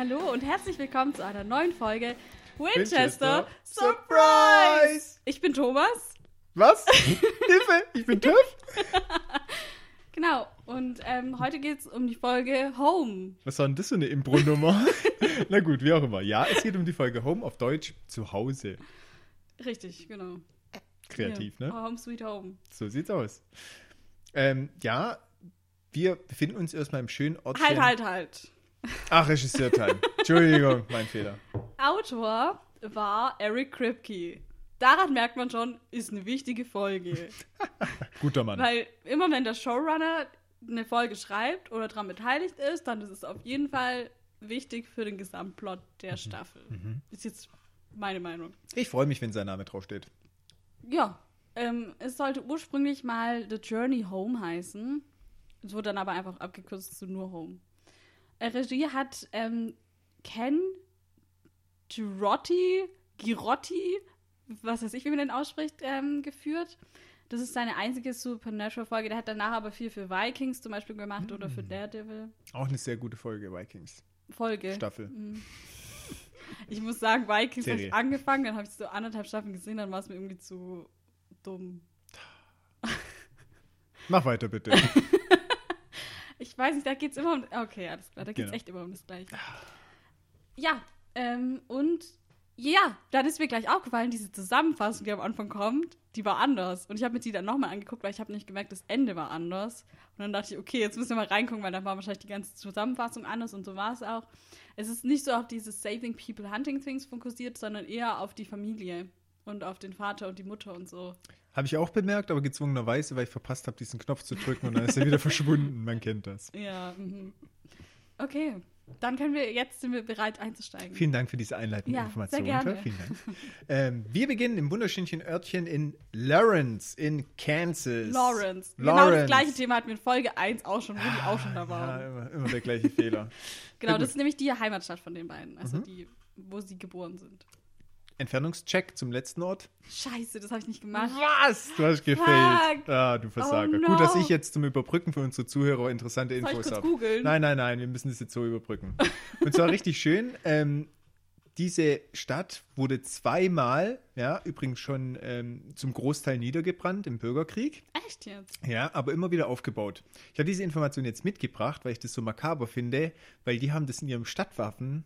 Hallo und herzlich willkommen zu einer neuen Folge Winchester Surprise! Ich bin Thomas. Was? Hilfe, ich bin TÜV. Genau, und heute geht es um die Folge Home. Was war denn das für eine Impro-Nummer? Na gut, wie auch immer. Ja, es geht um die Folge Home, auf Deutsch Zuhause. Richtig, genau. Kreativ, Ja, ne? Home Sweet Home. So sieht's aus. Ja, wir befinden uns erstmal im schönen Ortchen. Halt. Ach, Regisseur-Time. Entschuldigung, mein Fehler. Autor war Eric Kripke. Daran merkt man schon, ist eine wichtige Folge. Guter Mann. Weil immer wenn der Showrunner eine Folge schreibt oder daran beteiligt ist, dann ist es auf jeden Fall wichtig für den Gesamtplot der Staffel. Ist jetzt meine Meinung. Ich freue mich, wenn sein Name draufsteht. Ja, es sollte ursprünglich mal The Journey Home heißen. Es wurde dann aber einfach abgekürzt zu nur Home. Regie hat Ken Girotti, was weiß ich, wie man den ausspricht, geführt. Das ist seine einzige Supernatural-Folge. Der hat danach aber viel für Vikings zum Beispiel gemacht oder für Daredevil. Auch eine sehr gute Folge, Vikings. Staffel. Ich muss sagen, Vikings habe Serie. ich angefangen, dann habe ich so 1,5 Staffeln gesehen, dann war es mir irgendwie zu dumm. Mach weiter, bitte. Ich weiß nicht, da geht es immer um... Okay, alles klar, da geht es Genau. echt immer um das Gleiche. Ja, und ja, dann ist mir gleich aufgefallen, diese Zusammenfassung, die am Anfang kommt, die war anders. Und ich habe mir die dann nochmal angeguckt, weil ich habe nicht gemerkt, das Ende war anders. Und dann dachte ich, okay, jetzt müssen wir mal reingucken, weil dann war wahrscheinlich die ganze Zusammenfassung anders und so war es auch. Es ist nicht so auf dieses Saving People Hunting Things fokussiert, sondern eher auf die Familie und auf den Vater und die Mutter und so. Habe ich auch bemerkt, aber gezwungenerweise, weil ich verpasst habe, diesen Knopf zu drücken und dann ist er wieder verschwunden. Man kennt das. Ja, Okay, dann sind wir bereit einzusteigen. Vielen Dank für diese einleitende Ja, Information. sehr gerne. Vielen Dank. Wir beginnen im wunderschönen Örtchen in Lawrence in Kansas. Lawrence. Genau das gleiche Thema hatten wir in Folge 1 auch schon, wo die auch schon da waren. Ja, immer der gleiche Fehler. Genau, Na das gut. ist nämlich die Heimatstadt von den beiden, also die, wo sie geboren sind. Entfernungscheck zum letzten Ort. Scheiße, das habe ich nicht gemacht. Was? Du hast gefailt. Fuck. Ah, du Versager. Oh no. Gut, dass ich jetzt zum Überbrücken für unsere Zuhörer interessante Soll ich Infos kurz habe. googeln? Nein, wir müssen das jetzt so überbrücken. Und zwar richtig schön. Diese Stadt wurde zweimal, ja, übrigens schon zum Großteil niedergebrannt im Bürgerkrieg. Echt jetzt? Ja, aber immer wieder aufgebaut. Ich habe diese Information jetzt mitgebracht, weil ich das so makaber finde, weil die haben das in ihrem Stadtwappen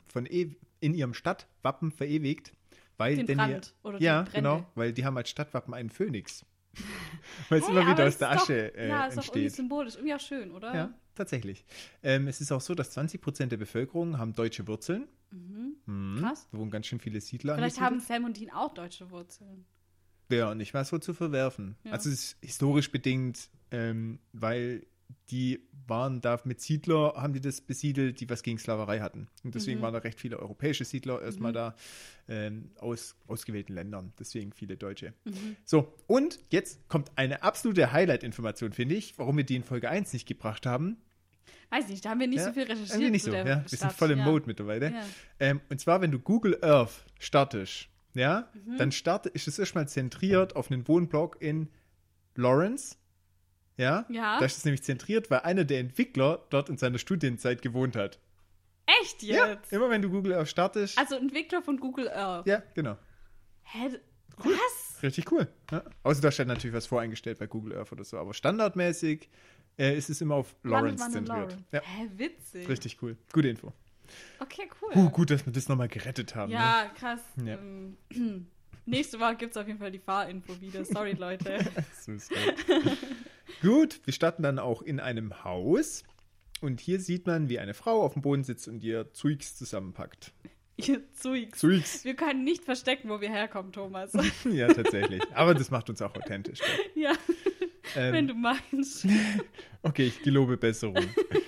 verewigt. Weil Den denn Brand oder die ja, Brände. genau, weil die haben als Stadtwappen einen Phönix. Weil es Hey, immer aber wieder es aus der ist Asche doch, ja, ist doch irgendwie entsteht. symbolisch. Irgendwie auch schön, oder? Ja, tatsächlich. Es ist auch so, dass 20% der Bevölkerung haben deutsche Wurzeln. Krass. Da wohnen ganz schön viele Siedler. Vielleicht haben Sam und Dean auch deutsche Wurzeln. Ja, nicht was so zu verwerfen. Ja. Also es ist historisch bedingt, weil die waren da mit Siedler, haben die das besiedelt, die was gegen Sklaverei hatten. Und deswegen waren da recht viele europäische Siedler erstmal da aus ausgewählten Ländern. Deswegen viele Deutsche. So, und jetzt kommt eine absolute Highlight-Information, finde ich, warum wir die in Folge 1 nicht gebracht haben. Weiß nicht, da haben wir nicht Ja, so viel recherchiert. irgendwie nicht zu so, der ja. Wir sind Stadt. voll im Ja. Mode mittlerweile. Ja. Und zwar, wenn du Google Earth startest, ja, dann ist es erstmal zentriert auf einen Wohnblock in Lawrence. Ja? Ja. Da ist es nämlich zentriert, weil einer der Entwickler dort in seiner Studienzeit gewohnt hat. Echt Ja, jetzt? immer wenn du Google Earth startest. Also Entwickler von Google Earth. Ja, genau. Hä? Was? Richtig cool. Ja? Außer da steht natürlich was voreingestellt bei Google Earth oder so, aber standardmäßig ist es immer auf Lawrence Wann in zentriert. Lawrence? Ja, Hä, witzig. richtig cool. Gute Info. Okay, cool. Gut, dass wir das nochmal gerettet haben. Ne? Ja, krass. Ja. Nächste Woche gibt es auf jeden Fall die Fahrinfo wieder. Sorry, Leute. So ist das. Gut, wir starten dann auch in einem Haus. Und hier sieht man, wie eine Frau auf dem Boden sitzt und ihr Zeugs zusammenpackt. Ihr Zeugs. Zeugs. Wir können nicht verstecken, wo wir herkommen, Thomas. Ja, tatsächlich. Aber das macht uns auch authentisch. Ja, wenn du meinst. Okay, ich gelobe Besserung.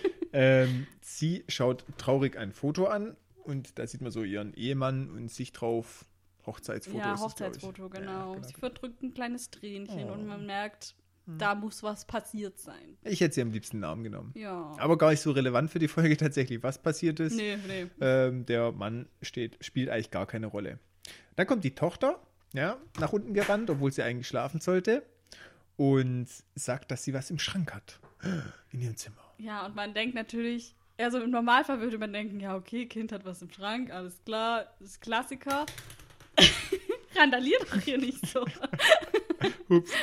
Sie schaut traurig ein Foto an und da sieht man so ihren Ehemann und sich drauf. Hochzeitsfoto Ja, ist es, Hochzeitsfoto, glaub ich. genau. Ja, genau. Sie verdrückt ein kleines Tränchen und man merkt, da muss was passiert sein. Ich hätte sie am liebsten in den Arm genommen. Ja. Aber gar nicht so relevant für die Folge tatsächlich, was passiert ist. Nee. Der Mann spielt eigentlich gar keine Rolle. Dann kommt die Tochter, ja, nach unten gerannt, obwohl sie eigentlich schlafen sollte. Und sagt, dass sie was im Schrank hat. In ihrem Zimmer. Ja, und man denkt natürlich, Also im Normalfall würde man denken, ja, okay, Kind hat was im Schrank, alles klar, das ist Klassiker. Randaliert doch hier nicht so. Ups.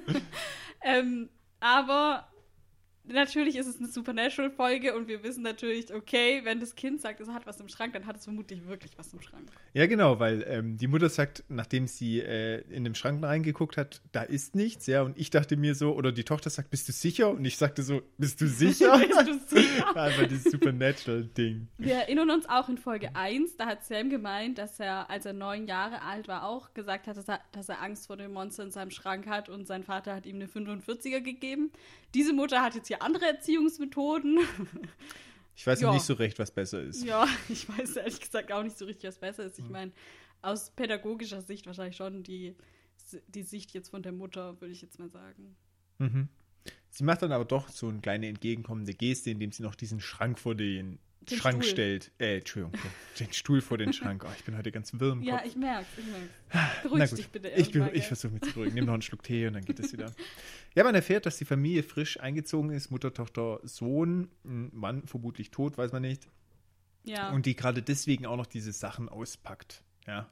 Aber natürlich ist es eine Supernatural-Folge und wir wissen natürlich, okay, wenn das Kind sagt, es hat was im Schrank, dann hat es vermutlich wirklich was im Schrank. Ja, genau, weil die Mutter sagt, nachdem sie in den Schrank reingeguckt hat, da ist nichts, ja, und ich dachte mir so, oder die Tochter sagt, bist du sicher? Und ich sagte so, bist du sicher? Bist du sicher? Einfach dieses Supernatural-Ding. Wir erinnern uns auch in Folge 1, da hat Sam gemeint, dass er, als er 9 Jahre alt war, auch gesagt hat, dass er Angst vor dem Monster in seinem Schrank hat und sein Vater hat ihm eine 45er gegeben. Diese Mutter hat jetzt hier andere Erziehungsmethoden. Ich weiß noch nicht so recht, was besser ist. Ja, ich weiß ehrlich gesagt auch nicht so richtig, was besser ist. Ich meine, aus pädagogischer Sicht wahrscheinlich schon die Sicht jetzt von der Mutter, würde ich jetzt mal sagen. Mhm. Sie macht dann aber doch so eine kleine entgegenkommende Geste, indem sie noch diesen Schrank vor den Schrank Stuhl stellt. Entschuldigung, den Stuhl vor den Schrank. Oh, ich bin heute ganz wirr im Kopf. Ja, ich merk's. Beruhig dich bitte. Ich versuche mich zu beruhigen. Nimm noch einen Schluck Tee und dann geht es wieder. Ja, man erfährt, dass die Familie frisch eingezogen ist. Mutter, Tochter, Sohn, Mann vermutlich tot, weiß man nicht. Ja. Und die gerade deswegen auch noch diese Sachen auspackt. Ja.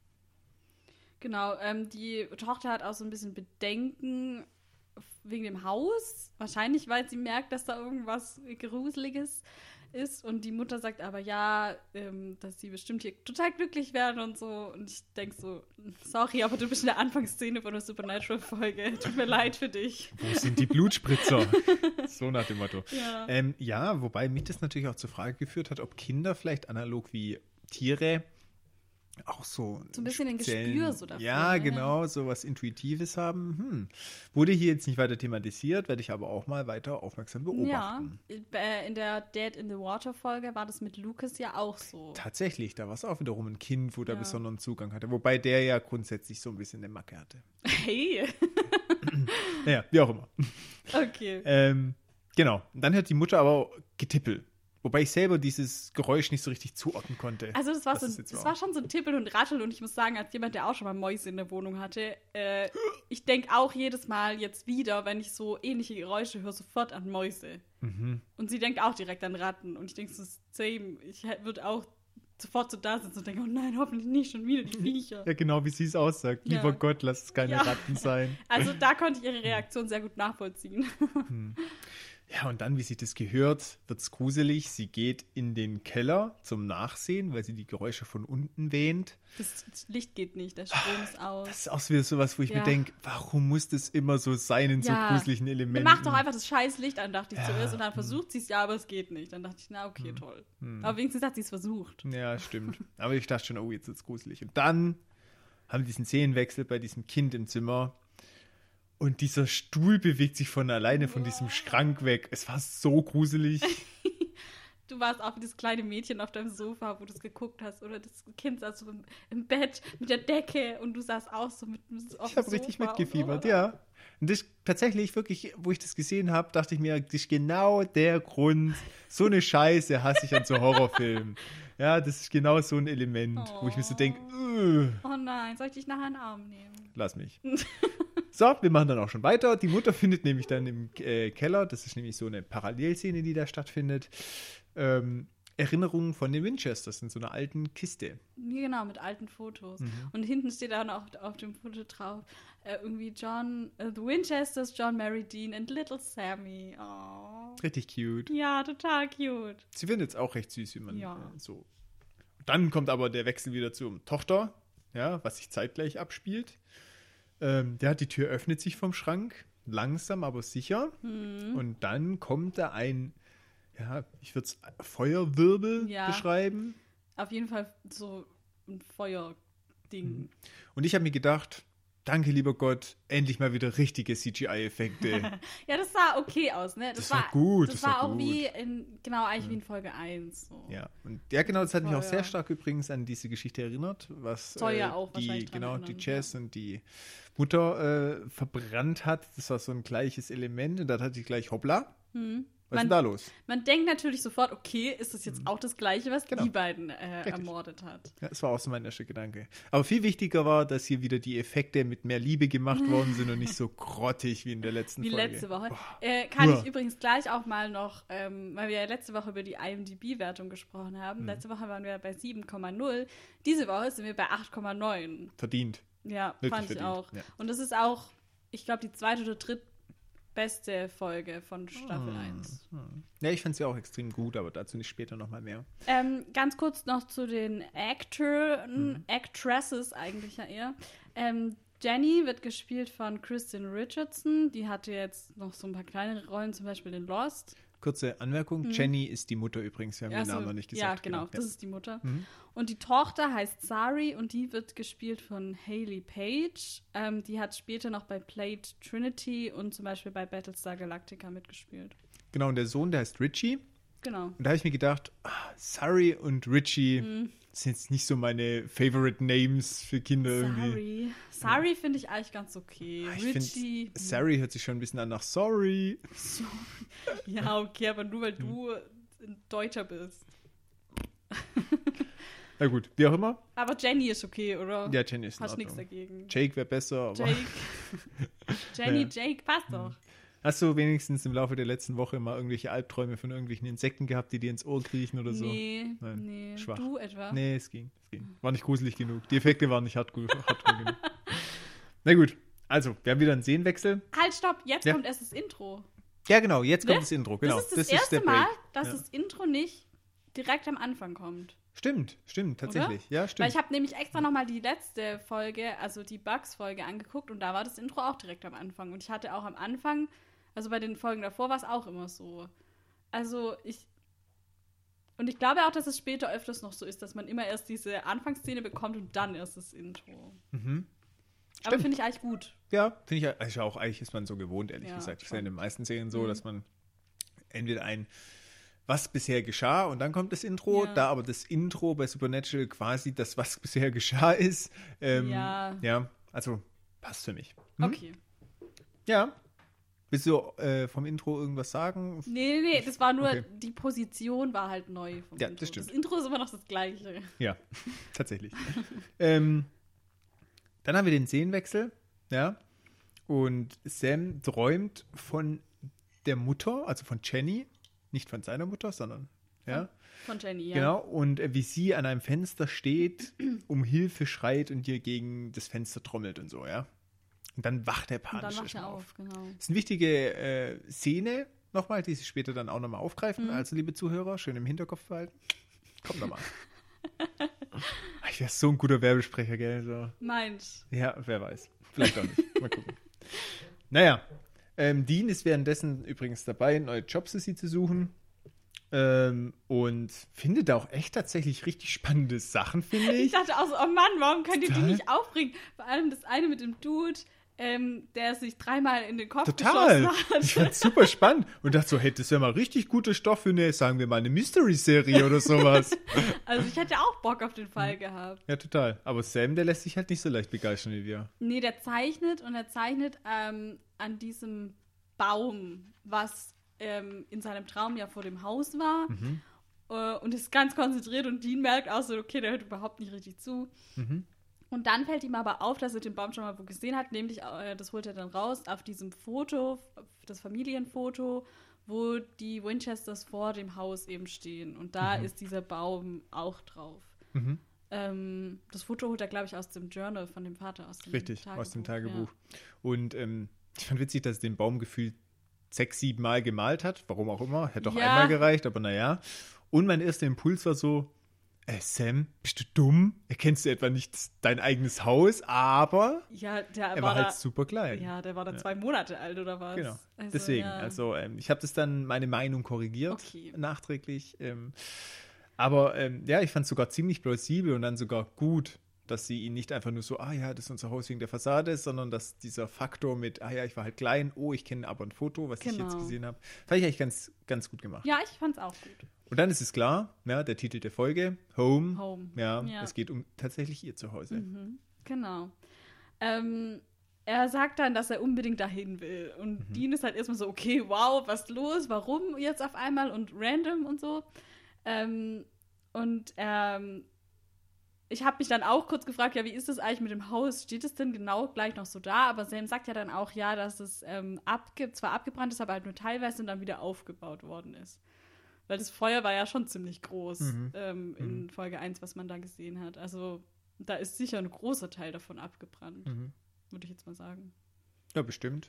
Genau, die Tochter hat auch so ein bisschen Bedenken wegen dem Haus. Wahrscheinlich, weil sie merkt, dass da irgendwas Gruseliges ist. Und die Mutter sagt aber ja, dass sie bestimmt hier total glücklich werden und so. Und ich denke so, sorry, aber du bist in der Anfangsszene von der Supernatural-Folge. Tut mir leid für dich. Wo sind die Blutspritzer? So nach dem Motto. Ja. Ja, wobei mich das natürlich auch zur Frage geführt hat, ob Kinder vielleicht analog wie Tiere auch so ein bisschen ein Gespür so dafür. Ja, genau, so was Intuitives haben. Wurde hier jetzt nicht weiter thematisiert, werde ich aber auch mal weiter aufmerksam beobachten. Ja, in der Dead in the Water Folge war das mit Lucas ja auch so. Tatsächlich, da war es auch wiederum ein Kind, wo der besonderen Zugang hatte. Wobei der ja grundsätzlich so ein bisschen eine Macke hatte. Hey! Ja, wie auch immer. Okay. Genau, und dann hat die Mutter aber getippelt. Wobei ich selber dieses Geräusch nicht so richtig zuordnen konnte. Also das war schon so ein Tippeln und Ratteln und ich muss sagen, als jemand, der auch schon mal Mäuse in der Wohnung hatte, ich denke auch jedes Mal jetzt wieder, wenn ich so ähnliche Geräusche höre, sofort an Mäuse. Mhm. Und sie denkt auch direkt an Ratten und ich denke so, same, ich würde auch sofort so da sitzen und denke, oh nein, hoffentlich nicht schon wieder die Viecher. Ja, genau, wie sie es aussagt. Ja. Lieber Gott, lass es keine Ratten sein. Also da konnte ich ihre Reaktion sehr gut nachvollziehen. Ja, und dann, wie sich das gehört, wird es gruselig. Sie geht in den Keller zum Nachsehen, weil sie die Geräusche von unten wähnt. Das Licht geht nicht, der Strom ist aus. Das ist auch wieder sowas, wo ich mir denke, warum muss das immer so sein in so gruseligen Elementen? Mach doch einfach das scheiß Licht an, dachte ich zuerst. Und dann versucht sie es ja, aber es geht nicht. Dann dachte ich, na okay, toll. Aber wenigstens hat sie es versucht. Ja, stimmt. Aber ich dachte schon, oh, jetzt wird es gruselig. Und dann haben wir diesen Szenenwechsel bei diesem Kind im Zimmer. Und dieser Stuhl bewegt sich von alleine von diesem Schrank weg. Es war so gruselig. Du warst auch wie das kleine Mädchen auf deinem Sofa, wo du es geguckt hast. Oder das Kind saß so im Bett mit der Decke und du saßt auch so mit dem Sofa. Ich habe richtig mitgefiebert, ja. Und das tatsächlich wirklich, wo ich das gesehen habe, dachte ich mir, das ist genau der Grund. So eine Scheiße hasse ich an so Horrorfilmen. Ja, das ist genau so ein Element, wo ich mir so denke, oh nein, soll ich dich nachher in den Arm nehmen? Lass mich. So, wir machen dann auch schon weiter. Die Mutter findet nämlich dann im Keller, das ist nämlich so eine Parallelszene, die da stattfindet, Erinnerungen von den Winchesters in so einer alten Kiste. Genau, mit alten Fotos. Und hinten steht dann auch auf dem Foto drauf, irgendwie John, the Winchesters, John, Mary Dean and Little Sammy. Oh. Richtig cute. Ja, total cute. Sie findet es auch recht süß, wie man so. Dann kommt aber der Wechsel wieder zur Tochter, ja, was sich zeitgleich abspielt. Die Tür öffnet sich vom Schrank, langsam, aber sicher. Und dann kommt da ein, ich würde es Feuerwirbel beschreiben. Auf jeden Fall so ein Feuerding. Und ich habe mir gedacht, danke, lieber Gott, endlich mal wieder richtige CGI-Effekte. Ja, das sah okay aus, ne? Das war gut. Das war auch wie eigentlich wie in Folge 1. So. Ja, und genau, das hat mich auch sehr stark übrigens an diese Geschichte erinnert, was soll ja auch wahrscheinlich die Jess und die Mutter verbrannt hat. Das war so ein gleiches Element und da hatte ich gleich hoppla. Was ist denn da los? Man denkt natürlich sofort, okay, ist das jetzt auch das Gleiche, was Genau. die beiden ermordet hat. Ja, das war auch so mein erster Gedanke. Aber viel wichtiger war, dass hier wieder die Effekte mit mehr Liebe gemacht worden sind und nicht so grottig wie in der letzten Wie Folge. letzte Woche. Boah. Kann Uah. ich übrigens gleich auch mal noch, weil wir ja letzte Woche über die IMDb-Wertung gesprochen haben. Letzte Woche waren wir bei 7,0. Diese Woche sind wir bei 8,9. Verdient. Ja, Wirklich fand ich verdient, auch. ja. Und das ist auch, ich glaube, die zweite oder drittbeste Folge von Staffel 1. Ja, ich fand sie auch extrem gut, aber dazu nicht später nochmal mehr. Ganz kurz noch zu den Actresses eigentlich ja eher. Jenny wird gespielt von Kristen Richardson. Die hatte jetzt noch so ein paar kleinere Rollen, zum Beispiel in Lost. Kurze Anmerkung, Jenny ist die Mutter übrigens, wir haben den Namen noch nicht gesagt. Ja, genau, das ist die Mutter. Und die Tochter heißt Sari und die wird gespielt von Hayley Page. Die hat später noch bei Blade Trinity und zum Beispiel bei Battlestar Galactica mitgespielt. Genau, und der Sohn, der heißt Richie. Genau. Und da habe ich mir gedacht, Sari und Richie sind jetzt nicht so meine Favorite Names für Kinder irgendwie. Sari finde ich eigentlich ganz okay. Ich Richie. finde, Sari hört sich schon ein bisschen an nach Sorry. Ja, okay, aber nur weil du ein Deutscher bist. Na gut, wie auch immer. Aber Jenny ist okay, oder? Ja, Jenny ist in Hast nichts Ordnung. dagegen. Jake wäre besser, aber Jake. Jenny, Ja. Jake, passt doch. hast du wenigstens im Laufe der letzten Woche mal irgendwelche Albträume von irgendwelchen Insekten gehabt, die dir ins Ohr kriechen oder so? Nee, Nein, nee. schwach. Du etwa? Nee, es ging. War nicht gruselig genug. Die Effekte waren nicht hardcore genug. Na gut, also, wir haben wieder einen Szenenwechsel. Halt, stopp, jetzt Ja. kommt erst das Intro. Ja, genau, jetzt kommt Ne? das Intro. Genau. Das ist das erste der Mal, Break. dass Ja. das Intro nicht direkt am Anfang kommt. Stimmt, tatsächlich. Ja, Weil stimmt. ich habe nämlich extra nochmal die letzte Folge, also die Bugs-Folge angeguckt und da war das Intro auch direkt am Anfang. Und ich hatte auch am Anfang, also bei den Folgen davor war es auch immer so. Also ich glaube auch, dass es später öfters noch so ist, dass man immer erst diese Anfangsszene bekommt und dann erst das Intro. Mhm. Aber Stimmt. finde ich eigentlich gut. Ja, finde ich also auch, eigentlich ist man so gewohnt, ehrlich Ja, gesagt. Ich schon. sehe in den meisten Serien so, dass man entweder was bisher geschah und dann kommt das Intro, Ja. da aber das Intro bei Supernatural quasi das, was bisher geschah ist. Ja, also passt für mich. Okay. Ja. Willst du vom Intro irgendwas sagen? Nee, das war nur, Okay. die Position war halt neu vom Ja, Intro. das stimmt. Das Intro ist immer noch das gleiche. Ja, tatsächlich. Dann haben wir den Szenenwechsel, ja. Und Sam träumt von der Mutter, also von Jenny, nicht von seiner Mutter, sondern, ja. Von Jenny, ja. Genau, und wie sie an einem Fenster steht, um Hilfe schreit und ihr gegen das Fenster trommelt und so, ja. Und dann wacht er Und panisch dann wacht erstmal er auf. auf, genau. Das ist eine wichtige Szene nochmal, die sie später dann auch nochmal aufgreifen. Also, liebe Zuhörer, schön im Hinterkopf behalten. Kommt nochmal. Ich wäre so ein guter Werbesprecher, gell? So. Meint. Ja, wer weiß. Vielleicht auch nicht. Mal gucken. Naja, Dean ist währenddessen übrigens dabei, neue Jobs für sie zu suchen. Und findet auch echt tatsächlich richtig spannende Sachen, finde Ich ich. dachte auch so, oh Mann, warum könnt ihr die Total. nicht aufbringen? Vor allem das eine mit dem Dude, der sich 3-mal in den Kopf Total. geschossen hat. Ich fand's super spannend und dachte so, hey, das wäre mal richtig guter Stoff für eine, sagen wir mal, eine Mystery-Serie oder sowas. Also ich hätte auch Bock auf den Fall gehabt. Ja, total. Aber Sam, der lässt sich halt nicht so leicht begeistern wie wir. Nee, der zeichnet und er zeichnet an diesem Baum, was in seinem Traum ja vor dem Haus war. Und ist ganz konzentriert und Dean merkt auch so, okay, der hört überhaupt nicht richtig zu. Und dann fällt ihm aber auf, dass er den Baum schon mal wo gesehen hat, nämlich, das holt er dann raus, auf diesem Foto, das Familienfoto, wo die Winchesters vor dem Haus eben stehen. Und da ist dieser Baum auch drauf. Das Foto holt er, glaube ich, aus dem Journal von dem Vater. Aus dem Richtig, Tagebuch, aus dem Tagebuch. Ja. Und ich fand witzig, dass er den Baum gefühlt 6-7 Mal gemalt hat. Warum auch immer. Hätte auch Ja. einmal gereicht, aber naja. Und mein erster Impuls war so, Sam, bist du dumm? Erkennst du etwa nicht dein eigenes Haus? Aber Ja, der er war war da, halt super klein. ja, der war da 2 Monate alt oder was? Genau. Also, Deswegen, ja. also ich habe das dann meine Meinung korrigiert, Okay. nachträglich. Aber ja, ich fand es sogar ziemlich plausibel und dann sogar gut, dass sie ihn nicht einfach nur so, das ist unser Haus wegen der Fassade, sondern dass dieser Faktor mit, ich war halt klein, ich kenne aber ein Foto, was ich jetzt Genau. gesehen habe, fand ich eigentlich ganz, ganz gut gemacht. Ja, ich fand's auch gut. Und dann ist es klar, ja, der Titel der Folge, Home, Home. Ja, Ja. es geht um tatsächlich ihr Zuhause. Genau. er sagt dann, dass er unbedingt dahin will. Und Dean ist halt erstmal so, okay, wow, was ist los? Warum jetzt auf einmal? Und random und so. Ich habe mich dann auch kurz gefragt, ja, wie ist das eigentlich mit dem Haus? Steht es denn genau gleich noch so da? Aber Sam sagt ja dann auch, ja, dass es zwar abgebrannt ist, aber halt nur teilweise und dann wieder aufgebaut worden ist. Weil das Feuer war ja schon ziemlich groß in Folge 1, was man da gesehen hat. Also da ist sicher ein großer Teil davon abgebrannt, würde ich jetzt mal sagen. Ja, bestimmt.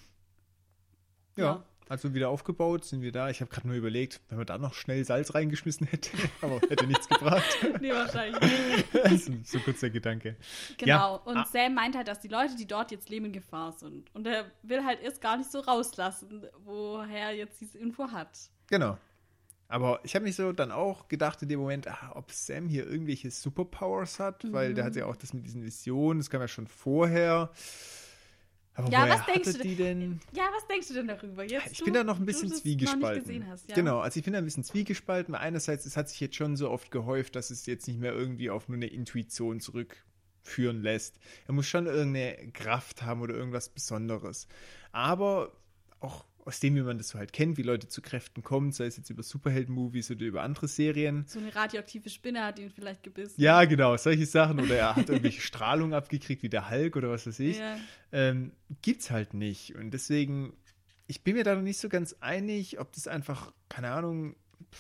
Ja. Also wieder aufgebaut, sind wir da. Ich habe gerade nur überlegt, wenn man da noch schnell Salz reingeschmissen hätte, aber hätte nichts gebracht. Nee, wahrscheinlich nicht. Also, so kurz der Gedanke. Genau, ja. Und Sam meint halt, dass die Leute, die dort jetzt leben, in Gefahr sind. Und er will halt erst gar nicht so rauslassen, woher er jetzt diese Info hat. Genau. Aber ich habe mich so dann auch gedacht in dem Moment, ob Sam hier irgendwelche Superpowers hat, weil der hat ja auch das mit diesen Visionen, das kam ja schon vorher. Aber ja, was denkst du denn? Ja, was denkst du denn darüber? Jetzt, ich bin da noch ein bisschen zwiegespalten. Noch nicht gesehen hast, ja. Genau, also ich bin da ein bisschen zwiegespalten. Einerseits, es hat sich jetzt schon so oft gehäuft, dass es jetzt nicht mehr irgendwie auf nur eine Intuition zurückführen lässt. Er muss schon irgendeine Kraft haben oder irgendwas Besonderes. Aber auch aus dem, wie man das so halt kennt, wie Leute zu Kräften kommen, sei es jetzt über Superhelden-Movies oder über andere Serien. So eine radioaktive Spinne hat ihn vielleicht gebissen. Ja, genau, solche Sachen. Oder er hat irgendwelche Strahlung abgekriegt, wie der Hulk oder was weiß ich. Ja. Gibt's halt nicht. Und deswegen, ich bin mir da noch nicht so ganz einig, ob das einfach, keine Ahnung,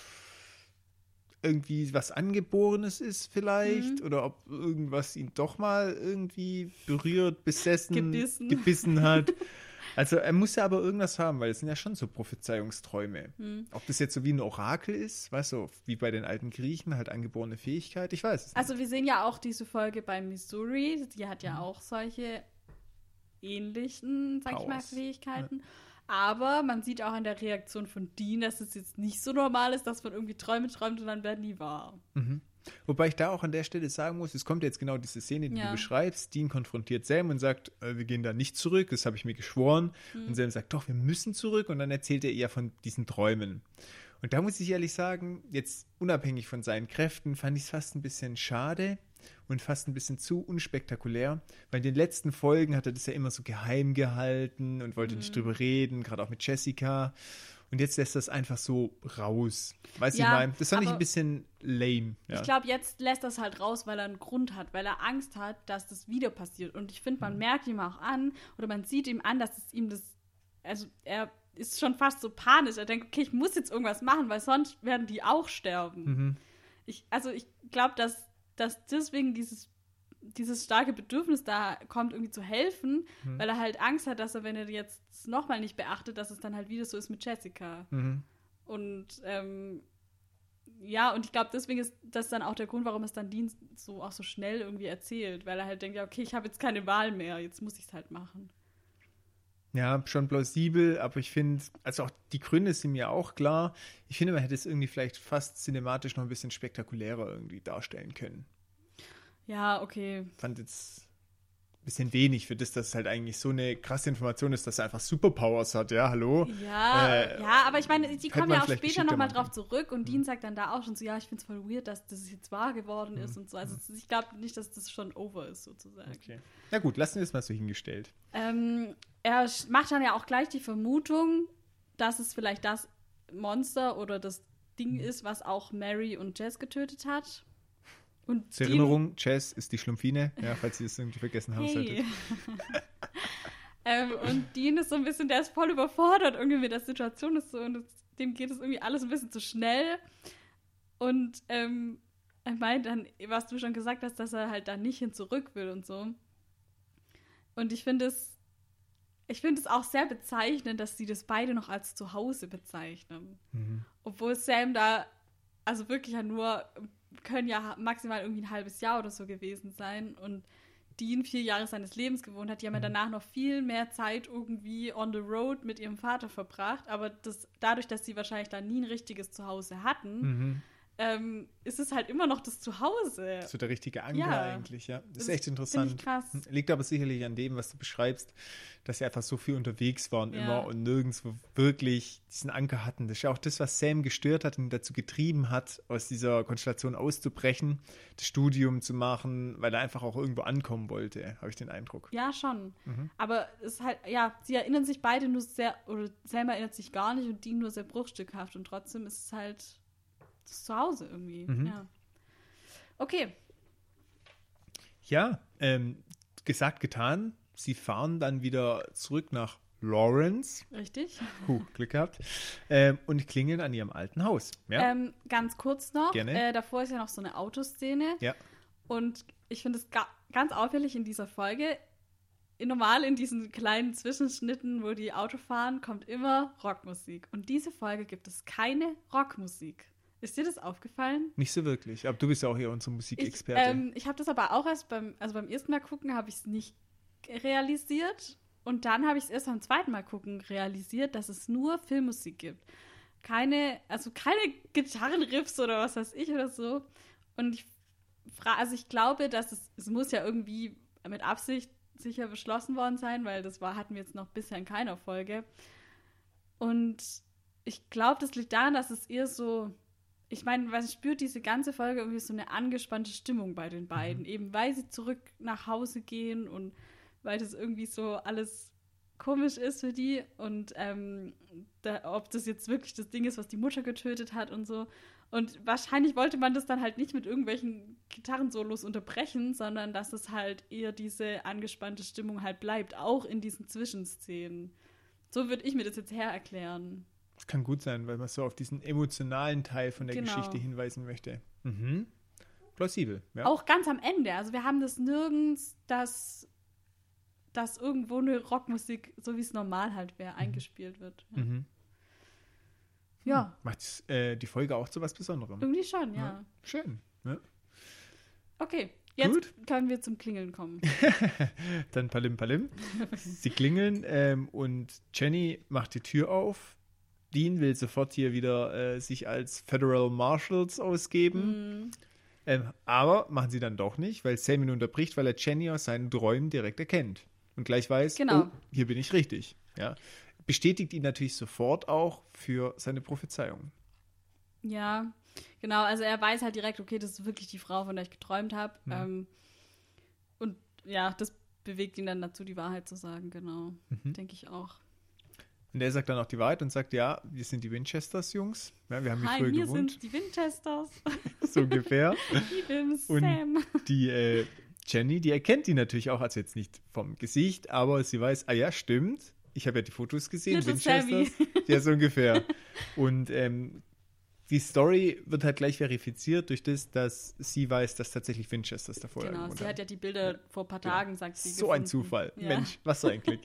irgendwie was Angeborenes ist vielleicht. Oder ob irgendwas ihn doch mal irgendwie berührt, gebissen hat. Also er muss ja aber irgendwas haben, weil es sind ja schon so Prophezeiungsträume. Ob das jetzt so wie ein Orakel ist, weißt du, wie bei den alten Griechen, halt angeborene Fähigkeit, ich weiß es nicht. Also wir sehen ja auch diese Folge bei Missouri, die hat ja auch solche ähnlichen, sag ich mal, Fähigkeiten. Ja. Aber man sieht auch an der Reaktion von Dean, dass es jetzt nicht so normal ist, dass man irgendwie Träume träumt und dann werden die wahr. Wobei ich da auch an der Stelle sagen muss, es kommt jetzt genau diese Szene, die du beschreibst. Dean konfrontiert Sam und sagt, wir gehen da nicht zurück, das habe ich mir geschworen. Und Sam sagt, doch, wir müssen zurück. Und dann erzählt er ihr von diesen Träumen. Und da muss ich ehrlich sagen, jetzt unabhängig von seinen Kräften, fand ich es fast ein bisschen schade und fast ein bisschen zu unspektakulär. Weil in den letzten Folgen hat er das ja immer so geheim gehalten und wollte nicht drüber reden, gerade auch mit Jessica. Und jetzt lässt das einfach so raus. Weißt du, ich meine, das fand ich ein bisschen lame. Ja. Ich glaube, jetzt lässt das halt raus, weil er einen Grund hat, weil er Angst hat, dass das wieder passiert. Und ich finde, man merkt ihm auch an, oder man sieht ihm an, dass es ihm also er ist schon fast so panisch. Er denkt, okay, ich muss jetzt irgendwas machen, weil sonst werden die auch sterben. Ich glaube, dass deswegen dieses starke Bedürfnis da kommt, irgendwie zu helfen, weil er halt Angst hat, dass er, wenn er jetzt nochmal nicht beachtet, dass es dann halt wieder so ist mit Jessica. Und und ich glaube, deswegen ist das dann auch der Grund, warum es dann Dean auch so schnell irgendwie erzählt, weil er halt denkt, ja, okay, ich habe jetzt keine Wahl mehr, jetzt muss ich es halt machen. Ja, schon plausibel, aber ich finde, also auch die Gründe sind mir auch klar. Ich finde, man hätte es irgendwie vielleicht fast cinematisch noch ein bisschen spektakulärer irgendwie darstellen können. Ja, okay. Fand jetzt ein bisschen wenig für das, dass es halt eigentlich so eine krasse Information ist, dass er einfach Superpowers hat, ja, hallo? Ja, aber ich meine, die kommen ja auch später nochmal drauf zurück und Dean sagt dann da auch schon so, ja, ich finde es voll weird, dass das jetzt wahr geworden ist und so. Also ich glaube nicht, dass das schon over ist, sozusagen. Okay. Na gut, lassen wir es mal so hingestellt. Er macht dann ja auch gleich die Vermutung, dass es vielleicht das Monster oder das Ding ist, was auch Mary und Jess getötet hat. Und zur Erinnerung, Jess ist die Schlumpfine, ja, falls ihr das irgendwie vergessen haben solltet. Und Dean ist so ein bisschen, der ist voll überfordert irgendwie mit der Situation, ist so, und dem geht es irgendwie alles ein bisschen zu schnell. Und er meint dann, was du schon gesagt hast, dass er halt da nicht hin zurück will und so. Und ich finde es auch sehr bezeichnend, dass sie das beide noch als Zuhause bezeichnen. Obwohl Sam da, also wirklich ja nur, können ja maximal irgendwie ein halbes Jahr oder so gewesen sein und Dean 4 Jahre seines Lebens gewohnt hat. Die haben ja danach noch viel mehr Zeit irgendwie on the road mit ihrem Vater verbracht, aber dadurch, dass sie wahrscheinlich da nie ein richtiges Zuhause hatten, ist es halt immer noch das Zuhause. So der richtige Anker eigentlich, ja. Das ist echt interessant. Ich krass. Liegt aber sicherlich an dem, was du beschreibst, dass sie einfach so viel unterwegs waren Ja. immer und nirgendwo wirklich diesen Anker hatten. Das ist ja auch das, was Sam gestört hat und ihn dazu getrieben hat, aus dieser Konstellation auszubrechen, das Studium zu machen, weil er einfach auch irgendwo ankommen wollte, habe ich den Eindruck. Ja, schon. Aber es ist halt, ja, sie erinnern sich beide nur sehr, oder Sam erinnert sich gar nicht und Dean nur sehr bruchstückhaft und trotzdem ist es halt das Zuhause irgendwie. Ja. Okay. Ja, gesagt, getan. Sie fahren dann wieder zurück nach Lawrence. Richtig. Glück gehabt. Und klingeln an ihrem alten Haus. Ja? Ganz kurz noch. Gerne. Davor ist ja noch so eine Autoszene. Ja. Und ich finde es ganz auffällig in dieser Folge. Normal in diesen kleinen Zwischenschnitten, wo die Auto fahren, kommt immer Rockmusik. Und diese Folge gibt es keine Rockmusik. Ist dir das aufgefallen? Nicht so wirklich, aber du bist ja auch hier unsere Musikexperte. Ich habe das aber auch erst beim ersten Mal gucken, habe ich es nicht realisiert. Und dann habe ich es erst beim zweiten Mal gucken realisiert, dass es nur Filmmusik gibt. Keine Gitarrenriffs oder was weiß ich oder so. Und ich glaube, dass es muss ja irgendwie mit Absicht sicher beschlossen worden sein, weil hatten wir jetzt noch bisher in keiner Folge. Und ich glaube, das liegt daran, dass es eher so, ich meine, man spürt diese ganze Folge irgendwie so eine angespannte Stimmung bei den beiden, eben weil sie zurück nach Hause gehen und weil das irgendwie so alles komisch ist für die und ob das jetzt wirklich das Ding ist, was die Mutter getötet hat und so. Und wahrscheinlich wollte man das dann halt nicht mit irgendwelchen Gitarrensolos unterbrechen, sondern dass es halt eher diese angespannte Stimmung halt bleibt, auch in diesen Zwischenszenen. So würde ich mir das jetzt erklären. Das kann gut sein, weil man so auf diesen emotionalen Teil von der Geschichte hinweisen möchte. Plausibel, ja. Auch ganz am Ende. Also wir haben das nirgends, dass irgendwo eine Rockmusik, so wie es normal halt wäre, eingespielt wird. Ja. Ja. Macht die Folge auch zu was Besonderem? Irgendwie schon, ja. Schön. Ja. Okay, jetzt Gut. können wir zum Klingeln kommen. Dann Palim Palim. Sie klingeln und Jenny macht die Tür auf. Dean will sofort hier wieder sich als Federal Marshals ausgeben. Aber machen sie dann doch nicht, weil Sam ihn unterbricht, weil er Jenny aus seinen Träumen direkt erkennt. Und gleich weiß, oh, hier bin ich richtig. Ja. Bestätigt ihn natürlich sofort auch für seine Prophezeiung. Ja, genau. Also er weiß halt direkt, okay, das ist wirklich die Frau, von der ich geträumt habe. Und ja, das bewegt ihn dann dazu, die Wahrheit zu sagen, genau. Denke ich auch. Und er sagt dann auch die Wahrheit und sagt, ja, wir sind die Winchesters, Jungs. Ja, wir haben hier früher gewohnt. Wir sind die Winchesters. So ungefähr. Ich bin Sam. Und die Jenny, die erkennt ihn natürlich auch, also jetzt nicht vom Gesicht, aber sie weiß, ah ja, stimmt. Ich habe ja die Fotos gesehen, Little Winchesters. Ja, so ungefähr. Und die Story wird halt gleich verifiziert durch das, dass sie weiß, dass tatsächlich Winchesters davor Genau, irgendwo sie hat ja die Bilder vor ein paar Tagen, sagt sie, so gefunden. ein Zufall. Ja. Mensch, was so ein Glück.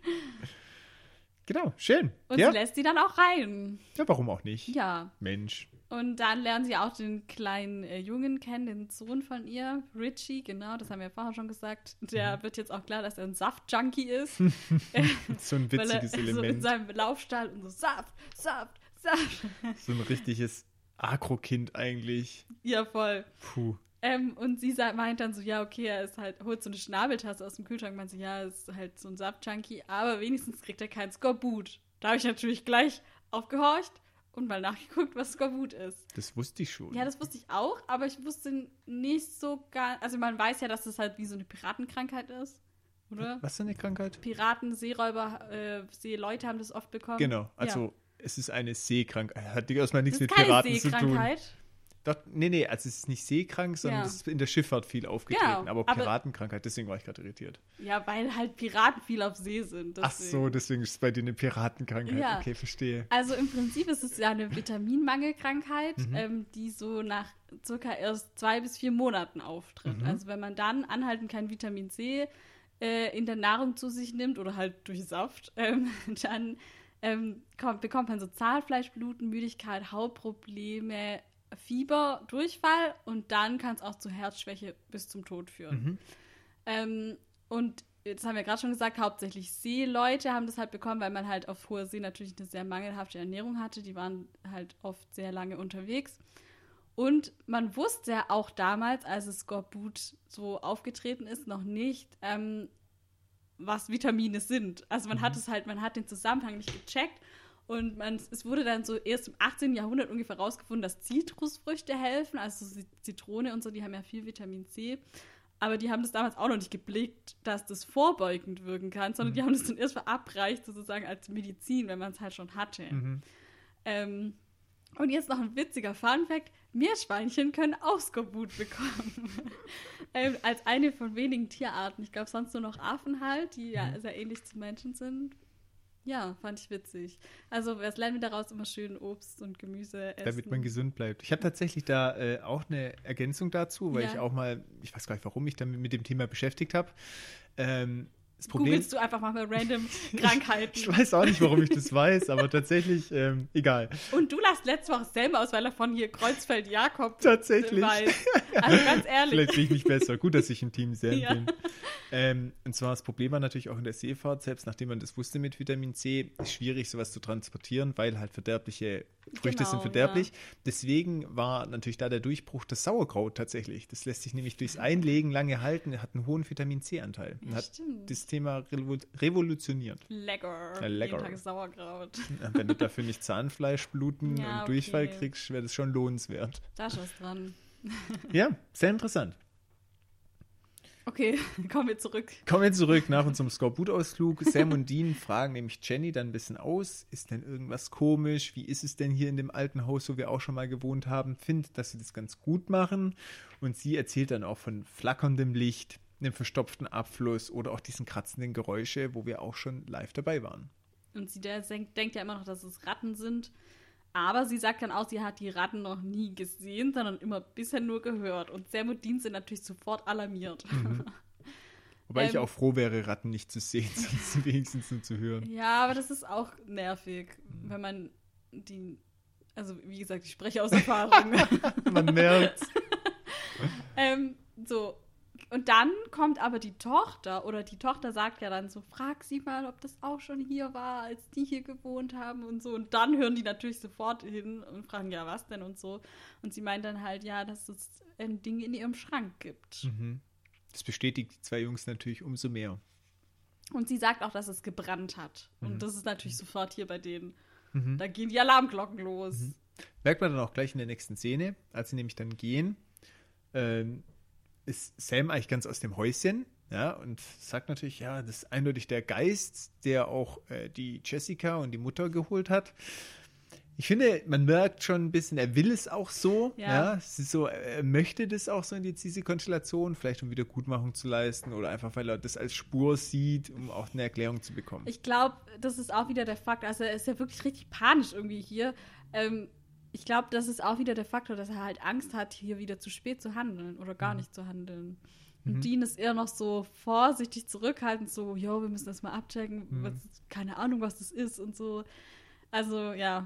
Genau, schön. Und ja? sie lässt sie dann auch rein. Ja, warum auch nicht? Ja. Mensch. Und dann lernen sie auch den kleinen Jungen kennen, den Sohn von ihr, Richie, genau, das haben wir ja vorher schon gesagt. Der wird jetzt auch klar, dass er ein Saft-Junkie ist. So ein witziges Element. So in seinem Laufstall und so Saft. So ein richtiges Agro-Kind eigentlich. Ja, voll. Puh. Und sie meint dann so, ja, okay, er ist halt, holt so eine Schnabeltasse aus dem Kühlschrank, meint sie, ja, er ist halt so ein Saft-Junkie, aber wenigstens kriegt er keinen Skorbut. Da habe ich natürlich gleich aufgehorcht und mal nachgeguckt, was Skorbut ist. Das wusste ich schon. Ja, das wusste ich auch, aber ich wusste nicht so gar, also man weiß ja, dass das halt wie so eine Piratenkrankheit ist, oder? Was für eine Krankheit? Piraten, Seeräuber, Seeleute haben das oft bekommen. Genau, also es ist eine Seekrankheit. Hat erstmal nichts mit keine Piraten zu tun. Seekrankheit. Doch, nee, also es ist nicht seekrank, sondern es ist in der Schifffahrt viel aufgetreten. Ja, aber Piratenkrankheit, deswegen war ich gerade irritiert. Ja, weil halt Piraten viel auf See sind. Deswegen. Ach so, deswegen ist es bei dir eine Piratenkrankheit. Ja. Okay, verstehe. Also im Prinzip ist es ja eine Vitaminmangelkrankheit, die so nach circa erst 2 bis 4 Monaten auftritt. Also wenn man dann anhaltend kein Vitamin C in der Nahrung zu sich nimmt oder halt durch Saft, dann bekommt man so Zahnfleischbluten, Müdigkeit, Hautprobleme, Fieber, Durchfall und dann kann es auch zu Herzschwäche bis zum Tod führen. Und das haben wir gerade schon gesagt, hauptsächlich Seeleute haben das halt bekommen, weil man halt auf hoher See natürlich eine sehr mangelhafte Ernährung hatte. Die waren halt oft sehr lange unterwegs. Und man wusste ja auch damals, als es Skorbut so aufgetreten ist, noch nicht, was Vitamine sind. Also man hat den Zusammenhang nicht gecheckt. Und es wurde dann so erst im 18. Jahrhundert ungefähr rausgefunden, dass Zitrusfrüchte helfen. Also Zitrone und so, die haben ja viel Vitamin C. Aber die haben das damals auch noch nicht geblickt, dass das vorbeugend wirken kann, sondern die haben das dann erst verabreicht, sozusagen als Medizin, wenn man es halt schon hatte. Und jetzt noch ein witziger Funfact: Meerschweinchen können auch Skorbut bekommen. Als eine von wenigen Tierarten. Ich glaube, sonst nur noch Affen halt, die ja sehr ähnlich zu Menschen sind. Ja, fand ich witzig. Also, was lernen wir daraus? Immer schön Obst und Gemüse essen. Damit man gesund bleibt. Ich habe tatsächlich da auch eine Ergänzung dazu, weil ich auch mal, ich weiß gar nicht, warum ich damit mit dem Thema beschäftigt habe. Das Problem, googelst du einfach mal random Krankheiten. Ich weiß auch nicht, warum ich das weiß, aber tatsächlich, egal. Und du lachst letzte Woche selber aus, weil er von hier Kreuzfeld-Jakob tatsächlich weiß. Also ganz ehrlich. Vielleicht kriege ich mich besser. Gut, dass ich im Team Sam bin. Und zwar das Problem war natürlich auch in der Seefahrt, selbst nachdem man das wusste mit Vitamin C, ist schwierig, sowas zu transportieren, weil halt verderbliche Früchte sind verderblich. Ja. Deswegen war natürlich da der Durchbruch das Sauerkraut tatsächlich. Das lässt sich nämlich durchs Einlegen lange halten, hat einen hohen Vitamin C-Anteil. Und hat das Thema revolutioniert. Lecker. Ja, lecker. Jeden Tag Sauerkraut. Wenn du dafür nicht Zahnfleischbluten und Durchfall kriegst, wäre das schon lohnenswert. Da ist was dran. Ja, sehr interessant. Okay, kommen wir zurück nach unserem Skorbut-Ausflug. Sam und Dean fragen nämlich Jenny dann ein bisschen aus. Ist denn irgendwas komisch? Wie ist es denn hier in dem alten Haus, wo wir auch schon mal gewohnt haben? Findet, dass sie das ganz gut machen. Und sie erzählt dann auch von flackerndem Licht, einem verstopften Abfluss oder auch diesen kratzenden Geräusche, wo wir auch schon live dabei waren. Und sie denkt ja immer noch, dass es Ratten sind. Aber sie sagt dann auch, sie hat die Ratten noch nie gesehen, sondern immer bisher nur gehört. Und Sam und Dean sind natürlich sofort alarmiert. Wobei ich auch froh wäre, Ratten nicht zu sehen, sondern wenigstens nur zu hören. Ja, aber das ist auch nervig, wenn man also wie gesagt, ich spreche aus Erfahrung. Man merkt's. So. Und dann kommt aber die Tochter sagt ja dann so, frag sie mal, ob das auch schon hier war, als die hier gewohnt haben und so. Und dann hören die natürlich sofort hin und fragen, ja, was denn und so. Und sie meint dann halt, ja, dass es ein Ding in ihrem Schrank gibt. Das bestätigt die zwei Jungs natürlich umso mehr. Und sie sagt auch, dass es gebrannt hat. Und das ist natürlich sofort hier bei denen. Da gehen die Alarmglocken los. Merkt man dann auch gleich in der nächsten Szene, als sie nämlich dann gehen, ist Sam eigentlich ganz aus dem Häuschen, ja, und sagt natürlich, ja, das ist eindeutig der Geist, der auch die Jessica und die Mutter geholt hat. Ich finde, man merkt schon ein bisschen, er will es auch so, ja, es ist so, er möchte das auch so in diese Konstellation, vielleicht um Wiedergutmachung zu leisten oder einfach, weil er das als Spur sieht, um auch eine Erklärung zu bekommen. Ich glaube, das ist auch wieder der Fakt, also er ist ja wirklich richtig panisch irgendwie hier, ich glaube, das ist auch wieder der Faktor, dass er halt Angst hat, hier wieder zu spät zu handeln oder gar nicht zu handeln. Und Dean ist eher noch so vorsichtig zurückhaltend, so, jo, wir müssen das mal abchecken, keine Ahnung, was das ist und so. Also, ja.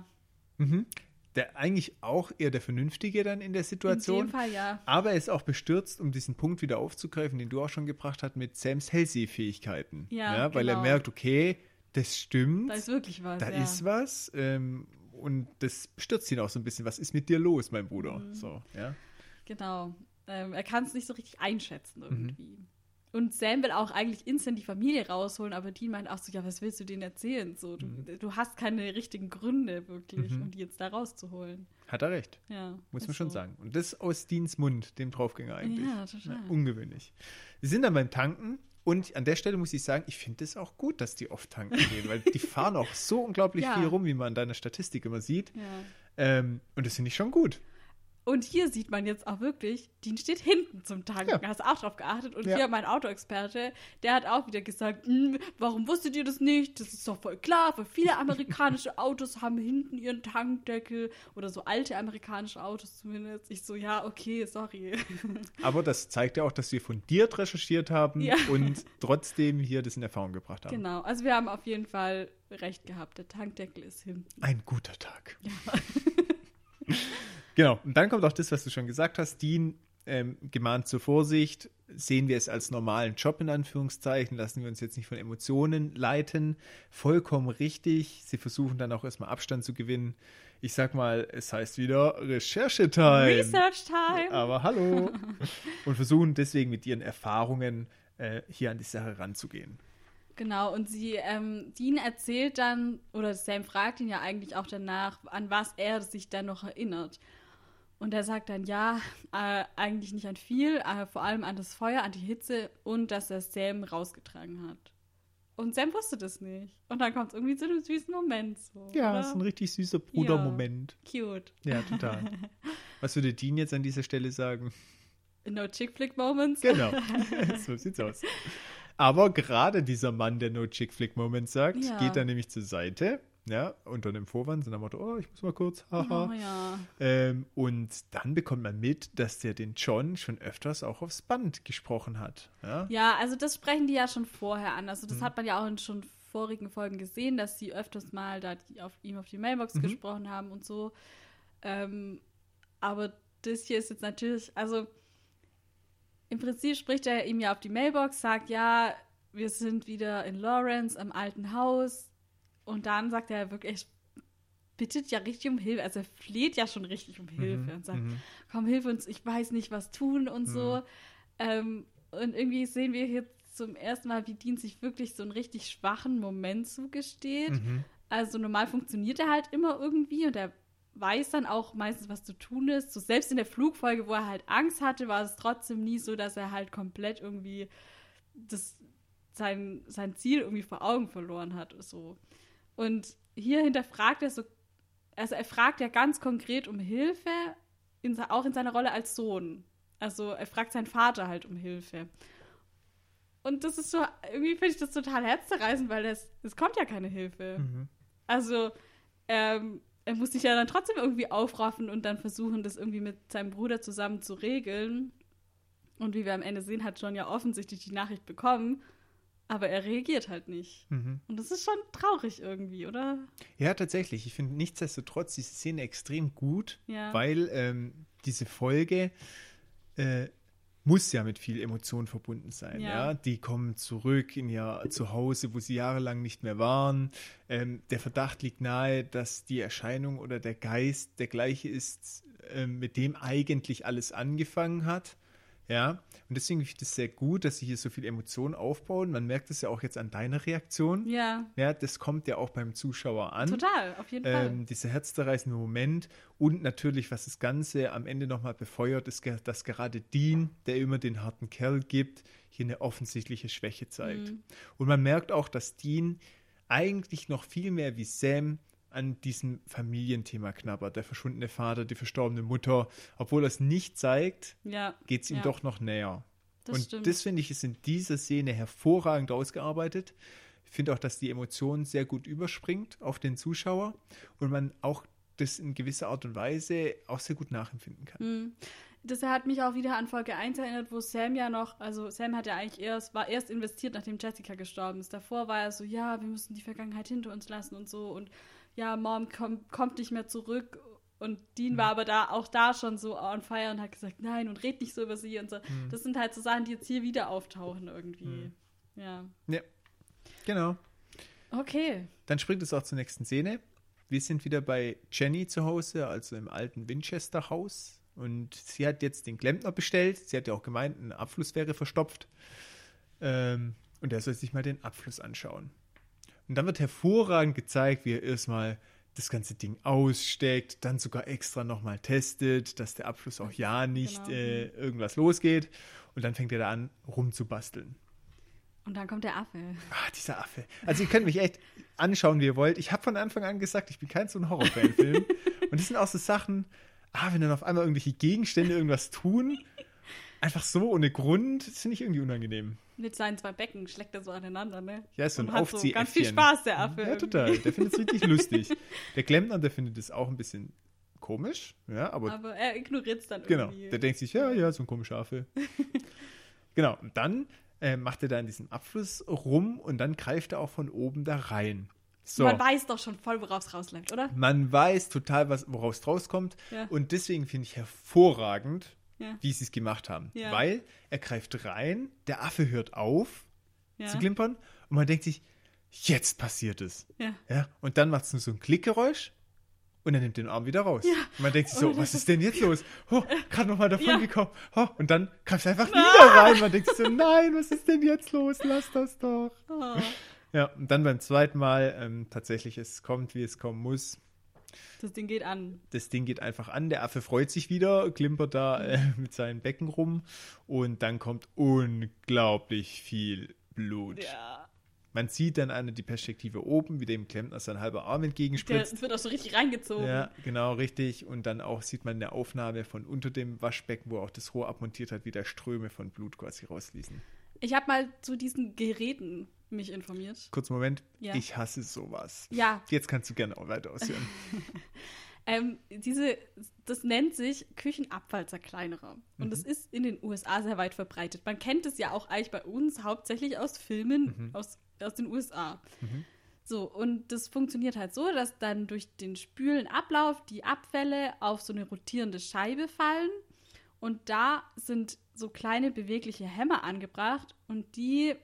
Der eigentlich auch eher der Vernünftige dann in der Situation. In dem Fall, ja. Aber er ist auch bestürzt, um diesen Punkt wieder aufzugreifen, den du auch schon gebracht hast, mit Sams Hellsehfähigkeiten. Ja, weil er merkt, okay, das stimmt. Da ist wirklich was, Da ist was. Und das bestürzt ihn auch so ein bisschen. Was ist mit dir los, mein Bruder? So, ja. Genau. Er kann es nicht so richtig einschätzen irgendwie. Und Sam will auch eigentlich instant die Familie rausholen, aber Dean meint auch so, ja, was willst du denen erzählen? So, du hast keine richtigen Gründe wirklich, um die jetzt da rauszuholen. Hat er recht. Ja. Muss man schon sagen. Und das aus Deans Mund, dem Draufgänger eigentlich. Ja, total. Ungewöhnlich. Wir sind dann beim Tanken. Und an der Stelle muss ich sagen, ich finde es auch gut, dass die oft tanken gehen, weil die fahren auch so unglaublich viel rum, wie man in deiner Statistik immer sieht. Ja. Und das finde ich schon gut. Und hier sieht man jetzt auch wirklich, Dean steht hinten zum Tanken. Ja. Hast du auch drauf geachtet? Und hier mein Autoexperte, der hat auch wieder gesagt, warum wusstet ihr das nicht? Das ist doch voll klar, weil viele amerikanische Autos haben hinten ihren Tankdeckel oder so alte amerikanische Autos zumindest. Ich so, ja, okay, sorry. Aber das zeigt ja auch, dass wir fundiert recherchiert haben und trotzdem hier das in Erfahrung gebracht haben. Genau, also wir haben auf jeden Fall recht gehabt. Der Tankdeckel ist hinten. Ein guter Tag. Ja. Genau, und dann kommt auch das, was du schon gesagt hast. Dean gemahnt zur Vorsicht, sehen wir es als normalen Job in Anführungszeichen, lassen wir uns jetzt nicht von Emotionen leiten. Vollkommen richtig. Sie versuchen dann auch erstmal Abstand zu gewinnen. Ich sag mal, es heißt wieder Recherche-Time. Research-Time. Aber hallo. Und versuchen deswegen mit ihren Erfahrungen hier an die Sache ranzugehen. Genau, und Dean erzählt dann, oder Sam fragt ihn ja eigentlich auch danach, an was er sich dann noch erinnert. Und er sagt dann, ja, eigentlich nicht an viel, vor allem an das Feuer, an die Hitze und dass er Sam rausgetragen hat. Und Sam wusste das nicht. Und dann kommt es irgendwie zu einem süßen Moment. So, ja, oder? das ist ein richtig süßer Brudermoment. Ja, cute. Ja, total. Was würde Dean jetzt an dieser Stelle sagen? No Chick-Flick-Moments. Genau, so sieht's aus. Aber gerade dieser Mann, der No Chick-Flick-Moments sagt, geht dann nämlich zur Seite, ja, unter dem Vorwand, so nach dem Motto, oh, ich muss mal kurz, haha. Oh, ja. Und dann bekommt man mit, dass der den John schon öfters auch aufs Band gesprochen hat. Ja, also das sprechen die ja schon vorher an. Also das hat man ja auch in schon vorigen Folgen gesehen, dass sie öfters mal da auf die Mailbox gesprochen haben und so. Aber das hier ist jetzt natürlich, also im Prinzip spricht er ihm ja auf die Mailbox, sagt, ja, wir sind wieder in Lawrence am alten Haus. Und dann sagt er wirklich, bittet ja richtig um Hilfe. Also er fleht ja schon richtig um Hilfe und sagt, komm, hilf uns, ich weiß nicht, was tun und so. Und irgendwie sehen wir hier zum ersten Mal, wie Dean sich wirklich so einen richtig schwachen Moment zugesteht. Also normal funktioniert er halt immer irgendwie und er weiß dann auch meistens, was zu tun ist. So selbst in der Flugfolge, wo er halt Angst hatte, war es trotzdem nie so, dass er halt komplett irgendwie sein Ziel irgendwie vor Augen verloren hat. So. Und hier hinterfragt er so, also er fragt ja ganz konkret um Hilfe, auch in seiner Rolle als Sohn. Also er fragt seinen Vater halt um Hilfe. Und das ist so, irgendwie finde ich das total herzzerreißend, weil es kommt ja keine Hilfe. Also er muss sich ja dann trotzdem irgendwie aufraffen und dann versuchen, das irgendwie mit seinem Bruder zusammen zu regeln. Und wie wir am Ende sehen, hat John ja offensichtlich die Nachricht bekommen, aber er reagiert halt nicht. Und das ist schon traurig irgendwie, oder? Ja, tatsächlich. Ich finde nichtsdestotrotz diese Szene extrem gut, Ja. weil diese Folge muss ja mit viel Emotion verbunden sein. Ja. Die kommen zurück in ihr Zuhause, wo sie jahrelang nicht mehr waren. Der Verdacht liegt nahe, dass die Erscheinung oder der Geist der gleiche ist, mit dem eigentlich alles angefangen hat. Ja, und deswegen finde ich das sehr gut, dass sie hier so viel Emotion aufbauen. Man merkt es ja auch jetzt an deiner Reaktion. Ja. Ja, das kommt ja auch beim Zuschauer an. Total, auf jeden Fall. Dieser herzzerreißende Moment und natürlich, was das Ganze am Ende nochmal befeuert, ist, dass gerade Dean, der immer den harten Kerl gibt, hier eine offensichtliche Schwäche zeigt. Und man merkt auch, dass Dean eigentlich noch viel mehr wie Sam an diesem Familienthema knabbert. Der verschwundene Vater, die verstorbene Mutter. Obwohl er es nicht zeigt, geht es ihm doch noch näher. Stimmt. Das finde ich, ist in dieser Szene hervorragend ausgearbeitet. Ich finde auch, dass die Emotion sehr gut überspringt auf den Zuschauer und man auch das in gewisser Art und Weise auch sehr gut nachempfinden kann. Das hat mich auch wieder an Folge 1 erinnert, wo Sam ja noch, also Sam hat ja eigentlich war erst investiert, nachdem Jessica gestorben ist. Davor war er so, ja, wir müssen die Vergangenheit hinter uns lassen und so und ja, Mom kommt nicht mehr zurück. Und Dean war aber da schon so on fire und hat gesagt, nein, und red nicht so über sie und so. Das sind halt so Sachen, die jetzt hier wieder auftauchen irgendwie. Ja, genau. Okay. Dann springt es auch zur nächsten Szene. Wir sind wieder bei Jenny zu Hause, also im alten Winchester-Haus. Und sie hat jetzt den Klempner bestellt. Sie hat ja auch gemeint, ein Abfluss wäre verstopft. Und er soll sich mal den Abfluss anschauen. Und dann wird hervorragend gezeigt, wie er erstmal das ganze Ding aussteckt, dann sogar extra nochmal testet, dass der Abfluss auch nicht irgendwas losgeht. Und dann fängt er da an, rumzubasteln. Und dann kommt der Affe. Dieser Affe. Also ihr könnt mich echt anschauen, wie ihr wollt. Ich habe von Anfang an gesagt, ich bin kein so ein Horrorfan-Film. Und das sind auch so Sachen, wenn dann auf einmal irgendwelche Gegenstände irgendwas tun, einfach so ohne Grund, das finde ich irgendwie unangenehm. Mit seinen 2 Becken schlägt er so aneinander, ne? Ja, ist so ein Aufziehäffchen. So ganz viel Aufziehäffchen. Spaß, der Affe. Ja, total. Der findet es richtig lustig. Der Klempner, der findet es auch ein bisschen komisch. Ja, aber er ignoriert es dann genau, irgendwie. der denkt sich, ja, so ein komischer Affe. Genau, und dann macht er da in diesem Abfluss rum und dann greift er auch von oben da rein. So. Man weiß doch schon voll, worauf es rausläuft, oder? Man weiß total, woraus rauskommt. Ja. Und deswegen finde ich hervorragend, wie sie es gemacht haben. Ja. Weil er greift rein, der Affe hört auf Ja. zu klimpern und man denkt sich, jetzt passiert es. Ja. Ja, und dann macht es nur so ein Klickgeräusch und er nimmt den Arm wieder raus. Ja. Und man denkt sich so, Und was ist denn jetzt los? Oh, gerade nochmal davon Ja. gekommen. Oh, und dann greift er einfach wieder rein. Man denkt sich so, nein, was ist denn jetzt los? Lass das doch. Oh. Ja, und dann beim zweiten Mal tatsächlich, es kommt, wie es kommen muss. Das Ding geht an. Das Ding geht einfach an, der Affe freut sich wieder, klimpert da mit seinen Becken rum und dann kommt unglaublich viel Blut. Ja. Man sieht dann die Perspektive oben, wie dem Klempner sein halber Arm Der entgegenspritzt. wird auch so richtig reingezogen. Ja, genau, richtig. Und dann auch sieht man eine Aufnahme von unter dem Waschbecken, wo er auch das Rohr abmontiert hat, wie da Ströme von Blut quasi rausfließen. Ich habe mal zu diesen Geräten mich informiert. Kurzen Moment, Ja. ich hasse sowas. Ja, Jetzt kannst du gerne auch weiter ausführen. das nennt sich Küchenabfallzerkleinerer. Und das ist in den USA sehr weit verbreitet. Man kennt es ja auch eigentlich bei uns hauptsächlich aus Filmen aus den USA. So, und das funktioniert halt so, dass dann durch den Spülenablauf die Abfälle auf so eine rotierende Scheibe fallen. Und da sind so kleine bewegliche Hämmer angebracht und die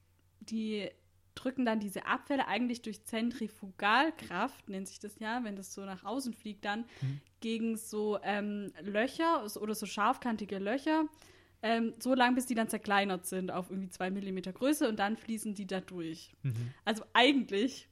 drücken dann diese Abfälle eigentlich durch Zentrifugalkraft, nennt sich das ja, wenn das so nach außen fliegt dann, gegen so Löcher oder so scharfkantige Löcher, so lang, bis die dann zerkleinert sind auf irgendwie 2 Millimeter Größe und dann fließen die da durch. Also eigentlich,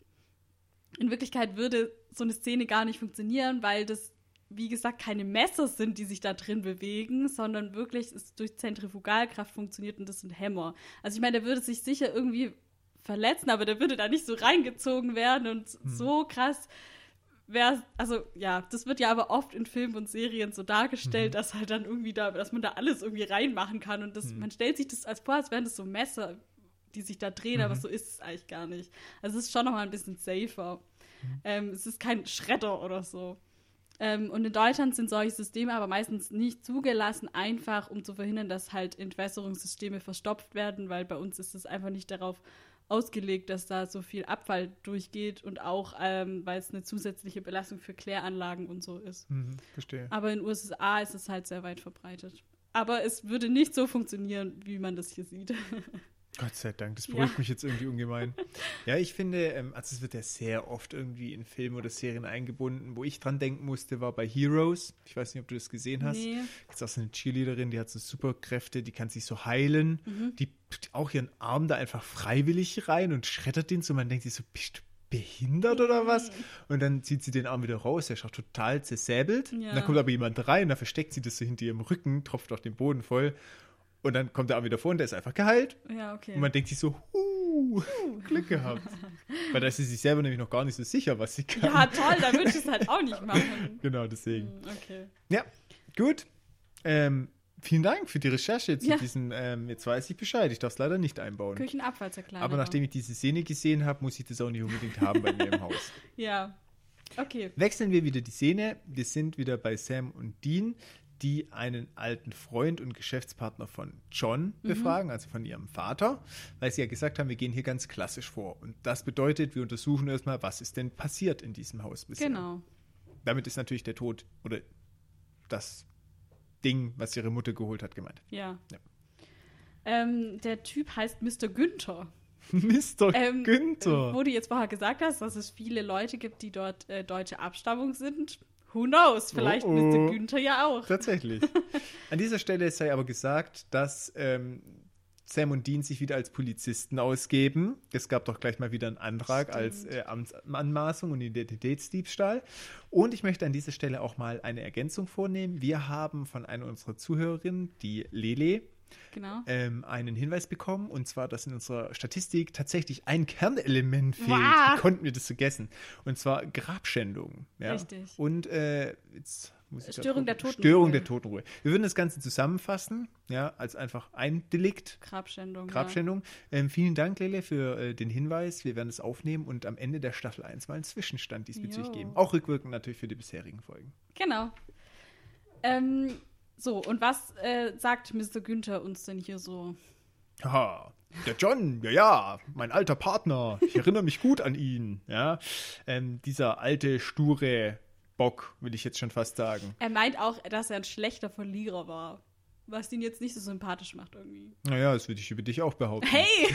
in Wirklichkeit würde so eine Szene gar nicht funktionieren, weil das, wie gesagt, keine Messer sind, die sich da drin bewegen, sondern wirklich es durch Zentrifugalkraft funktioniert und das sind Hämmer. Also ich meine, der würde sich sicher irgendwie verletzen, aber der würde da nicht so reingezogen werden und so krass wäre, also ja, das wird ja aber oft in Filmen und Serien so dargestellt, dass halt dann irgendwie dass man da alles irgendwie reinmachen kann und man stellt sich das als vor, als wären das so Messer, die sich da drehen, aber so ist es eigentlich gar nicht. Also es ist schon nochmal ein bisschen safer. Es ist kein Schredder oder so. Und in Deutschland sind solche Systeme aber meistens nicht zugelassen, einfach um zu verhindern, dass halt Entwässerungssysteme verstopft werden, weil bei uns ist es einfach nicht darauf ausgelegt, dass da so viel Abfall durchgeht und auch, weil es eine zusätzliche Belastung für Kläranlagen und so ist. Verstehe. Aber in den USA ist es halt sehr weit verbreitet. Aber es würde nicht so funktionieren, wie man das hier sieht. Gott sei Dank, das beruhigt mich jetzt irgendwie ungemein. Ja, ich finde, also es wird ja sehr oft irgendwie in Filme oder Serien eingebunden. Wo ich dran denken musste, war bei Heroes. Ich weiß nicht, ob du das gesehen hast. Nee. Das ist auch so eine Cheerleaderin, die hat so Superkräfte, die kann sich so heilen. Die tut auch ihren Arm da einfach freiwillig rein und schreddert den so. Man denkt sich so, bist du behindert oder was? Und dann zieht sie den Arm wieder raus, der ist auch total zersäbelt. Ja. Und dann kommt aber jemand rein, da versteckt sie das so hinter ihrem Rücken, tropft auch den Boden voll. Und dann kommt der Arm wieder vor und der ist einfach geheilt. Ja, okay. Und man denkt sich so, Glück gehabt. Weil da ist sie sich selber nämlich noch gar nicht so sicher, was sie kann. Ja, toll, da würde ich es halt auch nicht machen. Genau, deswegen. Okay. Ja, gut. Vielen Dank für die Recherche zu Ja. diesem, jetzt weiß ich Bescheid, ich darf es leider nicht einbauen. Küchenabfallzerkleinerer. Aber nachdem ich diese Szene gesehen habe, muss ich das auch nicht unbedingt haben bei mir im Haus. Ja, okay. Wechseln wir wieder die Szene. Wir sind wieder bei Sam und Dean, die einen alten Freund und Geschäftspartner von John befragen, also von ihrem Vater, weil sie ja gesagt haben, wir gehen hier ganz klassisch vor. Und das bedeutet, wir untersuchen erstmal, was ist denn passiert in diesem Haus bisher. Genau. Damit ist natürlich der Tod oder das Ding, was ihre Mutter geholt hat, gemeint. Ja. Ja. Der Typ heißt Mr. Günther. Mr. Günther. Wo du jetzt vorher gesagt hast, dass es viele Leute gibt, die dort deutsche Abstammung sind. Who knows? Vielleicht Mr. Günther ja auch. Tatsächlich. An dieser Stelle sei aber gesagt, dass Sam und Dean sich wieder als Polizisten ausgeben. Es gab doch gleich mal wieder einen Antrag als Amtsanmaßung und Identitätsdiebstahl. Und ich möchte an dieser Stelle auch mal eine Ergänzung vornehmen. Wir haben von einer unserer Zuhörerinnen, die Lele, Genau. einen Hinweis bekommen, und zwar, dass in unserer Statistik tatsächlich ein Kernelement fehlt. Wow. Wie konnten wir das vergessen? Und zwar Grabschändung. Ja? Richtig. Und jetzt muss ich Störung der gucken. Totenruhe. Störung der Totenruhe. Wir würden das Ganze zusammenfassen, ja, als einfach ein Delikt. Grabschändung. Grabschändung. Vielen Dank, Lele, für den Hinweis. Wir werden es aufnehmen und am Ende der Staffel 1 mal einen Zwischenstand diesbezüglich geben. Auch rückwirkend natürlich für die bisherigen Folgen. Ja. Genau. So, und was sagt Mr. Günther uns denn hier so? Haha, der John, ja, mein alter Partner. Ich erinnere mich gut an ihn. Ja, dieser alte, sture Bock, will ich jetzt schon fast sagen. Er meint auch, dass er ein schlechter Verlierer war. was ihn jetzt nicht so sympathisch macht irgendwie. Naja, das würde ich über dich auch behaupten. Hey!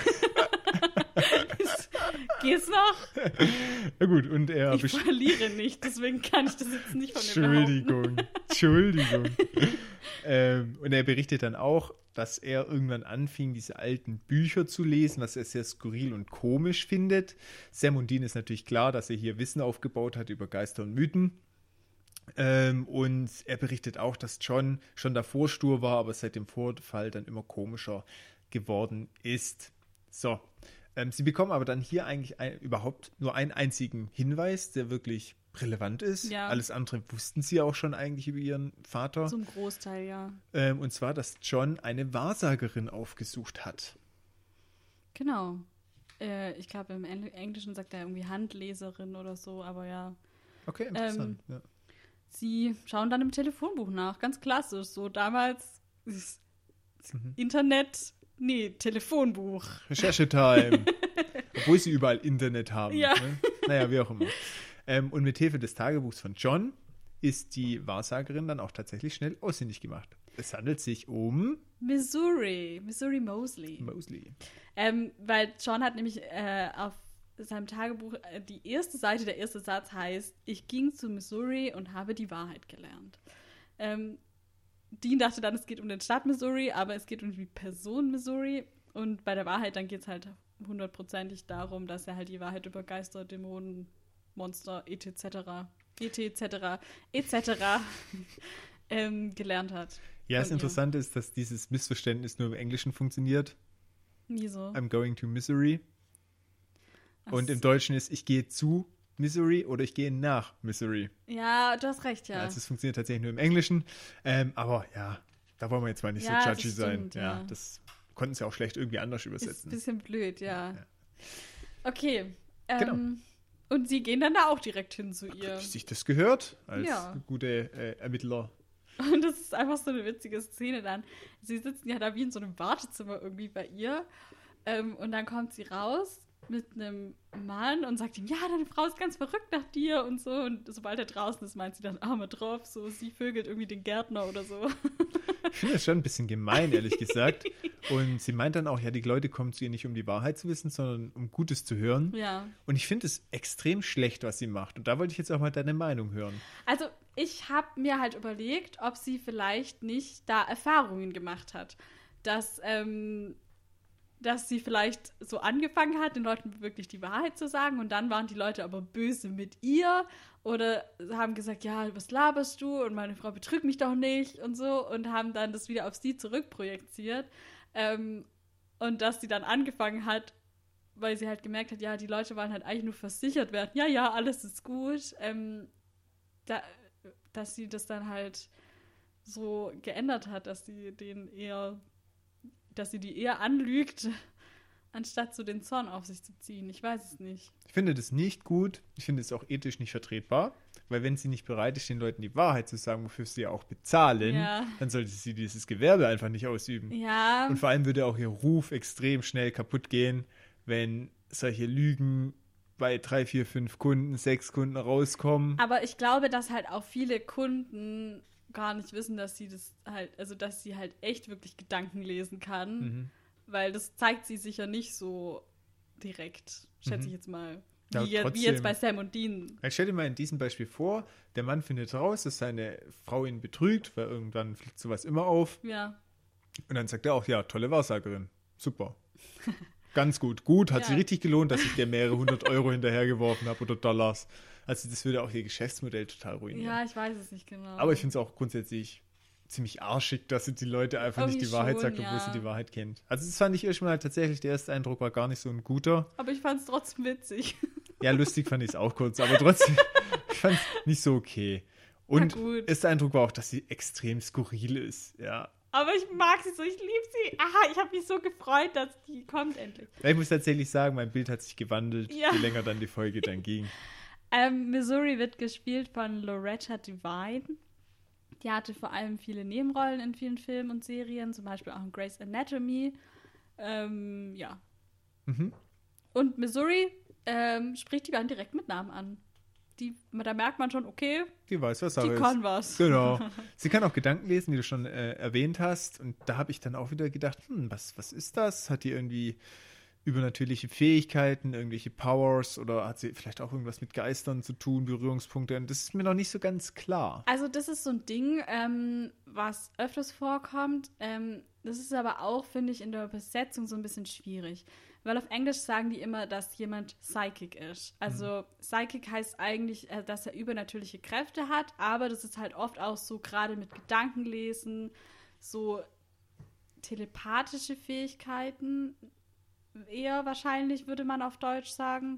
Geht's noch? Na gut, und er... Ich verliere nicht, deswegen kann ich das jetzt nicht von mir behaupten. Entschuldigung. Und er berichtet dann auch, dass er irgendwann anfing, diese alten Bücher zu lesen, was er sehr skurril und komisch findet. Sam und Dean ist natürlich klar, dass er hier Wissen aufgebaut hat über Geister und Mythen. Und er berichtet auch, dass John schon davor stur war, aber seit dem Vorfall dann immer komischer geworden ist. So, sie bekommen aber dann hier eigentlich überhaupt nur einen einzigen Hinweis, der wirklich relevant ist. Ja. Alles andere wussten sie auch schon eigentlich über ihren Vater. Zum Großteil, ja. Und zwar, dass John eine Wahrsagerin aufgesucht hat. Genau. Ich glaube, im Englischen sagt er irgendwie Handleserin oder so, aber ja. Okay, interessant. Ja. Sie schauen dann im Telefonbuch nach, ganz klassisch. So damals Internet, Telefonbuch. Recherchetime. Obwohl sie überall Internet haben. Ja. Ne? Naja, wie auch immer. Und mit Hilfe des Tagebuchs von John ist die Wahrsagerin dann auch tatsächlich schnell ausfindig gemacht. Es handelt sich um Missouri Mosley. Weil John hat nämlich auf seinem Tagebuch die erste Seite, der erste Satz heißt: Ich ging zu Missouri und habe die Wahrheit gelernt. Dean dachte dann, es geht um den Stadt Missouri, aber es geht um die Person Missouri. Und bei der Wahrheit dann geht es halt hundertprozentig darum, dass er halt die Wahrheit über Geister, Dämonen, Monster, etc. Gelernt hat. Ja, das Interessante ist, dass dieses Missverständnis nur im Englischen funktioniert. Wieso? I'm going to Missouri. Und im Deutschen ist, ich gehe zu Missouri oder ich gehe nach Missouri. Ja, du hast recht, ja. Also es funktioniert tatsächlich nur im Englischen. Aber ja, da wollen wir jetzt mal nicht so judgy sein. Ja, das konnten sie auch schlecht irgendwie anders übersetzen. Ist ein bisschen blöd, ja. Ja. Okay. Genau. Und sie gehen dann da auch direkt hin zu ihr. Wie sich das gehört, als gute Ermittler. Und das ist einfach so eine witzige Szene dann. Sie sitzen ja da wie in so einem Wartezimmer irgendwie bei ihr. Und dann kommt sie raus mit einem Mann und sagt ihm, ja, deine Frau ist ganz verrückt nach dir und so. Und sobald er draußen ist, meint sie dann Arme drauf, so sie vögelt irgendwie den Gärtner oder so. Ich finde das schon ein bisschen gemein, ehrlich gesagt. Und sie meint dann auch, ja, die Leute kommen zu ihr nicht, um die Wahrheit zu wissen, sondern um Gutes zu hören. Ja. Und ich finde es extrem schlecht, was sie macht. Und da wollte ich jetzt auch mal deine Meinung hören. Also ich habe mir halt überlegt, ob sie vielleicht nicht da Erfahrungen gemacht hat. Dass sie vielleicht so angefangen hat, den Leuten wirklich die Wahrheit zu sagen und dann waren die Leute aber böse mit ihr oder haben gesagt, ja, was laberst du und meine Frau betrügt mich doch nicht und so und haben dann das wieder auf sie zurückprojiziert und dass sie dann angefangen hat, weil sie halt gemerkt hat, ja, die Leute wollen halt eigentlich nur versichert werden, ja, alles ist gut, dass sie das dann halt so geändert hat, dass sie die eher anlügt, anstatt so den Zorn auf sich zu ziehen. Ich weiß es nicht. Ich finde das nicht gut. Ich finde es auch ethisch nicht vertretbar. Weil wenn sie nicht bereit ist, den Leuten die Wahrheit zu sagen, wofür sie ja auch bezahlen, dann sollte sie dieses Gewerbe einfach nicht ausüben. Ja. Und vor allem würde auch ihr Ruf extrem schnell kaputt gehen, wenn solche Lügen bei 3, 4, 5 Kunden, 6 Kunden rauskommen. Aber ich glaube, dass halt auch viele Kunden gar nicht wissen, dass sie das halt, also dass sie halt echt wirklich Gedanken lesen kann, weil das zeigt sie sicher nicht so direkt, schätze ich jetzt mal, wie jetzt bei Sam und Dean. Ich stell dir mal in diesem Beispiel vor, der Mann findet raus, dass seine Frau ihn betrügt, weil irgendwann fliegt sowas immer auf. Ja. Und dann sagt er auch, ja, tolle Wahrsagerin, super. Ganz gut, hat sich richtig gelohnt, dass ich dir mehrere 100 Euro hinterhergeworfen habe oder Dollars. Also das würde auch ihr Geschäftsmodell total ruinieren. Ja, ich weiß es nicht genau. Aber ich finde es auch grundsätzlich ziemlich arschig, dass sie die Leute einfach irgendwie nicht die Wahrheit schon, sagt, obwohl sie die Wahrheit kennt. Also das fand ich erstmal tatsächlich, der erste Eindruck war gar nicht so ein guter. Aber ich fand es trotzdem witzig. Ja, lustig fand ich es auch kurz, aber trotzdem, ich fand es nicht so okay. Und der erste Eindruck war auch, dass sie extrem skurril ist, ja. Aber ich mag sie so, ich liebe sie. Aha, ich habe mich so gefreut, dass die kommt endlich. Ich muss tatsächlich sagen, mein Bild hat sich gewandelt, je länger dann die Folge dann ging. Missouri wird gespielt von Loretta Devine. Die hatte vor allem viele Nebenrollen in vielen Filmen und Serien, zum Beispiel auch in Grey's Anatomy. Mhm. Und Missouri spricht die beiden direkt mit Namen an. da merkt man schon, okay, die weiß, was Sache die ist. kann was. Genau. Sie kann auch Gedanken lesen, wie du schon erwähnt hast. Und da habe ich dann auch wieder gedacht, was ist das? Hat die irgendwie übernatürliche Fähigkeiten, irgendwelche Powers oder hat sie vielleicht auch irgendwas mit Geistern zu tun, Berührungspunkte? Und das ist mir noch nicht so ganz klar. Also das ist so ein Ding, was öfters vorkommt. Das ist aber auch, finde ich, in der Übersetzung so ein bisschen schwierig. Weil auf Englisch sagen die immer, dass jemand psychic ist. Also psychic heißt eigentlich, dass er übernatürliche Kräfte hat, aber das ist halt oft auch so gerade mit Gedankenlesen, so telepathische Fähigkeiten eher wahrscheinlich, würde man auf Deutsch sagen.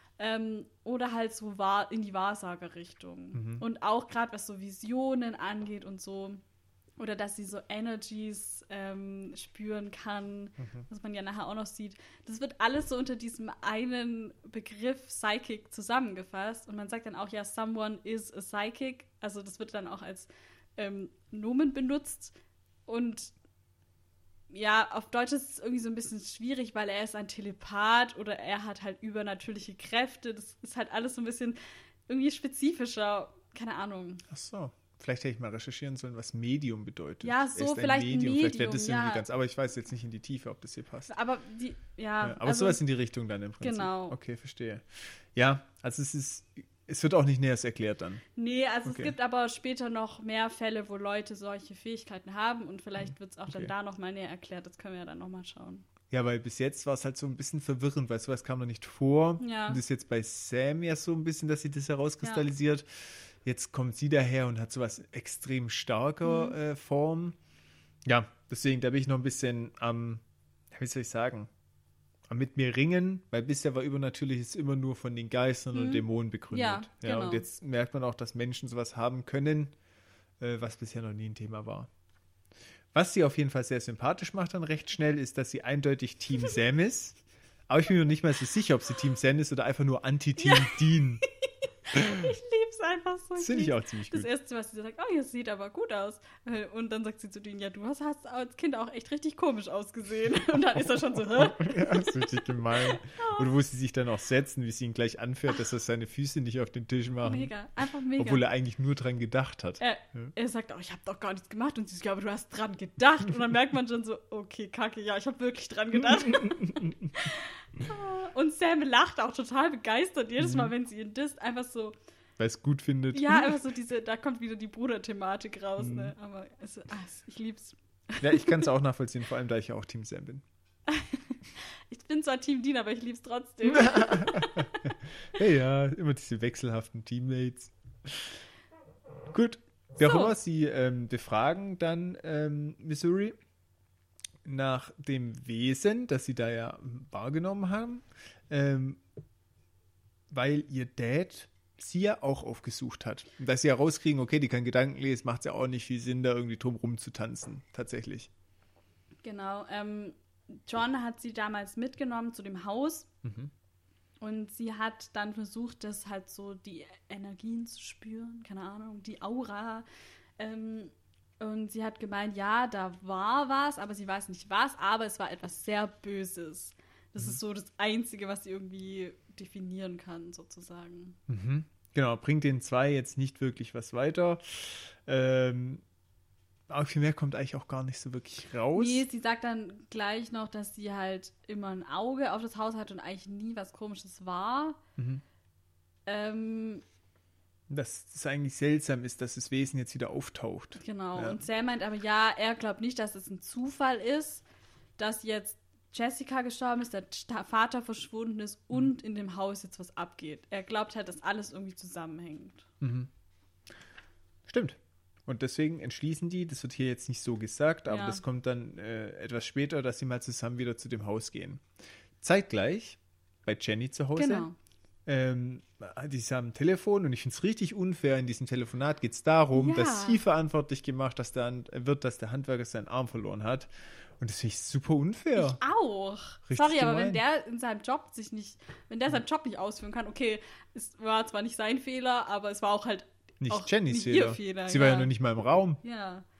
Oder halt so in die Wahrsagerrichtung. Und auch gerade, was so Visionen angeht und so. Oder dass sie so Energies spüren kann, was man ja nachher auch noch sieht. Das wird alles so unter diesem einen Begriff Psychic zusammengefasst. Und man sagt dann auch, ja, someone is a psychic. Also das wird dann auch als Nomen benutzt. Und ja, auf Deutsch ist es irgendwie so ein bisschen schwierig, weil er ist ein Telepath oder er hat halt übernatürliche Kräfte. Das ist halt alles so ein bisschen irgendwie spezifischer. Keine Ahnung. Ach so. Vielleicht hätte ich mal recherchieren sollen, was Medium bedeutet. Ja, so vielleicht ein Medium. Vielleicht wäre das irgendwie ganz, aber ich weiß jetzt nicht in die Tiefe, ob das hier passt. Aber aber also, sowas in die Richtung dann im Prinzip. Genau. Okay, verstehe. Ja, also es wird auch nicht näher erklärt dann. Nee, also es gibt aber später noch mehr Fälle, wo Leute solche Fähigkeiten haben und vielleicht wird es auch dann da nochmal näher erklärt. Das können wir ja dann nochmal schauen. Ja, weil bis jetzt war es halt so ein bisschen verwirrend, weil sowas kam noch nicht vor. Ja. Und das ist jetzt bei Sam ja so ein bisschen, dass sie das herauskristallisiert. Ja. Jetzt kommt sie daher und hat sowas extrem starker Form. Ja, deswegen, da bin ich noch ein bisschen wie soll ich sagen, mit mir ringen, weil bisher war Übernatürliches immer nur von den Geistern und Dämonen begründet. Ja, genau. Und jetzt merkt man auch, dass Menschen sowas haben können, was bisher noch nie ein Thema war. Was sie auf jeden Fall sehr sympathisch macht dann recht schnell, ist, dass sie eindeutig Team Sam ist. Aber ich bin mir noch nicht mal so sicher, ob sie Team Sam ist oder einfach nur Anti-Team Dean. Ich lieb's einfach so. Das finde ich auch ziemlich gut. Das Erste, was sie sagt, oh, das sieht aber gut aus. Und dann sagt sie zu denen, ja, du hast als Kind auch echt richtig komisch ausgesehen. Und dann ist er schon so, hä? Ja, das ist richtig gemein. Und wo sie sich dann auch setzen, wie sie ihn gleich anfährt, dass er seine Füße nicht auf den Tisch machen. Mega, einfach mega. Obwohl er eigentlich nur dran gedacht hat. Er sagt auch, ich habe doch gar nichts gemacht. Und sie sagt, ja, aber du hast dran gedacht. Und dann merkt man schon so, okay, kacke, ja, ich habe wirklich dran gedacht. Und Sam lacht auch total begeistert jedes Mal, wenn sie ihn disst. Einfach so. Weil es gut findet. Ja, einfach so da kommt wieder die Bruder-Thematik raus. Ne? Aber ich lieb's. Ja, ich kann es auch nachvollziehen, vor allem, da ich ja auch Team Sam bin. Ich bin zwar Team Dean, aber ich lieb's trotzdem. Hey, ja, immer diese wechselhaften Teammates. Gut. Wie auch immer, sie befragen dann Missouri nach dem Wesen, das sie da ja wahrgenommen haben, weil ihr Dad sie ja auch aufgesucht hat. Und dass sie herauskriegen, okay, die kann Gedanken lesen, macht es ja auch nicht viel Sinn, da irgendwie drum rumzutanzen, tatsächlich. Genau. John hat sie damals mitgenommen zu dem Haus und sie hat dann versucht, das halt so die Energien zu spüren, keine Ahnung, die Aura. Und sie hat gemeint, ja, da war was, aber sie weiß nicht was, aber es war etwas sehr Böses. Das ist so das Einzige, was sie irgendwie definieren kann, sozusagen. Genau, bringt den zwei jetzt nicht wirklich was weiter. Aber viel mehr kommt eigentlich auch gar nicht so wirklich raus. Nee, sie sagt dann gleich noch, dass sie halt immer ein Auge auf das Haus hat und eigentlich nie was Komisches war. Dass es eigentlich seltsam ist, dass das Wesen jetzt wieder auftaucht. Genau, und Sam meint aber, ja, er glaubt nicht, dass es ein Zufall ist, dass jetzt Jessica gestorben ist, der Vater verschwunden ist und in dem Haus jetzt was abgeht. Er glaubt halt, dass alles irgendwie zusammenhängt. Stimmt. Und deswegen entschließen die, das wird hier jetzt nicht so gesagt, aber das kommt dann etwas später, dass sie mal zusammen wieder zu dem Haus gehen. Zeitgleich bei Jenny zu Hause. Genau. Die haben ein Telefon und ich finde es richtig unfair. In diesem Telefonat geht es darum, dass sie verantwortlich gemacht dass der Handwerker seinen Arm verloren hat. Und das finde ich super unfair. Ich auch. Richtig Sorry, aber gemein. wenn der seinen Job nicht ausführen kann, okay, es war zwar nicht sein Fehler, aber es war auch halt nicht auch Jennys nicht Fehler. ihr Fehler. Sie war ja noch nicht mal im Raum. Ja.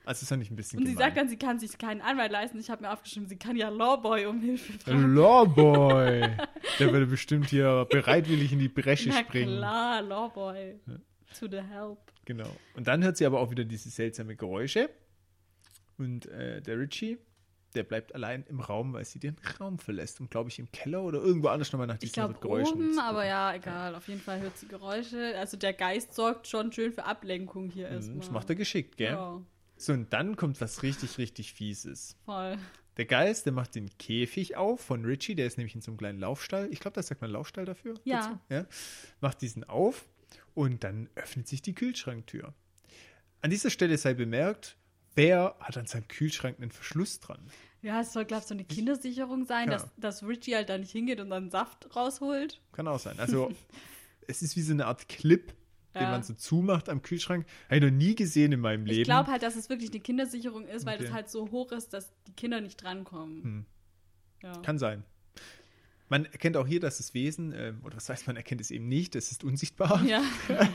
Also ist ja nicht ein bisschen Und sie gemein. sagt dann, sie kann sich keinen Anwalt leisten. Ich habe mir aufgeschrieben, sie kann ja Lawboy um Hilfe fragen. Lawboy. Der würde bestimmt hier bereitwillig in die Bresche Na springen. klar, Lawboy. To the help. Genau. Und dann hört sie aber auch wieder diese seltsame Geräusche. Und der Richie, der bleibt allein im Raum, weil sie den Raum verlässt. Und glaube ich im Keller oder irgendwo anders nochmal nach Ich diesen glaube Geräuschen. oben, zu aber gucken. ja, egal. Auf jeden Fall hört sie Geräusche. Also der Geist sorgt schon schön für Ablenkung hier erstmal. Das macht er geschickt, gell? Ja, So, und dann kommt was richtig, richtig Fieses. voll. Der Geist, der macht den Käfig auf von Richie, der ist nämlich in so einem kleinen Laufstall. Ich glaube, da sagt man Laufstall dafür. Ja. Dazu. Ja. Macht diesen auf und dann öffnet sich die Kühlschranktür. An dieser Stelle sei bemerkt, wer hat an seinem Kühlschrank einen Verschluss dran? Ja, es soll, glaube ich, so eine Kindersicherung sein, Ja. dass Richie halt da nicht hingeht und dann Saft rausholt. Kann auch sein. Also, es ist wie so eine Art Clip, den Ja. man so zumacht am Kühlschrank. Habe ich noch nie gesehen in meinem Leben. Ich glaube halt, dass es wirklich eine Kindersicherung ist, weil Okay. das halt so hoch ist, dass die Kinder nicht drankommen. Ja. Kann sein. Man erkennt auch hier, dass das Wesen, oder was heißt, man erkennt es eben nicht, es ist unsichtbar. Ja.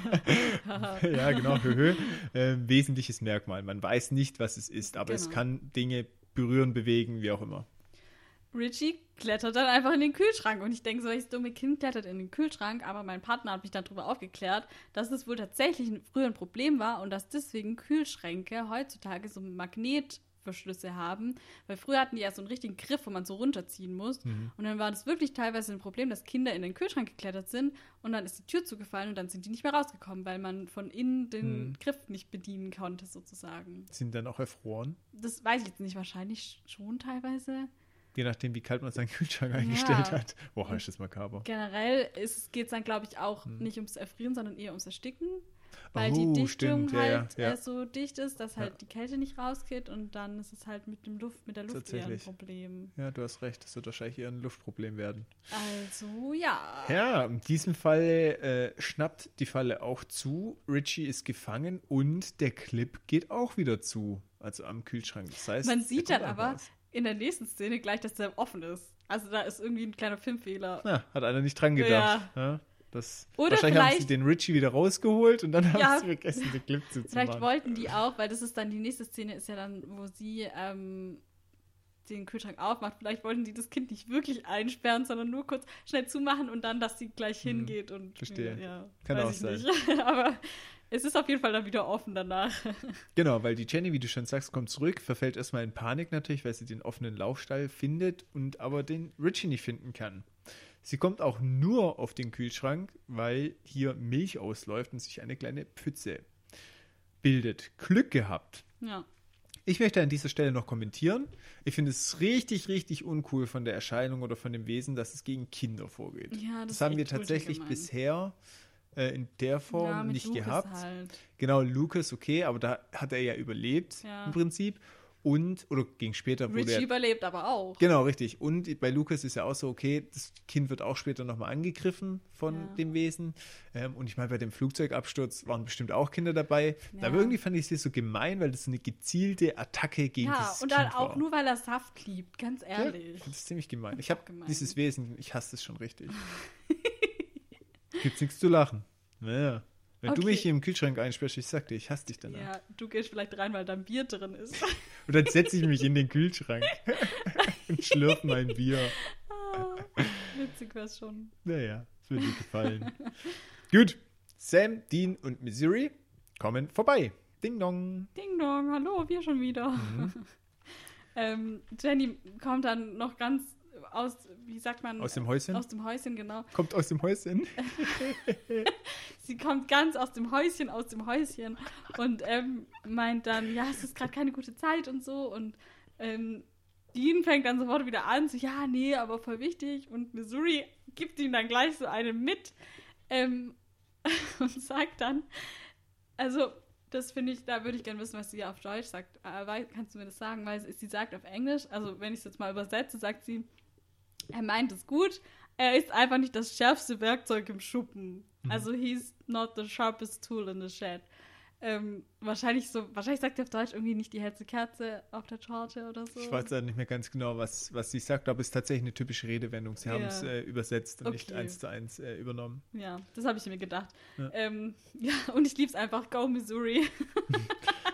Ja, genau, wesentliches Merkmal. Man weiß nicht, was es ist, aber es Genau. kann Dinge berühren, bewegen, wie auch immer. Richie klettert dann einfach in den Kühlschrank und ich denke so, das dumme Kind klettert in den Kühlschrank, aber mein Partner hat mich dann darüber aufgeklärt, dass es wohl tatsächlich früher ein Problem war und dass deswegen Kühlschränke heutzutage so Magnetverschlüsse haben, weil früher hatten die ja so einen richtigen Griff, wo man so runterziehen muss und dann war das wirklich teilweise ein Problem, dass Kinder in den Kühlschrank geklettert sind und dann ist die Tür zugefallen und dann sind die nicht mehr rausgekommen, weil man von innen den Griff nicht bedienen konnte sozusagen. Sind dann auch erfroren, Das weiß ich jetzt nicht, wahrscheinlich schon teilweise. je nachdem, wie kalt man seinen Kühlschrank eingestellt Ja. hat. Boah, ist das makaber. Generell geht es dann, glaube ich, auch nicht ums Erfrieren, sondern eher ums Ersticken. Weil die Oh, Dichtung stimmt, ja, halt ja. so dicht ist, dass halt die Kälte nicht rausgeht und dann ist es halt mit der Luft eher ein Tatsächlich. Problem. Ja, du hast recht, das wird wahrscheinlich eher ein Luftproblem werden. Also, ja. Ja, in diesem Fall schnappt die Falle auch zu. Richie ist gefangen und der Clip geht auch wieder zu. Also am Kühlschrank. Das heißt, Man sieht der dann kommt aber raus. in der nächsten Szene gleich, dass der offen ist. Also da ist irgendwie ein kleiner Filmfehler. Na, hat einer nicht dran gedacht. Ja, das, Oder wahrscheinlich haben sie vielleicht- den Richie wieder rausgeholt und dann haben Ja. sie vergessen, den Clip Vielleicht zuzumachen. wollten die auch, weil das ist dann die nächste Szene, ist ja dann, wo sie den Kühlschrank aufmacht. Vielleicht wollten die das Kind nicht wirklich einsperren, sondern nur kurz schnell zumachen und dann, dass sie gleich hingeht. Und verstehe. Ja, Kann weiß auch ich sein. Nicht. Aber es ist auf jeden Fall dann wieder offen danach. Genau, weil die Jenny, wie du schon sagst, kommt zurück, verfällt erstmal in Panik natürlich, weil sie den offenen Laufstall findet und aber den Richie nicht finden kann. Sie kommt auch nur auf den Kühlschrank, weil hier Milch ausläuft und sich eine kleine Pfütze bildet. Glück gehabt. Ja. Ich möchte an dieser Stelle noch kommentieren. Ich finde es richtig, richtig uncool von der Erscheinung oder von dem Wesen, dass es gegen Kinder vorgeht. Ja, das das ist haben wir echt ultra tatsächlich gemein. bisher in der Form Ja, mit nicht Lucas gehabt. Halt. Genau, Lucas, okay, aber da hat er ja überlebt Ja. im Prinzip. Oder ging später, wurde Richie er. überlebt aber auch. Genau, richtig. Und bei Lucas ist ja auch so, okay, das Kind wird auch später nochmal angegriffen von Ja. dem Wesen. Und ich meine, bei dem Flugzeugabsturz waren bestimmt auch Kinder dabei. Ja. Aber irgendwie fand ich es so gemein, weil das so eine gezielte Attacke gegen Ja, dieses und Kind dann auch war. nur, weil er Saft liebt, ganz Ja, ehrlich. das ist ziemlich gemein. Ich Auch habe gemein. dieses Wesen, ich hasse es schon richtig. Gibt's nichts zu lachen. Naja. Wenn du Okay. mich hier im Kühlschrank einsperrst, ich sag dir, ich hasse dich danach. Ja, du gehst vielleicht rein, weil da ein Bier drin ist. Und dann setze ich mich in den Kühlschrank und schlürfe mein Bier. Witzig wär's schon. Naja, es wird dir gefallen. Gut, Sam, Dean und Missouri kommen vorbei. Ding dong. Ding dong, hallo, wir schon wieder. Mhm. Jenny kommt dann noch ganz aus, wie sagt man? Aus dem Häuschen? Aus dem Häuschen, genau. Kommt aus dem Häuschen. Sie kommt ganz aus dem Häuschen und meint dann, ja, es ist gerade keine gute Zeit und so. Und Dean fängt dann sofort wieder an, so, ja, nee, aber voll wichtig. Und Missouri gibt ihm dann gleich so eine mit und sagt dann, also, das finde ich, da würde ich gerne wissen, was sie auf Deutsch sagt. Kannst du mir das sagen? Weil sie sagt auf Englisch, also wenn ich es jetzt mal übersetze, sagt sie, er meint es gut, er ist einfach nicht das schärfste Werkzeug im Schuppen. Also he's not the sharpest tool in the shed. Wahrscheinlich sagt er auf Deutsch irgendwie nicht die hellste Kerze auf der Torte oder so. Ich weiß ja nicht mehr ganz genau, was sie sagt, aber es ist tatsächlich eine typische Redewendung. Sie Ja. haben es übersetzt und nicht Okay. 1:1 übernommen. Ja, das habe ich mir gedacht. Ja. Ja, und ich liebe es einfach. Go Missouri.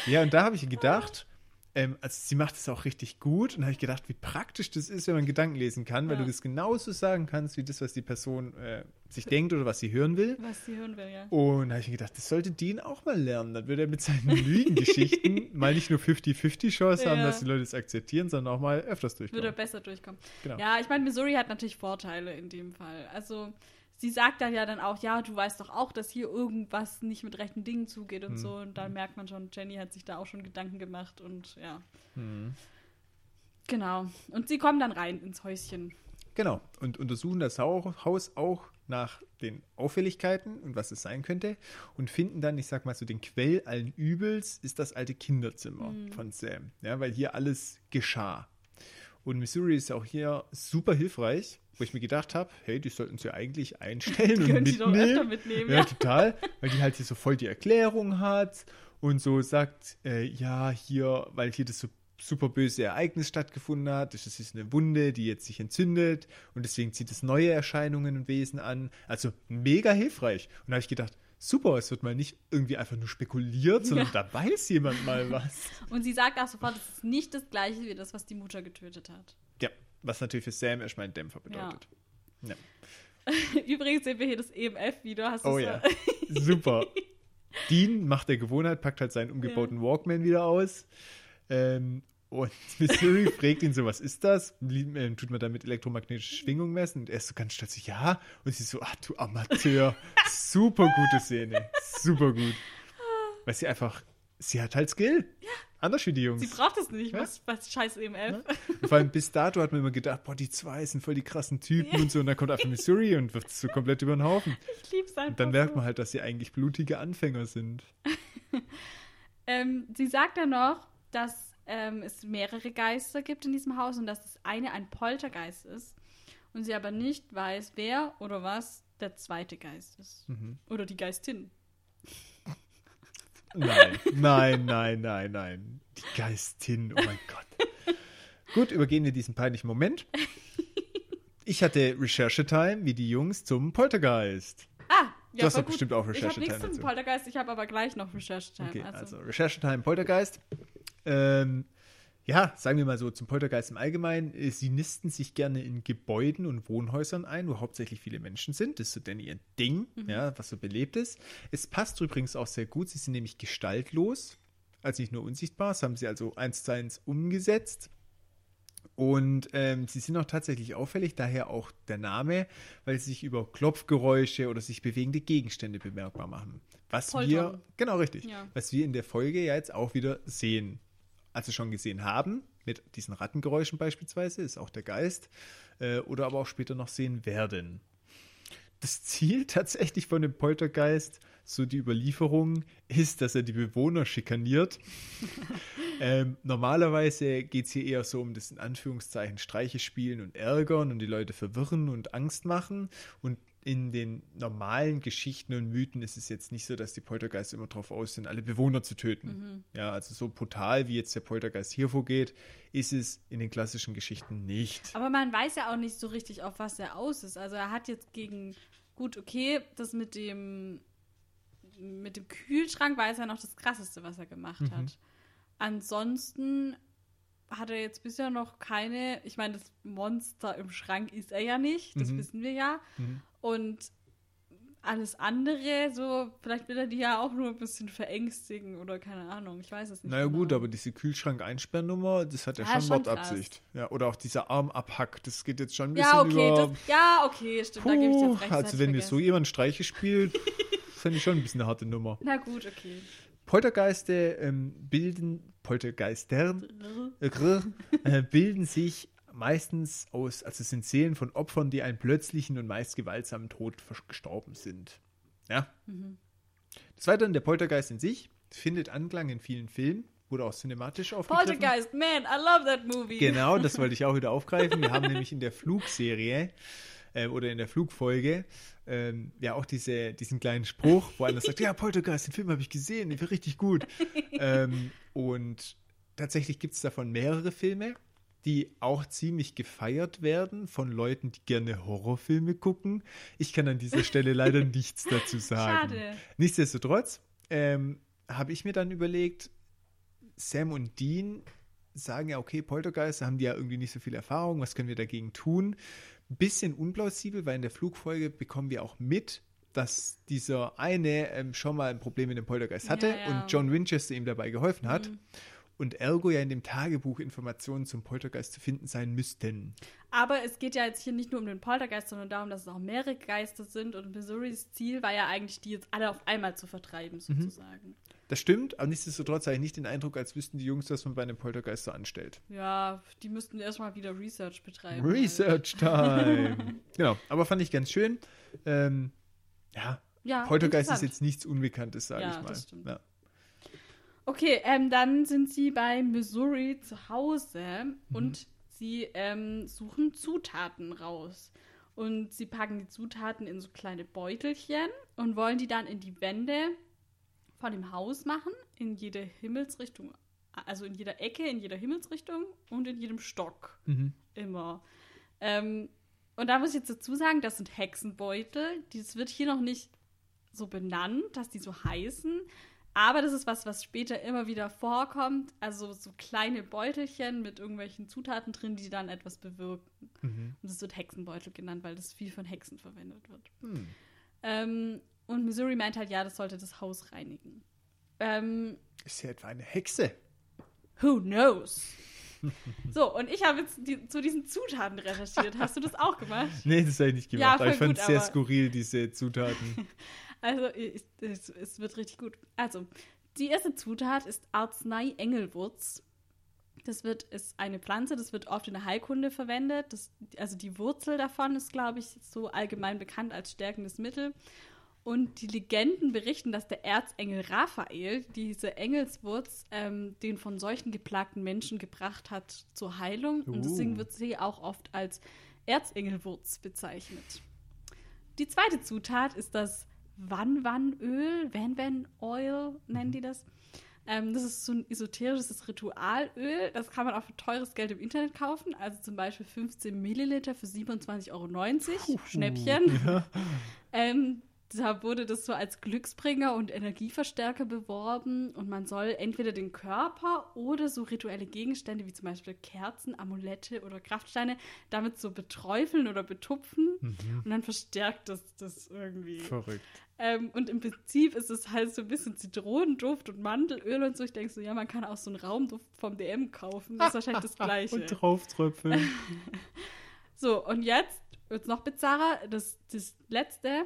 Ja, und da habe ich gedacht, also sie macht es auch richtig gut. Und da habe ich gedacht, wie praktisch das ist, wenn man Gedanken lesen kann, weil du das genauso sagen kannst, wie das, was die Person sich denkt oder was sie hören will. Was sie hören will, ja. Und da habe ich mir gedacht, das sollte Dean auch mal lernen. Dann würde er mit seinen Lügengeschichten mal nicht nur 50-50 Chance haben, dass die Leute es akzeptieren, sondern auch mal öfters durchkommen. Würde er besser durchkommen. Genau. Ja, ich meine, Missouri hat natürlich Vorteile in dem Fall. Also sie sagt dann auch, ja, du weißt doch auch, dass hier irgendwas nicht mit rechten Dingen zugeht und so. Und dann merkt man schon, Jenny hat sich da auch schon Gedanken gemacht und ja. Genau. Und sie kommen dann rein ins Häuschen. Genau. Und untersuchen das Haus auch nach den Auffälligkeiten und was es sein könnte und finden dann, ich sag mal so, den Quell allen Übels ist das alte Kinderzimmer von Sam. Ja, weil hier alles geschah. Und Missouri ist auch hier super hilfreich, wo ich mir gedacht habe, hey, die sollten sie eigentlich einstellen und Können die doch öfter mitnehmen, ja, total, weil die halt hier so voll die Erklärung hat und so sagt, ja, hier, weil hier das so super böse Ereignis stattgefunden hat, das ist eine Wunde, die jetzt sich entzündet und deswegen zieht es neue Erscheinungen und Wesen an. Also mega hilfreich. Und da habe ich gedacht, super, es wird mal nicht irgendwie einfach nur spekuliert, sondern da weiß jemand mal was. Und sie sagt auch sofort, es ist nicht das Gleiche wie das, was die Mutter getötet hat. Ja, was natürlich für Sam erstmal ein Dämpfer bedeutet. Ja. Übrigens sehen wir hier das EMF-Video. Oh ja, super. Dean macht der Gewohnheit, packt halt seinen umgebauten Walkman wieder aus. Und Missouri fragt ihn so, was ist das? Tut man damit elektromagnetische Schwingung messen? Und er ist so ganz stolz, ja. Und sie so, ach du Amateur. Super gute Szene. Super gut. Weil sie hat halt Skill. Ja. Anders wie die Jungs. Sie braucht es nicht, was scheiß EMF. Ja. Und vor allem bis dato hat man immer gedacht, boah, die zwei sind voll die krassen Typen und so. Und dann kommt einfach Missouri und wirft es so komplett über den Haufen. Ich lieb's einfach. Und dann merkt man halt, dass sie eigentlich blutige Anfänger sind. Sie sagt dann noch, dass es mehrere Geister gibt in diesem Haus und dass das eine ein Poltergeist ist und sie aber nicht weiß, wer oder was der zweite Geist ist. Oder die Geistin. Nein. Die Geistin, oh mein Gott. Gut, übergehen wir diesen peinlichen Moment. Ich hatte Recherche-Time, wie die Jungs zum Poltergeist. Ja, du hast doch bestimmt auch Recherche-Time. Ich habe nichts zum dazu. Poltergeist, ich habe aber gleich noch Recherche-Time. Okay, also Recherche-Time, Poltergeist. Ja, sagen wir mal so, zum Poltergeist im Allgemeinen, sie nisten sich gerne in Gebäuden und Wohnhäusern ein, wo hauptsächlich viele Menschen sind. Das ist so denn ihr Ding, ja, was so belebt ist. Es passt übrigens auch sehr gut, sie sind nämlich gestaltlos, also nicht nur unsichtbar, das haben sie also 1:1 umgesetzt. Und sie sind auch tatsächlich auffällig, daher auch der Name, weil sie sich über Klopfgeräusche oder sich bewegende Gegenstände bemerkbar machen. Was wir in der Folge ja jetzt auch wieder sehen. Also schon gesehen haben, mit diesen Rattengeräuschen beispielsweise, ist auch der Geist, oder aber auch später noch sehen werden. Das Ziel tatsächlich von dem Poltergeist, so die Überlieferung, ist, dass er die Bewohner schikaniert. Normalerweise geht es hier eher so um das in Anführungszeichen Streiche spielen und ärgern und die Leute verwirren und Angst machen. Und in den normalen Geschichten und Mythen ist es jetzt nicht so, dass die Poltergeister immer drauf aus sind, alle Bewohner zu töten. Ja, also so brutal, wie jetzt der Poltergeist hier vorgeht, ist es in den klassischen Geschichten nicht. Aber man weiß ja auch nicht so richtig, auf was er aus ist. Also er hat jetzt das mit dem Kühlschrank war es ja noch das Krasseste, was er gemacht hat. Ansonsten hat er jetzt bisher noch keine, ich meine, das Monster im Schrank ist er ja nicht, das wissen wir ja. Und alles andere, so, vielleicht will er die ja auch nur ein bisschen verängstigen oder keine Ahnung, ich weiß es nicht. Naja gut, aber diese Kühlschrank-Einsperrnummer, das hat ja schon Mordabsicht. Ja, oder auch dieser Armabhack, das geht jetzt schon ein bisschen über... okay, stimmt, da gebe ich dir jetzt recht. Also wenn mir so jemand Streiche spielt, fände ich schon ein bisschen eine harte Nummer. Na gut, okay. Poltergeister bilden sich meistens aus, also es sind Seelen von Opfern, die einen plötzlichen und meist gewaltsamen Tod gestorben sind. Ja. Des Weiteren, der Poltergeist in sich findet Anklang in vielen Filmen, wurde auch cinematisch aufgegriffen. Poltergeist, man, I love that movie. Genau, das wollte ich auch wieder aufgreifen. Wir haben nämlich in der Flugserie oder in der Flugfolge ja auch diesen kleinen Spruch, wo einer sagt, ja, Poltergeist, den Film habe ich gesehen, der war richtig gut. Und tatsächlich gibt es davon mehrere Filme, die auch ziemlich gefeiert werden von Leuten, die gerne Horrorfilme gucken. Ich kann an dieser Stelle leider nichts dazu sagen. Schade. Nichtsdestotrotz habe ich mir dann überlegt, Sam und Dean sagen ja, okay, Poltergeist, da haben die ja irgendwie nicht so viel Erfahrung, was können wir dagegen tun? Ein bisschen unplausibel, weil in der Flugfolge bekommen wir auch mit, dass dieser eine schon mal ein Problem mit dem Poltergeist hatte und John Winchester ihm dabei geholfen hat. Und ergo ja in dem Tagebuch Informationen zum Poltergeist zu finden sein müssten. Aber es geht ja jetzt hier nicht nur um den Poltergeist, sondern darum, dass es auch mehrere Geister sind. Und Missouris Ziel war ja eigentlich, die jetzt alle auf einmal zu vertreiben, sozusagen. Das stimmt, aber nichtsdestotrotz habe ich nicht den Eindruck, als wüssten die Jungs, was man bei einem Poltergeist so anstellt. Ja, die müssten erstmal wieder Research betreiben. Research Time! Genau, aber fand ich ganz schön. Poltergeist ist jetzt nichts Unbekanntes, sage ich mal. Das stimmt. Ja. Okay, dann sind sie bei Missouri zu Hause und sie suchen Zutaten raus. Und sie packen die Zutaten in so kleine Beutelchen und wollen die dann in die Wände von dem Haus machen, in jede Himmelsrichtung, also in jeder Ecke, in jeder Himmelsrichtung und in jedem Stock. Immer. Und da muss ich jetzt dazu sagen, das sind Hexenbeutel. Das wird hier noch nicht so benannt, dass die so heißen. Aber das ist was später immer wieder vorkommt. Also so kleine Beutelchen mit irgendwelchen Zutaten drin, die dann etwas bewirken. Und das wird Hexenbeutel genannt, weil das viel von Hexen verwendet wird. Und Missouri meint halt, ja, das sollte das Haus reinigen. Ist ja etwa eine Hexe. Who knows? So, und ich habe jetzt zu diesen Zutaten recherchiert. Hast du das auch gemacht? Nee, das habe ich nicht gemacht. Ja, aber ich fand es sehr skurril, diese Zutaten. Also, es wird richtig gut. Also, die erste Zutat ist Arznei-Engelwurz. Das ist eine Pflanze, das wird oft in der Heilkunde verwendet. Also die Wurzel davon ist, glaube ich, so allgemein bekannt als stärkendes Mittel. Und die Legenden berichten, dass der Erzengel Raphael diese Engelswurz den von Seuchen geplagten Menschen gebracht hat zur Heilung. Und deswegen wird sie auch oft als Erzengelwurz bezeichnet. Die zweite Zutat ist das Wan-Wan-Öl, Wan-Wan-Oil nennen die das. Das ist so ein esoterisches Ritualöl. Das kann man auch für teures Geld im Internet kaufen. Also zum Beispiel 15 Milliliter für 27,90 €. Schnäppchen. Ja. Da wurde das so als Glücksbringer und Energieverstärker beworben. Und man soll entweder den Körper oder so rituelle Gegenstände wie zum Beispiel Kerzen, Amulette oder Kraftsteine damit so beträufeln oder betupfen. Und dann verstärkt das irgendwie. Verrückt. Und im Prinzip ist es halt so ein bisschen Zitronenduft und Mandelöl und so. Ich denke so, ja, man kann auch so einen Raumduft vom DM kaufen. Das ist wahrscheinlich das Gleiche. Und drauftröpfeln. So, und jetzt wird es noch bizarrer. Das letzte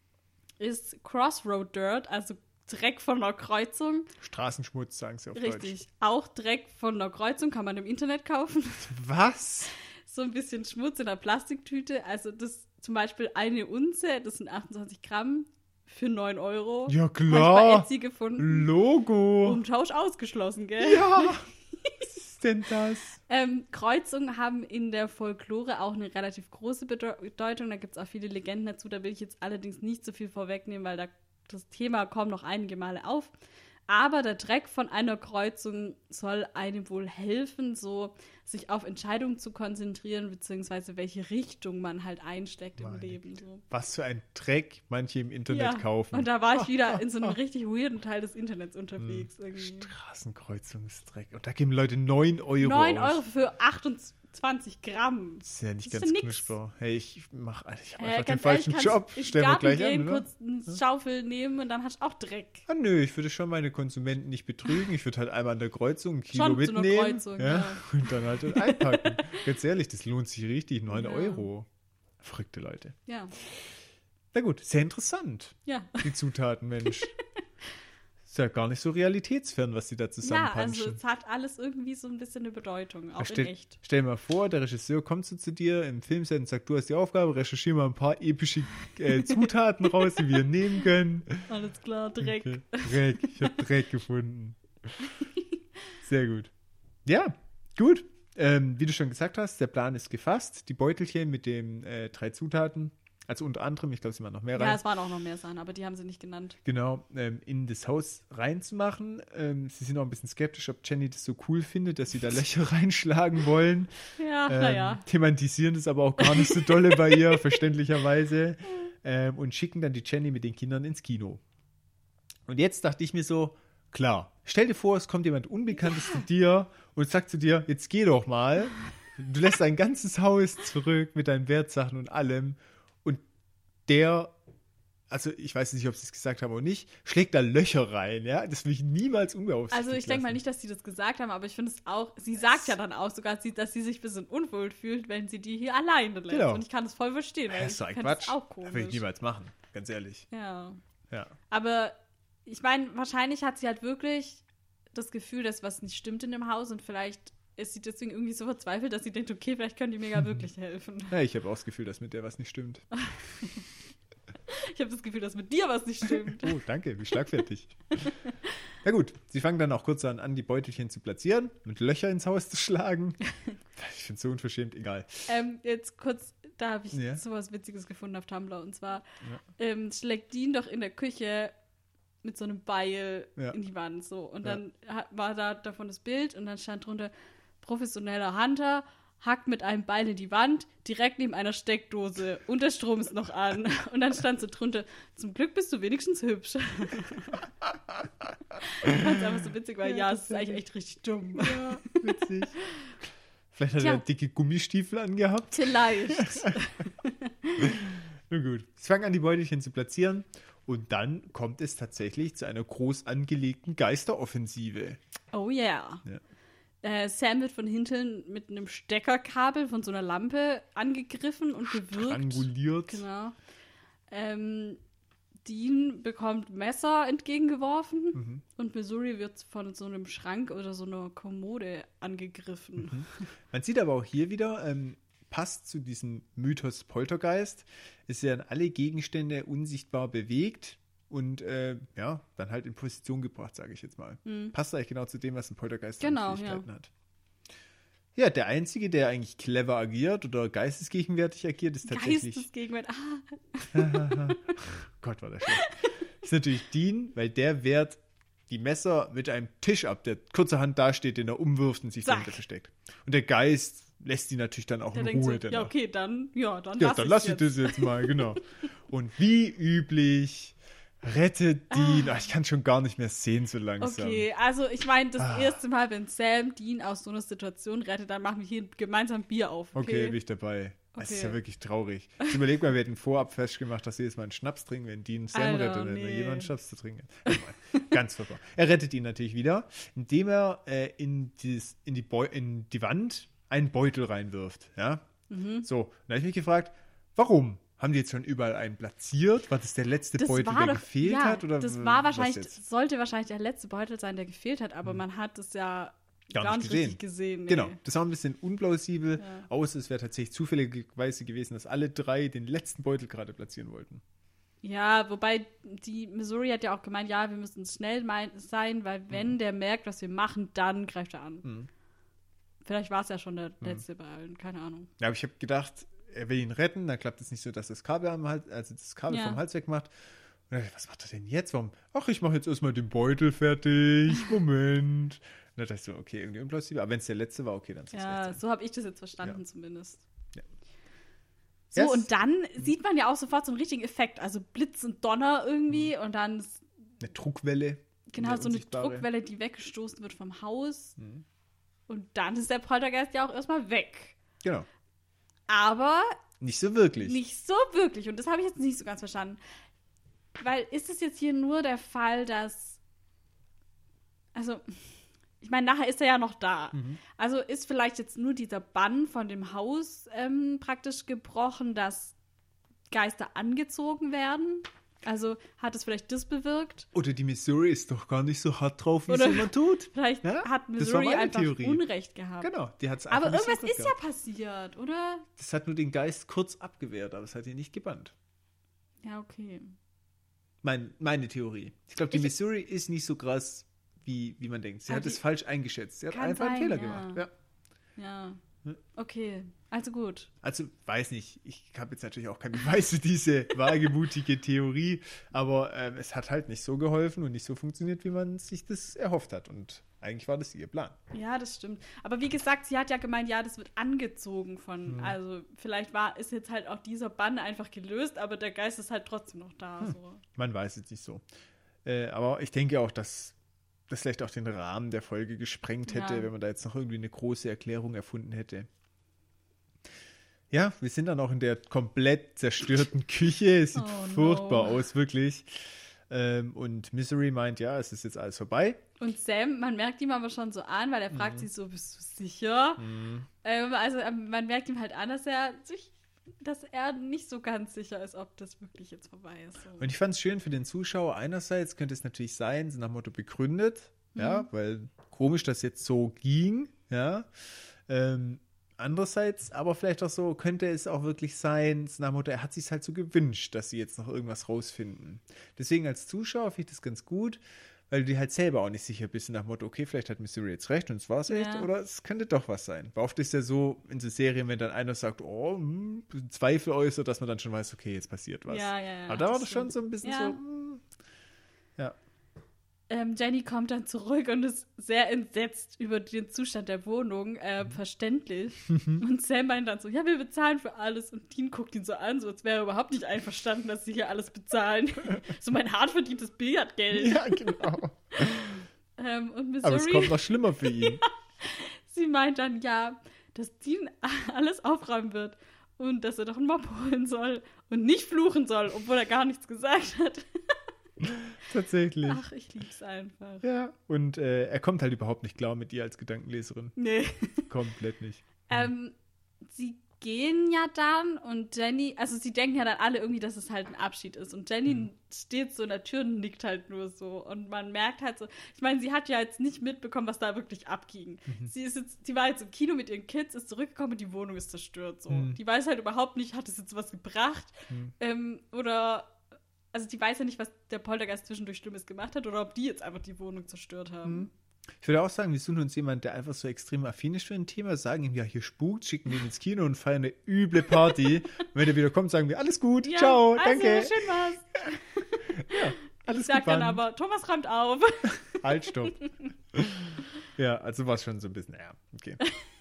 ist Crossroad Dirt, also Dreck von einer Kreuzung. Straßenschmutz, sagen sie auf Deutsch. Richtig. Auch Dreck von einer Kreuzung kann man im Internet kaufen. Was? So ein bisschen Schmutz in einer Plastiktüte. Also das zum Beispiel eine Unze, das sind 28 Gramm. Für 9 €. Ja, klar. Habe ich bei Etsy gefunden. Logo. Umtausch ausgeschlossen, gell? Ja. Was ist denn das? Kreuzungen haben in der Folklore auch eine relativ große Bedeutung. Da gibt es auch viele Legenden dazu. Da will ich jetzt allerdings nicht so viel vorwegnehmen, weil das Thema kommt noch einige Male auf. Aber der Dreck von einer Kreuzung soll einem wohl helfen, so sich auf Entscheidungen zu konzentrieren, beziehungsweise welche Richtung man halt einsteckt im Leben. So. Was für ein Dreck manche im Internet kaufen. Und da war ich wieder in so einem richtig weirden Teil des Internets unterwegs. Straßenkreuzungsdreck. Und da geben Leute 9 € 9 € für 28 Gramm. Das ist ja nicht ganz knusper. Hey, ich habe einfach den falschen Job. Stellen wir gleich an, oder? Kurz eine Schaufel nehmen und dann hast du auch Dreck. Ah, nö, ich würde schon meine Konsumenten nicht betrügen. Ich würde halt einmal an der Kreuzung ein Kilo schon mitnehmen. Zu einer Kreuzung, ja. Und dann halt einpacken. Ganz ehrlich, das lohnt sich richtig. 9 €. Verrückte Leute. Ja. Na gut, sehr interessant. Ja. Die Zutaten, Mensch. Ist ja gar nicht so realitätsfern, was die da zusammenpanschen. Ja, also es hat alles irgendwie so ein bisschen eine Bedeutung, auch in echt. Stell dir mal vor, der Regisseur kommt so zu dir im Filmset und sagt, du hast die Aufgabe, recherchiere mal ein paar epische Zutaten raus, die wir nehmen können. Alles klar, Dreck. Okay. Dreck, ich habe Dreck gefunden. Sehr gut. Ja, gut. Wie du schon gesagt hast, der Plan ist gefasst. Die Beutelchen mit den 3 Zutaten, also unter anderem, ich glaube, es waren noch mehr rein. Ja, es waren auch noch mehr Sachen, aber die haben sie nicht genannt. Genau, in das Haus reinzumachen. Sie sind auch ein bisschen skeptisch, ob Jenny das so cool findet, dass sie da Löcher reinschlagen wollen. Ja, naja. Thematisieren das aber auch gar nicht so dolle bei ihr, verständlicherweise. Und schicken dann die Jenny mit den Kindern ins Kino. Und jetzt dachte ich mir so, klar. Stell dir vor, es kommt jemand Unbekanntes zu dir und sagt zu dir, jetzt geh doch mal. Du lässt dein ganzes Haus zurück mit deinen Wertsachen und allem. Und der, also ich weiß nicht, ob sie es gesagt haben oder nicht, schlägt da Löcher rein, ja? Das will ich niemals unbeaufsichtigt Also ich denke mal lassen. nicht, dass sie das gesagt haben, aber ich finde es auch, sie sagt ja dann auch sogar, dass sie sich ein bisschen unwohl fühlt, wenn sie die hier alleine lässt. Genau. Und ich kann das voll verstehen, weil Das ist doch ich ein finde das Quatsch. auch Das will ich komisch. niemals machen, ganz ehrlich. Ja. Ja. Aber ich meine, wahrscheinlich hat sie halt wirklich das Gefühl, dass was nicht stimmt in dem Haus und vielleicht ist sie deswegen irgendwie so verzweifelt, dass sie denkt, okay, vielleicht können die mir ja wirklich helfen. Ja, ich habe auch das Gefühl, dass mit der was nicht stimmt. Ich habe das Gefühl, dass mit dir was nicht stimmt. Oh, danke, wie schlagfertig. Na gut, sie fangen dann auch kurz an, die Beutelchen zu platzieren, mit Löcher ins Haus zu schlagen. Ich finde es so unverschämt, egal. Jetzt kurz, da habe ich Ja. sowas Witziges gefunden auf Tumblr. Und zwar schlägt Dean doch in der Küche mit so einem Beil in die Wand. So. Und dann war da davon das Bild und dann stand drunter, professioneller Hunter hackt mit einem Beil in die Wand, direkt neben einer Steckdose und der Strom ist noch an. Und dann stand so drunter, zum Glück bist du wenigstens hübsch. Ich fand es einfach so witzig, weil es ist eigentlich echt richtig dumm. Ja, witzig. Vielleicht hat Tja. er dicke Gummistiefel angehabt. Vielleicht. Na gut. Sie fangen an, die Beutelchen zu platzieren. Und dann kommt es tatsächlich zu einer groß angelegten Geisteroffensive. Oh yeah. Sam wird von hinten mit einem Steckerkabel von so einer Lampe angegriffen und gewürgt. Anguliert. Genau. Dean bekommt Messer entgegengeworfen und Missouri wird von so einem Schrank oder so einer Kommode angegriffen. Man sieht aber auch hier wieder, passt zu diesem Mythos Poltergeist, ist ja alle Gegenstände unsichtbar bewegt und dann halt in Position gebracht, sage ich jetzt mal. Passt eigentlich genau zu dem, was ein Poltergeist an Genau, Fähigkeiten hat. Ja, der Einzige, der eigentlich clever agiert oder geistesgegenwärtig agiert, ist tatsächlich... Geistesgegenwart. Gott, war das schlecht. Ist natürlich Dean, weil der wehrt die Messer mit einem Tisch ab, der kurzerhand dasteht, den er umwirft und sich Zack. dahinter versteckt. Und der Geist lässt die natürlich dann auch Der in denkt so, Ruhe. ja okay, dann Ja, lass dann ich's lass ich jetzt. das jetzt mal, genau. Und wie üblich rettet Dean. Ich kann schon gar nicht mehr sehen so langsam. Okay, also ich meine, das erste Mal, wenn Sam Dean aus so einer Situation rettet, dann machen wir hier gemeinsam Bier auf. Okay, bin ich dabei. Das ist ja Okay. wirklich traurig. Ich überleg mal, wir hätten vorab festgemacht, dass sie jetzt mal einen Schnaps trinken, wenn Dean Sam Alter, rettet, wenn nee. jemand Schnaps zu trinken hat. Ganz furchtbar. Er rettet ihn natürlich wieder, indem er in die Wand einen Beutel reinwirft. Ja? So, dann habe ich mich gefragt, warum? Haben die jetzt schon überall einen platziert? War das der letzte Beutel, der gefehlt hat? Oder das war was wahrscheinlich, jetzt? sollte wahrscheinlich der letzte Beutel sein, der gefehlt hat, aber man hat es ja gar nicht richtig gesehen. Nee. Genau, das war ein bisschen unplausibel, außer es wäre tatsächlich zufälligerweise gewesen, dass alle drei den letzten Beutel gerade platzieren wollten. Ja, wobei die Missouri hat ja auch gemeint, ja, wir müssen schnell sein, weil wenn der merkt, was wir machen, dann greift er an. Vielleicht war es ja schon der letzte bei allen, keine Ahnung. Ja, aber ich habe gedacht, er will ihn retten, dann klappt es nicht so, dass das Kabel am Hals, also das Kabel vom Hals wegmacht. Und dann dachte ich, was macht er denn jetzt? Warum? Ach, ich mache jetzt erstmal den Beutel fertig. Moment. Und dann dachte ich so, okay, irgendwie unplausibel. Aber wenn es der letzte war, okay, dann soll es recht Ja, sein. so habe ich das jetzt verstanden zumindest. Ja. So, Yes. und dann sieht man ja auch sofort so einen richtigen Effekt. Also Blitz und Donner irgendwie und dann Eine Druckwelle. genau so eine unsichtbare. Druckwelle, die weggestoßen wird vom Haus. Und dann ist der Poltergeist ja auch erstmal weg. Genau. Aber Nicht so wirklich. nicht so wirklich. Und das habe ich jetzt nicht so ganz verstanden. Weil ist es jetzt hier nur der Fall, dass. Also, ich meine, nachher ist er ja noch da. Also ist vielleicht jetzt nur dieser Bann von dem Haus praktisch gebrochen, dass Geister angezogen werden? Also hat es vielleicht das bewirkt? Oder die Missouri ist doch gar nicht so hart drauf, wie Oder- es immer tut. Vielleicht Ja, hat das war Missouri meine einfach Theorie. Unrecht gehabt. Genau, die hat es Aber einfach nicht irgendwas so ist ja gehabt. passiert, oder? Das hat nur den Geist kurz abgewehrt, aber es hat ihn nicht gebannt. Ja, okay. Meine Theorie. Ich glaube, die Ich- Missouri ist nicht so krass, wie man denkt. Sie Aber hat es die- falsch eingeschätzt. Sie hat Kann einfach einen sein, Fehler ja. gemacht. Ja. Ja. Okay, also gut. Also, weiß nicht, ich habe jetzt natürlich auch keine Beweis für diese wagemutige Theorie, aber es hat halt nicht so geholfen und nicht so funktioniert, wie man sich das erhofft hat. Und eigentlich war das ihr Plan. Ja, das stimmt. Aber wie gesagt, sie hat ja gemeint, ja, das wird angezogen von, also vielleicht ist jetzt halt auch dieser Bann einfach gelöst, aber der Geist ist halt trotzdem noch da. So. Man weiß es nicht so. Aber ich denke auch, dass das vielleicht auch den Rahmen der Folge gesprengt hätte, Ja. wenn man da jetzt noch irgendwie eine große Erklärung erfunden hätte. Ja, wir sind dann auch in der komplett zerstörten Küche. Es sieht Oh, furchtbar no. aus, wirklich. Und Misery meint, ja, es ist jetzt alles vorbei. Und Sam, man merkt ihm aber schon so an, weil er fragt sich so, bist du sicher? Man merkt ihm halt an, dass er nicht so ganz sicher ist, ob das wirklich jetzt vorbei ist. So. Und ich fand es schön für den Zuschauer. Einerseits könnte es natürlich sein, so nach dem Motto begründet, ja, weil komisch, dass jetzt so ging, ja. Andererseits, aber vielleicht auch so, könnte es auch wirklich sein, so nach dem Motto, er hat sich halt so gewünscht, dass sie jetzt noch irgendwas rausfinden. Deswegen als Zuschauer finde ich das ganz gut, weil du dir halt selber auch nicht sicher bist, nach dem Motto, okay, vielleicht hat Mystery jetzt recht und es war es echt, Ja. oder es könnte doch was sein. Weil oft ist ja so in so Serien, wenn dann einer sagt, Zweifel äußert, dass man dann schon weiß, okay, jetzt passiert was. Ja, ja, ja, Aber da war das das schon stimmt. so ein bisschen Ja. ja. Jenny kommt dann zurück und ist sehr entsetzt über den Zustand der Wohnung, verständlich. Und Sam meint dann so, ja, wir bezahlen für alles. Und Dean guckt ihn so an, so als wäre er überhaupt nicht einverstanden, dass sie hier alles bezahlen. So mein hart verdientes Billardgeld. Ja, genau. Und Missouri, Aber es kommt noch schlimmer für ihn. sie meint dann, ja, dass Dean alles aufräumen wird und dass er doch einen Mob holen soll und nicht fluchen soll, obwohl er gar nichts gesagt hat. Tatsächlich. Ach, ich lieb's einfach. Ja. Und er kommt halt überhaupt nicht klar mit ihr als Gedankenleserin. Nee. Komplett nicht. Sie gehen ja dann und Jenny, also sie denken ja dann alle irgendwie, dass es halt ein Abschied ist. Und Jenny steht so in der Tür und nickt halt nur so. Und man merkt halt so, ich meine, sie hat ja jetzt nicht mitbekommen, was da wirklich abging. Die war jetzt im Kino mit ihren Kids, ist zurückgekommen und die Wohnung ist zerstört. So. Die weiß halt überhaupt nicht, hat es jetzt was gebracht? Also die weiß ja nicht, was der Poltergeist zwischendurch Schlimmes gemacht hat oder ob die jetzt einfach die Wohnung zerstört haben. Ich würde auch sagen, wir suchen uns jemanden, der einfach so extrem affin ist für ein Thema, sagen ihm, ja, hier spukt, schicken ihn ins Kino und feiern eine üble Party. Und wenn er wieder kommt, sagen wir, alles gut, Ja, ciao, also, danke. schön war's. Alles Ich sag gut, dann Mann. aber, Thomas räumt auf. Halt, stopp. Ja, also war es schon so ein bisschen, ja, okay.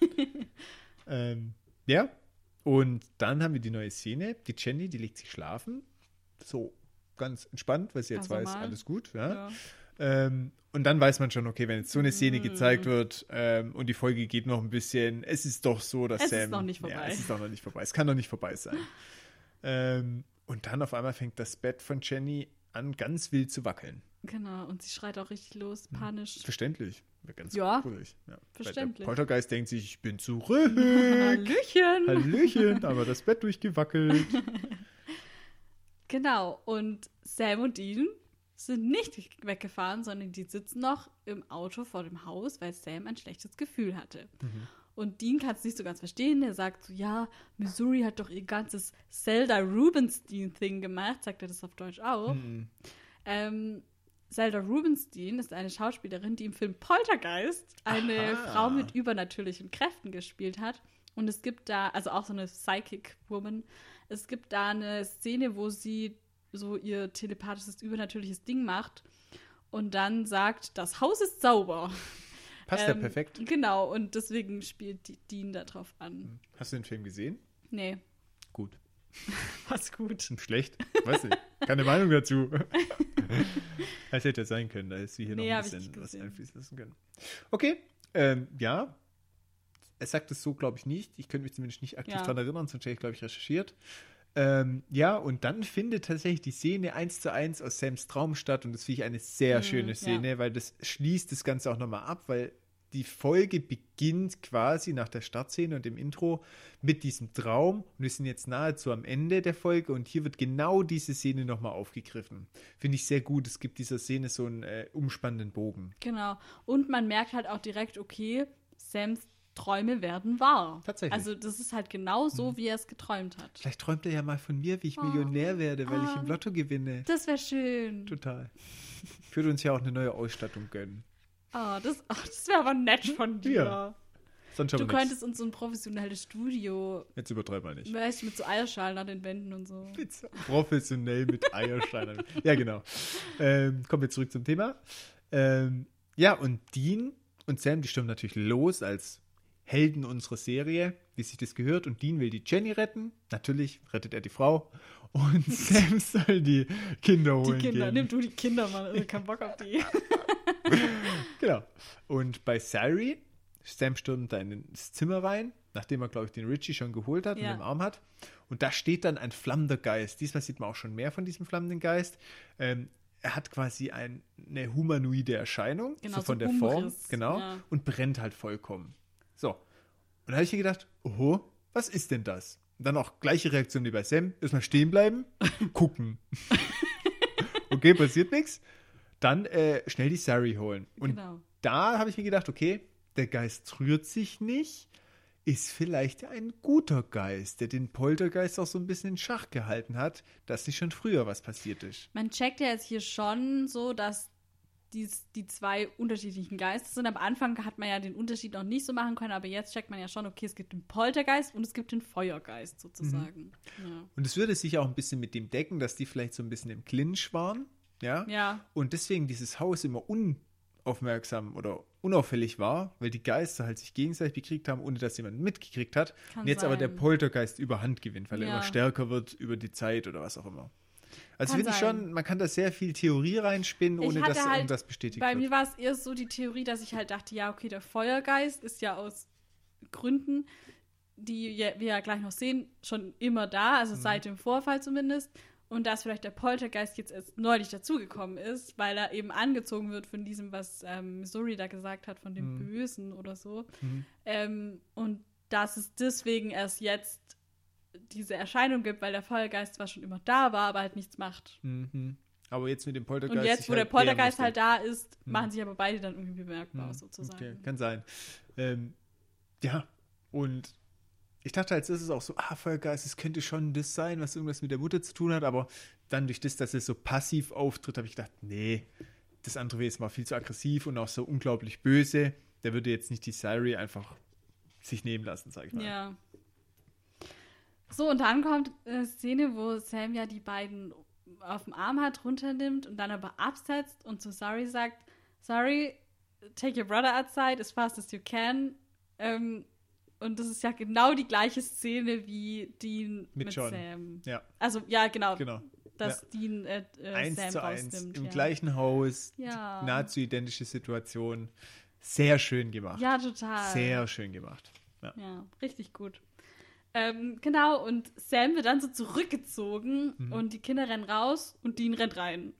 Ja, und dann haben wir die neue Szene. Die Jenny, die legt sich schlafen. So ganz entspannt, weil sie jetzt Ganz weiß, normal. alles gut. Ja. Ja. Und dann weiß man schon, okay, wenn jetzt so eine Szene gezeigt wird und die Folge geht noch ein bisschen, es ist doch so, dass Es Sam... ist noch nicht vorbei. Ja, es ist doch noch nicht vorbei. Es kann doch nicht vorbei sein. Und dann auf einmal fängt das Bett von Jenny an, ganz wild zu wackeln. Genau, und sie schreit auch richtig los, panisch. Verständlich. Ganz Ja, ruhig. Ja. verständlich. Der Poltergeist denkt sich, ich bin zurück. Hallöchen! Hallöchen, aber das Bett durchgewackelt. Genau, und Sam und Dean sind nicht weggefahren, sondern die sitzen noch im Auto vor dem Haus, weil Sam ein schlechtes Gefühl hatte. Und Dean kann es nicht so ganz verstehen. Er sagt so, ja, Missouri hat doch ihr ganzes Zelda Rubinstein-Thing gemacht. Sagt er das auf Deutsch auch? Zelda Rubinstein ist eine Schauspielerin, die im Film Poltergeist eine Frau mit übernatürlichen Kräften gespielt hat. Und es gibt da, also auch so eine Psychic Woman, es gibt da eine Szene, wo sie so ihr telepathisches, übernatürliches Ding macht und dann sagt, das Haus ist sauber. Passt ja perfekt. Genau, und deswegen spielt Dean da drauf an. Hast du den Film gesehen? Nee, Gut. was gut. Schlecht? Weiß ich. Keine Meinung dazu. Es hätte ja sein können, da ist sie hier Nee, noch hab ein ich bisschen nicht was gesehen. einfließen lassen können. Okay, ja. Er sagt es so, glaube ich, nicht. Ich könnte mich zumindest nicht aktiv Ja. daran erinnern, sonst hätte ich, glaube ich, recherchiert. Ja, und dann findet tatsächlich die Szene 1:1 aus Sams Traum statt und das finde ich eine sehr schöne Szene, weil das schließt das Ganze auch nochmal ab, weil die Folge beginnt quasi nach der Startszene und dem Intro mit diesem Traum und wir sind jetzt nahezu am Ende der Folge und hier wird genau diese Szene nochmal aufgegriffen. Finde ich sehr gut. Es gibt dieser Szene so einen umspannenden Bogen. Genau. Und man merkt halt auch direkt, okay, Sams Träume werden wahr. Tatsächlich. Also das ist halt genau so, wie er es geträumt hat. Vielleicht träumt er ja mal von mir, wie ich Millionär werde, weil ich im Lotto gewinne. Das wäre schön. Total. Ich würde uns ja auch eine neue Ausstattung gönnen. Das wäre aber nett von dir. Ja. Sonst Du aber nichts. könntest uns so ein professionelles Studio, Jetzt übertreib mal nicht. weißt du, mit so Eierschalen an den Wänden und so. Professionell mit Eiersteinen. Ja, genau. Kommen wir zurück zum Thema. Ja, und Dean und Sam, die stürmen natürlich los als Helden unserer Serie, wie sich das gehört. Und Dean will die Jenny retten. Natürlich rettet er die Frau. und Sam soll die Kinder holen Die Kinder, gehen. nimm du die Kinder, Mann. Also kein Bock auf die. Genau. Und bei Sari, Sam stürmt da ins Zimmer rein, nachdem er, glaube ich, den Richie schon geholt hat und im Arm hat. Und da steht dann ein flammender Geist. Diesmal sieht man auch schon mehr von diesem flammenden Geist. Er hat quasi eine humanoide Erscheinung, Genau, so von so der Form, Umriss, genau, ja. und brennt halt vollkommen. So. Und da habe ich mir gedacht, oho, was ist denn das? Und dann auch gleiche Reaktion wie bei Sam. Erstmal stehen bleiben, gucken. Okay, passiert nichts. Dann schnell die Sari holen. Und Genau. da habe ich mir gedacht, okay, der Geist rührt sich nicht, ist vielleicht ein guter Geist, der den Poltergeist auch so ein bisschen in Schach gehalten hat, dass nicht schon früher was passiert ist. Man checkt ja jetzt hier schon so, dass die zwei unterschiedlichen Geister sind. Am Anfang hat man ja den Unterschied noch nicht so machen können, aber jetzt checkt man ja schon, okay, es gibt den Poltergeist und es gibt den Feuergeist sozusagen. Ja. Und es würde sich auch ein bisschen mit dem decken, dass die vielleicht so ein bisschen im Clinch waren, ja? Ja. Und deswegen dieses Haus immer unaufmerksam oder unauffällig war, weil die Geister halt sich gegenseitig bekriegt haben, ohne dass jemand mitgekriegt hat. Kann und jetzt aber sein. der Poltergeist überhand gewinnt, weil er Ja. immer stärker wird über die Zeit oder was auch immer. Also Kann finde ich sein. schon, man kann da sehr viel Theorie reinspinnen, ohne Ich hatte dass halt- irgendwas bestätigt Bei mir wird. war es eher so die Theorie, dass ich halt dachte, ja, okay, der Feuergeist ist ja aus Gründen, die wir ja gleich noch sehen, schon immer da, also seit dem Vorfall zumindest. Und dass vielleicht der Poltergeist jetzt erst neulich dazugekommen ist, weil er eben angezogen wird von diesem, was Missouri da gesagt hat, von dem Bösen oder so. Und dass es deswegen erst jetzt diese Erscheinung gibt, weil der Feuergeist zwar schon immer da war, aber halt nichts macht. Mhm. Aber jetzt mit dem Poltergeist. Und jetzt, sich wo der halt wehren Poltergeist musste. halt da ist, machen sich aber beide dann irgendwie bemerkbar, sozusagen. Okay, kann sein. Ja, und ich dachte als ist es auch so, Feuergeist, es könnte schon das sein, was irgendwas mit der Mutter zu tun hat, aber dann durch das, dass es so passiv auftritt, habe ich gedacht, nee, das andere Wesen war viel zu aggressiv und auch so unglaublich böse. Der würde jetzt nicht die Sari einfach sich nehmen lassen, sag ich mal. Ja. So, und dann kommt eine Szene, wo Sam ja die beiden auf dem Arm hat, runternimmt und dann aber absetzt und zu Sari sagt, Sorry, take your brother outside as fast as you can. Und das ist ja genau die gleiche Szene wie Dean mit John. Sam. Ja, Also, ja, genau. genau. Dass Dean 1 Sam zu 1 rausnimmt. im ja. gleichen Haus, Ja. nahezu identische Situation. Sehr schön gemacht. Ja, total. Sehr schön gemacht. Ja. Ja, richtig gut. Genau, und Sam wird dann so zurückgezogen und die Kinder rennen raus und Dean rennt rein.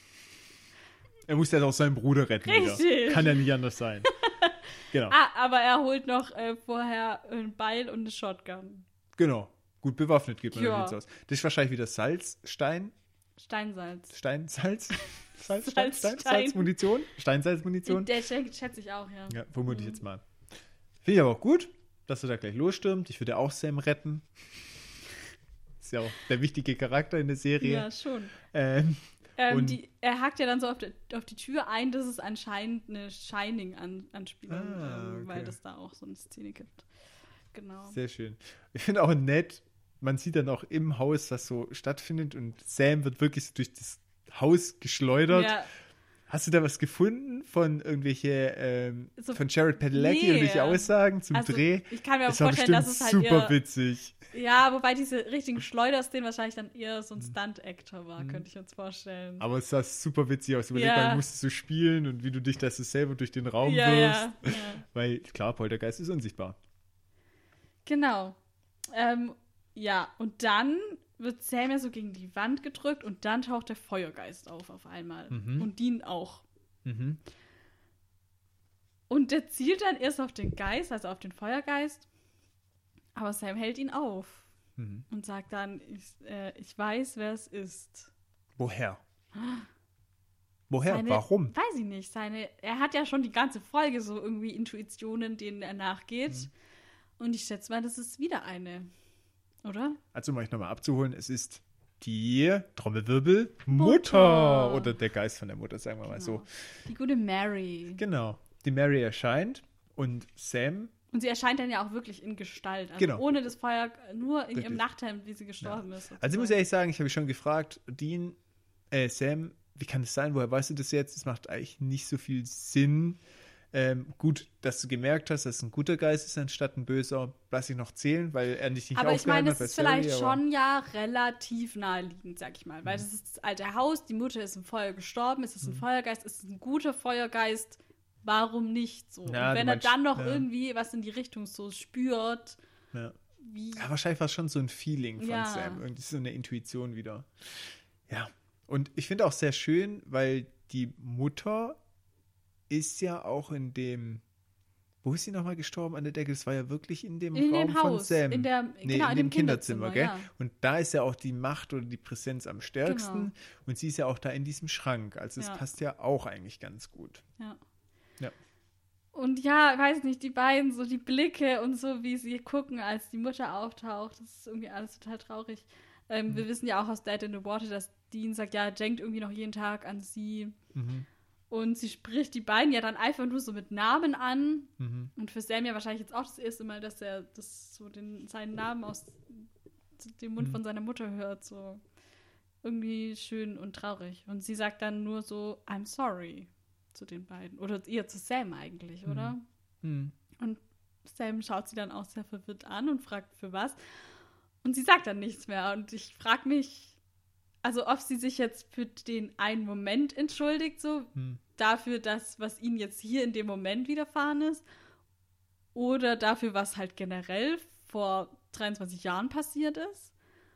Er muss ja auch seinen Bruder retten. Richtig. Wieder. Kann ja nicht anders sein. Genau. Aber er holt noch vorher ein Beil und eine Shotgun. Genau. Gut bewaffnet geht man Ja. jetzt aus. Das ist wahrscheinlich wieder Salz, Stein, Steinsalz. Salz, Salzstein. Salzmunition, Steinsalzmunition. Der schätze ich auch, ja. Ja, vermute ich jetzt mal. Finde ich aber auch gut, dass er da gleich losstürmt. Ich würde auch Sam retten. Ist ja auch der wichtige Charakter in der Serie. Ja, schon. Und- Er hakt ja dann so auf die Tür ein, dass es anscheinend eine Shining-Anspielung, Okay. weil es da auch so eine Szene gibt. Genau. Sehr schön. Ich finde auch nett, man sieht dann auch im Haus, was so stattfindet und Sam wird wirklich so durch das Haus geschleudert. Ja, Hast du da was gefunden von irgendwelche, So- von Jared Padalecki, Nee. irgendwelche Aussagen zum also Dreh? ich kann mir auch Das war vorstellen, bestimmt dass es halt super eher, witzig. ja, wobei diese richtigen Schleuderszenen wahrscheinlich dann eher so ein Stunt-Actor war, könnte ich uns vorstellen. Aber es sah super witzig aus. Überleg Ja. mal, musstest du spielen und wie du dich das so selber durch den Raum Ja, wirfst. ja. Weil, klar, Poltergeist ist unsichtbar. Genau. Ja, und dann wird Sam ja so gegen die Wand gedrückt und dann taucht der Feuergeist auf einmal. Und Dean auch. Mhm. Und der zielt dann erst auf den Geist, also auf den Feuergeist. Aber Sam hält ihn auf und sagt dann, ich weiß, wer es ist. Woher? Woher? Seine- Warum? Weiß ich nicht. Er hat ja schon die ganze Folge so irgendwie Intuitionen, denen er nachgeht. Und ich schätze mal, das ist wieder eine. Oder? Also, um euch nochmal abzuholen, es ist die Trommelwirbel Mutter. Mutter. Oder der Geist von der Mutter, sagen wir mal so. Die gute Mary. Genau. Die Mary erscheint und Sam. Und sie erscheint dann ja auch wirklich in Gestalt. Also Genau. ohne das Feuer, nur in Richtig. ihrem Nachthemd, wie sie gestorben ist. Also, ich muss sozusagen. ehrlich sagen, ich habe schon gefragt, Sam, wie kann es sein? Woher weißt du das jetzt? Das macht eigentlich nicht so viel Sinn. Gut, dass du gemerkt hast, dass es ein guter Geist ist, anstatt ein böser, lass ich noch zählen, weil er dich nicht Aber ich meine, aufgehalten es hat. ist vielleicht schon ja relativ naheliegend, sag ich mal. Weil das ist das alte Haus, die Mutter ist im Feuer gestorben, es ist ein Feuergeist, es ist ein guter Feuergeist, warum nicht so? Ja, und wenn er dann noch irgendwie was in die Richtung so spürt, wie... Ja, wahrscheinlich war es schon so ein Feeling von Ja. Sam, irgendwie so eine Intuition wieder. Ja, und ich finde auch sehr schön, weil die Mutter ist ja auch in dem, wo ist sie nochmal gestorben an der Decke? Das war ja wirklich in dem In Raum dem von Haus, Sam. in dem Kinderzimmer, gell? ja. Und da ist ja auch die Macht oder die Präsenz am stärksten. Genau. Und sie ist ja auch da in diesem Schrank. Also es Ja. passt ja auch eigentlich ganz gut. Ja. Ja. Und ja, weiß nicht, die beiden, so die Blicke und so, wie sie gucken, als die Mutter auftaucht, das ist irgendwie alles total traurig. Wir wissen ja auch aus Dead in the Water, dass Dean sagt, ja, er denkt irgendwie noch jeden Tag an sie. Mhm. Und sie spricht die beiden ja dann einfach nur so mit Namen an. Mhm. Und für Sam ja wahrscheinlich jetzt auch das erste Mal, dass er seinen Namen aus dem Mund von seiner Mutter hört. So irgendwie schön und traurig. Und sie sagt dann nur so, I'm sorry zu den beiden. Oder eher zu Sam eigentlich, oder? Mhm. Und Sam schaut sie dann auch sehr verwirrt an und fragt, für was. Und sie sagt dann nichts mehr. Und ich frage mich, also ob sie sich jetzt für den einen Moment entschuldigt, so dafür, was ihnen jetzt hier in dem Moment widerfahren ist, oder dafür, was halt generell vor 23 Jahren passiert ist.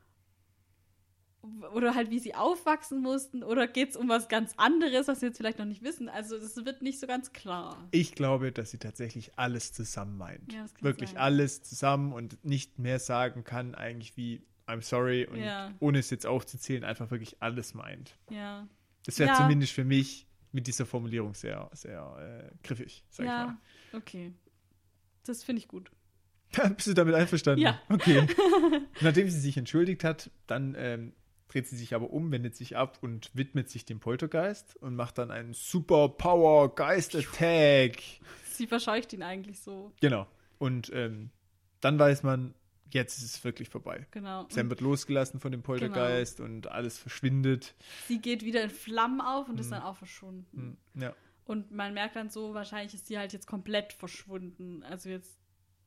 Oder halt, wie sie aufwachsen mussten. Oder geht es um was ganz anderes, was wir jetzt vielleicht noch nicht wissen. Also das wird nicht so ganz klar. Ich glaube, dass sie tatsächlich alles zusammen meint. Ja, das kann Wirklich sein. alles zusammen und nicht mehr sagen kann, eigentlich wie I'm sorry und ohne es jetzt aufzuzählen, einfach wirklich alles meint. Ja. Das wäre Ja. zumindest für mich mit dieser Formulierung sehr, sehr griffig, sag ich mal. Okay. Das finde ich gut. Bist du damit einverstanden? Ja. Okay. Nachdem sie sich entschuldigt hat, dann dreht sie sich aber um, wendet sich ab und widmet sich dem Poltergeist und macht dann einen Super Power Geist Attack. Sie verscheucht ihn eigentlich so. Genau. Und dann weiß man, jetzt ist es wirklich vorbei. Genau. Sam wird losgelassen von dem Poltergeist und alles verschwindet. Sie geht wieder in Flammen auf und ist dann auch verschwunden. Ja. Und man merkt dann so, wahrscheinlich ist sie halt jetzt komplett verschwunden. Also jetzt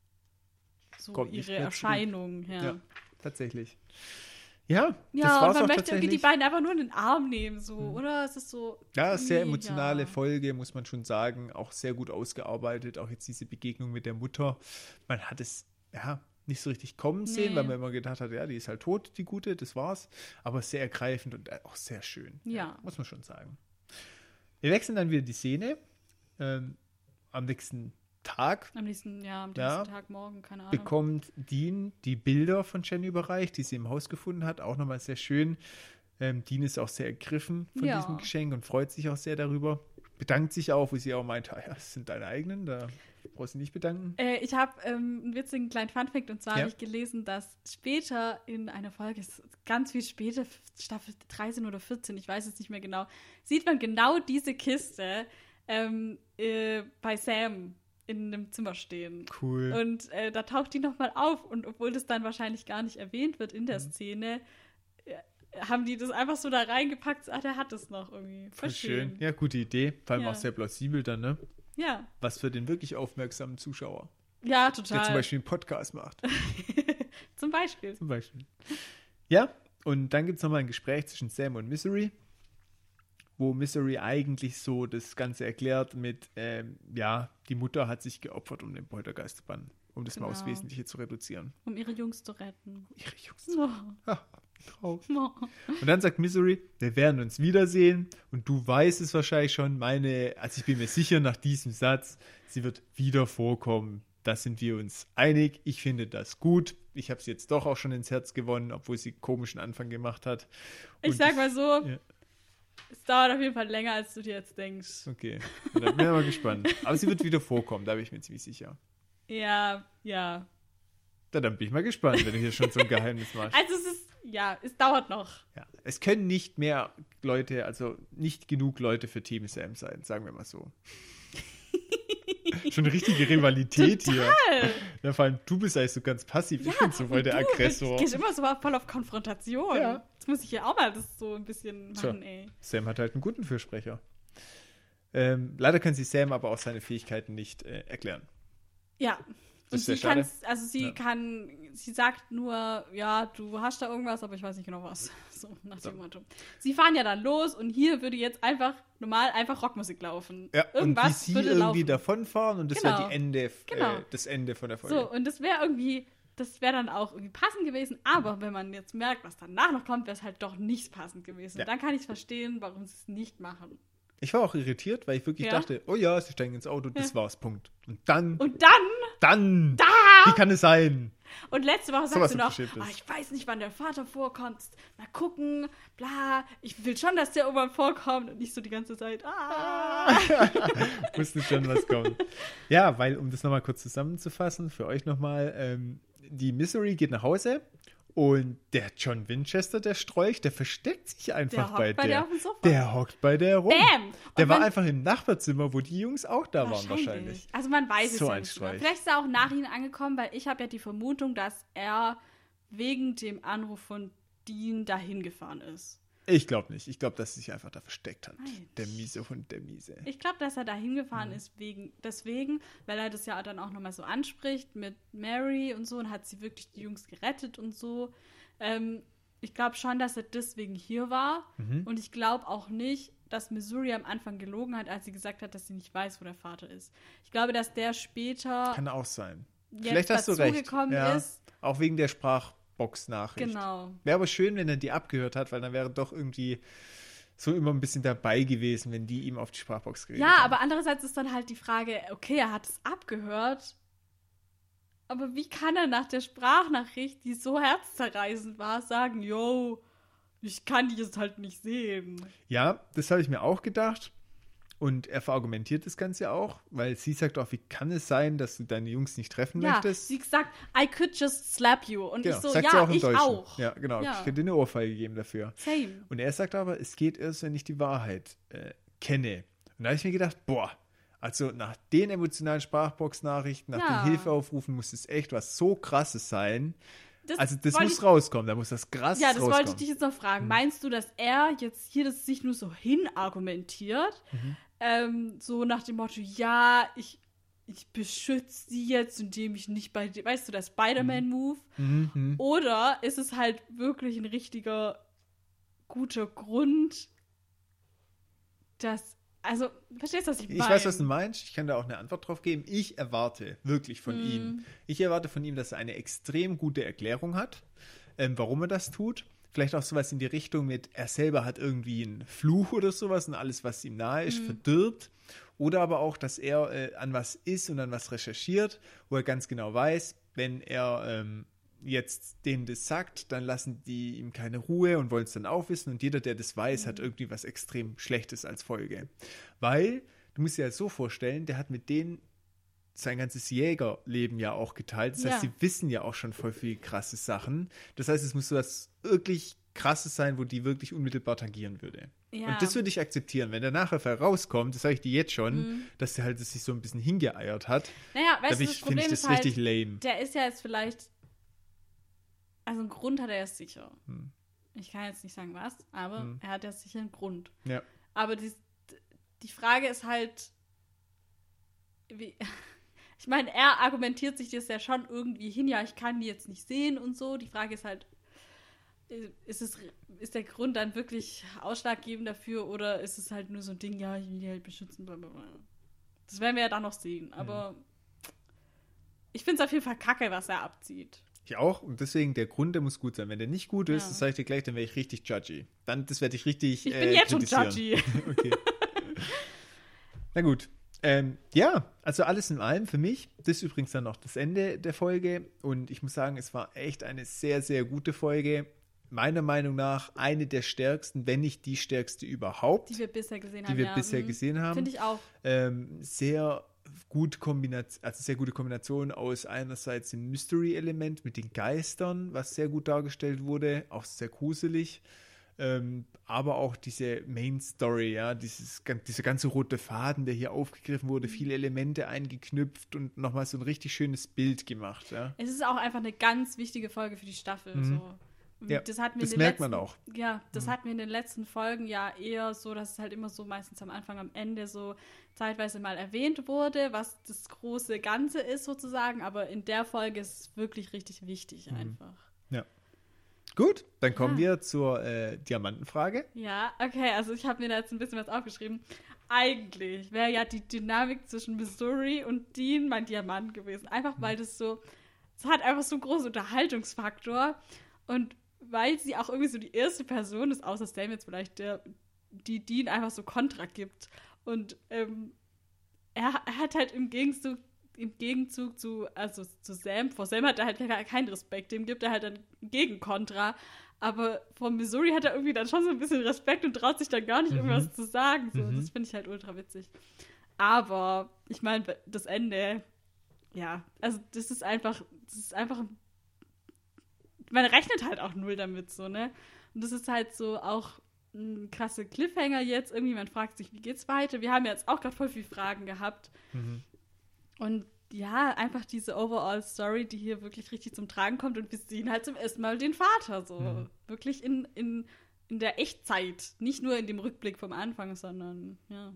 so Kommt nicht ihre mehr zurück. Erscheinung. Ja, Tatsächlich. Ja, das ja, war's und man auch möchte irgendwie die tatsächlich. beiden einfach nur in den Arm nehmen, so, oder? Es ist so. Ja, sehr irgendwie, emotionale ja. Folge, muss man schon sagen. Auch sehr gut ausgearbeitet. Auch jetzt diese Begegnung mit der Mutter. Man hat es, nicht so richtig kommen sehen, Nee. weil man immer gedacht hat, ja, die ist halt tot, die Gute, das war's. Aber sehr ergreifend und auch sehr schön. Ja. Muss man schon sagen. Wir wechseln dann wieder die Szene. Am nächsten Tag Am nächsten Ja. Tag, morgen, keine Ahnung. bekommt Dean die Bilder von Jenny überreicht, die sie im Haus gefunden hat. Auch nochmal sehr schön. Dean ist auch sehr ergriffen von Ja. diesem Geschenk und freut sich auch sehr darüber. Bedankt sich auch, wo sie auch meint, ja, das sind deine eigenen, da brauchst du nicht bedanken. Ich habe einen witzigen kleinen Funfact, und zwar Ja. habe ich gelesen, dass später in einer Folge, es ist ganz viel später, Staffel 13 oder 14, ich weiß es nicht mehr genau, sieht man genau diese Kiste bei Sam in einem Zimmer stehen. Cool. Und da taucht die nochmal auf, und obwohl das dann wahrscheinlich gar nicht erwähnt wird in der Szene, haben die das einfach so da reingepackt, so, der hat das noch irgendwie. Voll schön. Ja, gute Idee. Vor allem Ja. auch sehr plausibel dann, ne? Ja, Was für den wirklich aufmerksamen Zuschauer, ja, der total. zum Beispiel einen Podcast macht. Zum Beispiel. Zum Beispiel. Ja, und dann gibt es nochmal ein Gespräch zwischen Sam und Misery, wo Misery eigentlich so das Ganze erklärt mit, die Mutter hat sich geopfert, um den Poltergeist zu bannen, um das mal aufs Genau. Wesentliche zu reduzieren. Um ihre Jungs zu retten. Ihre Jungs. Oh. Traurig. Oh. Und dann sagt Misery, wir werden uns wiedersehen und du weißt es wahrscheinlich schon, ich bin mir sicher nach diesem Satz, sie wird wieder vorkommen. Da sind wir uns einig. Ich finde das gut. Ich habe sie jetzt doch auch schon ins Herz gewonnen, obwohl sie einen komischen Anfang gemacht hat. Ich Und sag mal so, Ja. es dauert auf jeden Fall länger, als du dir jetzt denkst. Okay, und dann bin ich mal gespannt. Aber sie wird wieder vorkommen, da bin ich mir ziemlich sicher. Ja. Ja, dann bin ich mal gespannt, wenn du hier schon so ein Geheimnis machst. Also es dauert noch. Ja. Es können nicht mehr Leute, also nicht genug Leute für Team Sam sein, sagen wir mal so. Schon eine richtige Rivalität hier. Ja, vor allem du bist eigentlich so ganz passiv. Ich bin so voll der Aggressor. Du gehst immer so voll auf Konfrontation. Ja. Jetzt muss ich hier auch mal das so ein bisschen machen, Tja. ey. Sam hat halt einen guten Fürsprecher. Leider kann sie Sam aber auch seine Fähigkeiten nicht erklären. Ja. Das Und ist sehr sie schade. sie sagt nur, ja, du hast da irgendwas, aber ich weiß nicht genau was. So, nach dem Motto. Sie fahren ja dann los und hier würde jetzt einfach Rockmusik laufen. Ja, Irgendwas und wie sie würde irgendwie laufen. davonfahren und das Genau. wäre das Ende von der Folge. So, und das wäre dann auch irgendwie passend gewesen, aber wenn man jetzt merkt, was danach noch kommt, wäre es halt doch nicht passend gewesen. Ja. Dann kann ich verstehen, warum sie es nicht machen. Ich war auch irritiert, weil ich wirklich dachte, oh ja, sie steigen ins Auto, das war's, Punkt. Und dann, wie kann es sein? Und letzte Woche Sowas sagst du noch, Unverschämtes. ich weiß nicht, wann der Vater vorkommt, mal gucken, bla, ich will schon, dass der irgendwann vorkommt und nicht so die ganze Zeit, Wusste schon, was kommt. Ja, weil, um das nochmal kurz zusammenzufassen, für euch nochmal, die Missouri geht nach Hause und der John Winchester, der Strolch, der versteckt sich einfach bei der. auf dem Sofa. Der hockt bei der rum. Bam! Der Und war man- einfach im Nachbarzimmer, wo die Jungs auch da waren wahrscheinlich. Also man weiß es So ja ein nicht. Mehr. Streich. Vielleicht ist er auch nach ihnen angekommen, weil ich habe ja die Vermutung, dass er wegen dem Anruf von Dean dahin gefahren ist. Ich glaube nicht. Ich glaube, dass er sich einfach da versteckt hat. Nein. Der miese Hund, der miese. Ich glaube, dass er da hingefahren ist deswegen, weil er das ja dann auch nochmal so anspricht mit Mary und so und hat sie wirklich die Jungs gerettet und so. Ich glaube schon, dass er deswegen hier war. Und ich glaube auch nicht, dass Missouri am Anfang gelogen hat, als sie gesagt hat, dass sie nicht weiß, wo der Vater ist. Ich glaube, dass der später Kann auch sein. jetzt Vielleicht hast du recht. dazugekommen Ja, ist. auch wegen der Sprachbox-Nachricht. Genau. Wäre aber schön, wenn er die abgehört hat, weil dann wäre doch irgendwie so immer ein bisschen dabei gewesen, wenn die ihm auf die Sprachbox geredet Ja, haben. aber andererseits ist dann halt die Frage, okay, er hat es abgehört, aber wie kann er nach der Sprachnachricht, die so herzzerreißend war, sagen, yo, ich kann die jetzt halt nicht sehen. Ja, das habe ich mir auch gedacht. Und er verargumentiert das Ganze auch, weil sie sagt auch, wie kann es sein, dass du deine Jungs nicht treffen Ja, möchtest? sie sagt, I could just slap you. Und Genau, ich so, sagt sie ja, auch im ich Deutschen. auch. Ja, genau. Ja. Ich hätte dir eine Ohrfeige gegeben dafür. Same. Und er sagt aber, es geht erst, wenn ich die Wahrheit kenne. Und da habe ich mir gedacht, boah, also nach den emotionalen Sprachbox-Nachrichten, nach Ja. den Hilfeaufrufen muss es echt was so Krasses sein. Also das wollte muss ich- rauskommen, da muss das krass Ja, das rauskommen. wollte ich dich jetzt noch fragen. Meinst du, dass er jetzt hier das sich nur so hinargumentiert? So nach dem Motto, ja, ich beschütze sie jetzt, indem ich nicht bei dir, weißt du, der Spider-Man-Move? Oder ist es halt wirklich ein richtiger guter Grund, dass, also, verstehst du, was ich meine? Ich weiß, was du meinst. Ich kann da auch eine Antwort drauf geben. Ich erwarte wirklich von Mhm. ihm. Ich erwarte von ihm, dass er eine extrem gute Erklärung hat, warum er das tut. Vielleicht auch sowas in die Richtung mit, er selber hat irgendwie einen Fluch oder sowas und alles, was ihm nahe ist, verdirbt. Oder aber auch, dass er an was ist und an was recherchiert, wo er ganz genau weiß, wenn er jetzt denen das sagt, dann lassen die ihm keine Ruhe und wollen es dann auch wissen. Und jeder, der das weiß, hat irgendwie was extrem Schlechtes als Folge. Weil, du musst dir ja so vorstellen, der hat mit denen sein ganzes Jägerleben ja auch geteilt. Das heißt, sie wissen ja auch schon voll viel krasse Sachen. Das heißt, es muss so was wirklich Krasses sein, wo die wirklich unmittelbar tangieren würde. Ja. Und das würde ich akzeptieren. Wenn der nachher rauskommt, das sage ich dir jetzt schon, dass der halt sich so ein bisschen hingeeiert hat, Naja, da weißt du, finde das ich Problem das ist halt, richtig lame. der ist ja jetzt vielleicht, also einen Grund hat er jetzt sicher. Ich kann jetzt nicht sagen was, aber er hat ja sicher einen Grund. Ja. Aber die Frage ist halt, wie, ich meine, er argumentiert sich das ja schon irgendwie hin, ja, ich kann die jetzt nicht sehen und so. Die Frage ist halt, ist der Grund dann wirklich ausschlaggebend dafür oder ist es halt nur so ein Ding, ja, ich will die halt beschützen, blablabla. Das werden wir ja dann noch sehen, aber ich finde es auf jeden Fall kacke, was er abzieht. Ich auch. Und deswegen, der Grund, der muss gut sein. Wenn der nicht gut ist, Ja. das sage ich dir gleich, dann wäre ich richtig judgy. Das werde ich richtig Ich bin jetzt schon kritisieren. judgy. Okay. Na gut. Ja, also alles in allem für mich. Das ist übrigens dann noch das Ende der Folge. Und ich muss sagen, es war echt eine sehr, sehr gute Folge. Meiner Meinung nach eine der stärksten, wenn nicht die stärkste überhaupt, Die wir bisher gesehen die haben. wir bisher gesehen haben. Finde ich auch. Sehr gute Kombination aus einerseits dem Mystery-Element mit den Geistern, was sehr gut dargestellt wurde, auch sehr gruselig, aber auch diese Main-Story, ja, dieser ganze rote Faden, der hier aufgegriffen wurde, viele Elemente eingeknüpft und nochmal so ein richtig schönes Bild gemacht, ja. Es ist auch einfach eine ganz wichtige Folge für die Staffel. So. Ja, das hatten wir das in den merkt man auch. Ja, das hatten wir in den letzten Folgen ja eher so, dass es halt immer so meistens am Anfang, am Ende so zeitweise mal erwähnt wurde, was das große Ganze ist sozusagen. Aber in der Folge ist es wirklich richtig wichtig einfach. Ja. Gut, dann kommen wir zur Diamantenfrage. Ja, okay, also ich habe mir da jetzt ein bisschen was aufgeschrieben. Eigentlich wäre ja die Dynamik zwischen Missouri und Dean mein Diamant gewesen. Einfach weil es hat einfach so einen großen Unterhaltungsfaktor. Und weil sie auch irgendwie so die erste Person ist, außer Sam jetzt vielleicht, die Dean einfach so Kontra gibt. Und er hat halt im Gegenzug zu Sam, vor Sam hat er halt keinen Respekt, dem gibt er halt dann Gegenkontra. Aber vor Missouri hat er irgendwie dann schon so ein bisschen Respekt und traut sich dann gar nicht irgendwas zu sagen. So, das finde ich halt ultra witzig. Aber ich meine, das Ende, ja, also das ist einfach man rechnet halt auch null damit so, ne? Und das ist halt so auch ein krasser Cliffhanger jetzt. Irgendwie, man fragt sich, wie geht's weiter? Wir haben ja jetzt auch gerade voll viele Fragen gehabt. Und ja, einfach diese Overall-Story, die hier wirklich richtig zum Tragen kommt. Und wir sehen halt zum ersten Mal den Vater so. Wirklich in der Echtzeit. Nicht nur in dem Rückblick vom Anfang, sondern, ja.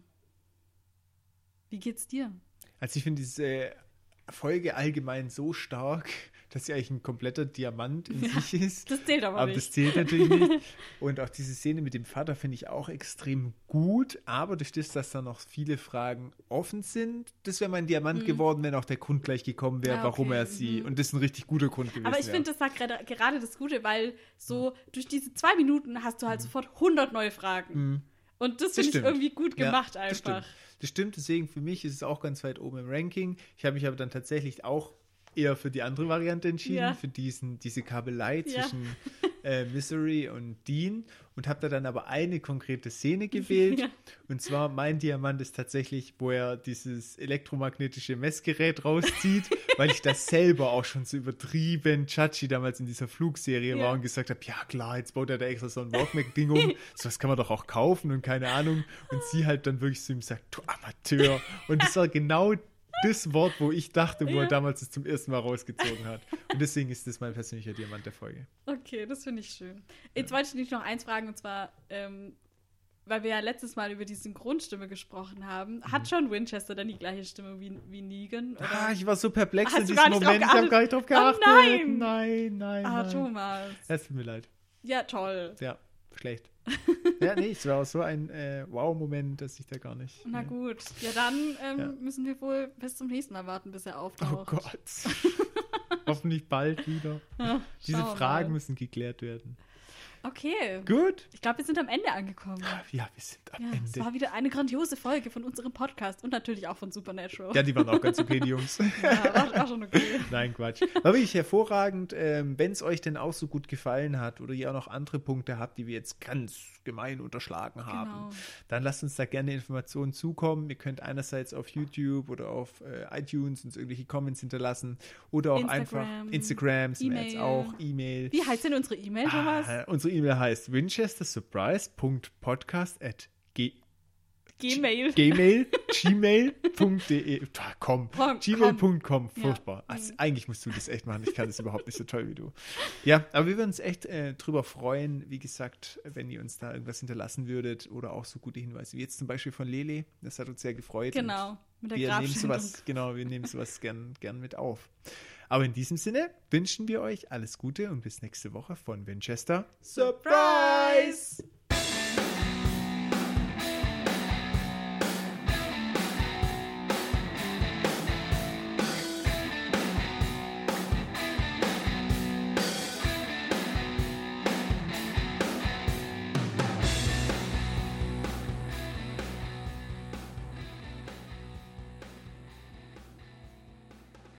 Wie geht's dir? Also ich finde diese Folge allgemein so stark, dass sie eigentlich ein kompletter Diamant in sich ist. Das zählt aber nicht. Das zählt natürlich nicht. Und auch diese Szene mit dem Vater finde ich auch extrem gut. Aber durch das, dass da noch viele Fragen offen sind, das wäre mein Diamant geworden, wenn auch der Grund gleich gekommen wäre, warum er sie... Und das ist ein richtig guter Grund gewesen. Aber ich finde, das sagt gerade das Gute, weil so durch diese 2 Minuten hast du halt sofort 100 neue Fragen. Und das finde ich irgendwie gut gemacht einfach. Das stimmt, deswegen für mich ist es auch ganz weit oben im Ranking. Ich habe mich aber dann tatsächlich auch eher für die andere Variante entschieden, für diese Kabelei zwischen Missouri und Dean und habe da dann aber eine konkrete Szene gewählt. Und zwar mein Diamant ist tatsächlich, wo er dieses elektromagnetische Messgerät rauszieht, weil ich das selber auch schon so übertrieben Chachi damals in dieser Flugserie war und gesagt habe, ja klar, jetzt baut er da extra so ein Walkback-Ding um, sowas kann man doch auch kaufen und keine Ahnung. Und sie halt dann wirklich zu ihm sagt, du Amateur. Und das war genau das Wort, wo ich dachte, wo er damals es zum ersten Mal rausgezogen hat. Und deswegen ist das mein persönlicher Diamant der Folge. Okay, das finde ich schön. Jetzt wollte ich dich noch eins fragen, und zwar, weil wir ja letztes Mal über die Synchronstimme gesprochen haben, hat John Winchester dann die gleiche Stimme wie Negan? Oder? Ich war so perplex in Hast du diesem gar nicht Moment. Ich habe gar nicht drauf geachtet. Oh Nein. nein. Thomas. Es tut mir leid. Ja, toll. Ja, schlecht. Ja, nee, es war auch so ein Wow-Moment, dass ich da gar nicht... Na gut. Ja, dann müssen wir wohl bis zum nächsten Mal warten, bis er auftaucht. Oh Gott. Hoffentlich bald wieder. Ja, Diese Fragen müssen geklärt werden. Okay. Gut. Ich glaube, wir sind am Ende angekommen. Ja, wir sind am Ende. Es war wieder eine grandiose Folge von unserem Podcast und natürlich auch von Supernatural. Ja, die waren auch ganz okay, die Jungs. Ja, war schon okay. Nein, Quatsch. War wirklich hervorragend. Wenn es euch denn auch so gut gefallen hat oder ihr auch noch andere Punkte habt, die wir jetzt ganz gemein unterschlagen haben, dann lasst uns da gerne Informationen zukommen. Ihr könnt einerseits auf YouTube oder auf iTunes uns irgendwelche Comments hinterlassen oder auch einfach Instagram, sind wir jetzt auch, E-Mail. Wie heißt denn unsere E-Mail, Thomas? Unsere E-Mail heißt winchestersurprise.gmail.de. Gmail.com. Furchtbar. Ja. Also, eigentlich musst du das echt machen. Ich kann das überhaupt nicht so toll wie du. Ja, aber wir würden uns echt drüber freuen, wie gesagt, wenn ihr uns da irgendwas hinterlassen würdet oder auch so gute Hinweise, wie jetzt zum Beispiel von Lele. Das hat uns sehr gefreut. Genau, mit der wir nehmen sowas gern mit auf. Aber in diesem Sinne wünschen wir euch alles Gute und bis nächste Woche von Winchester Surprise!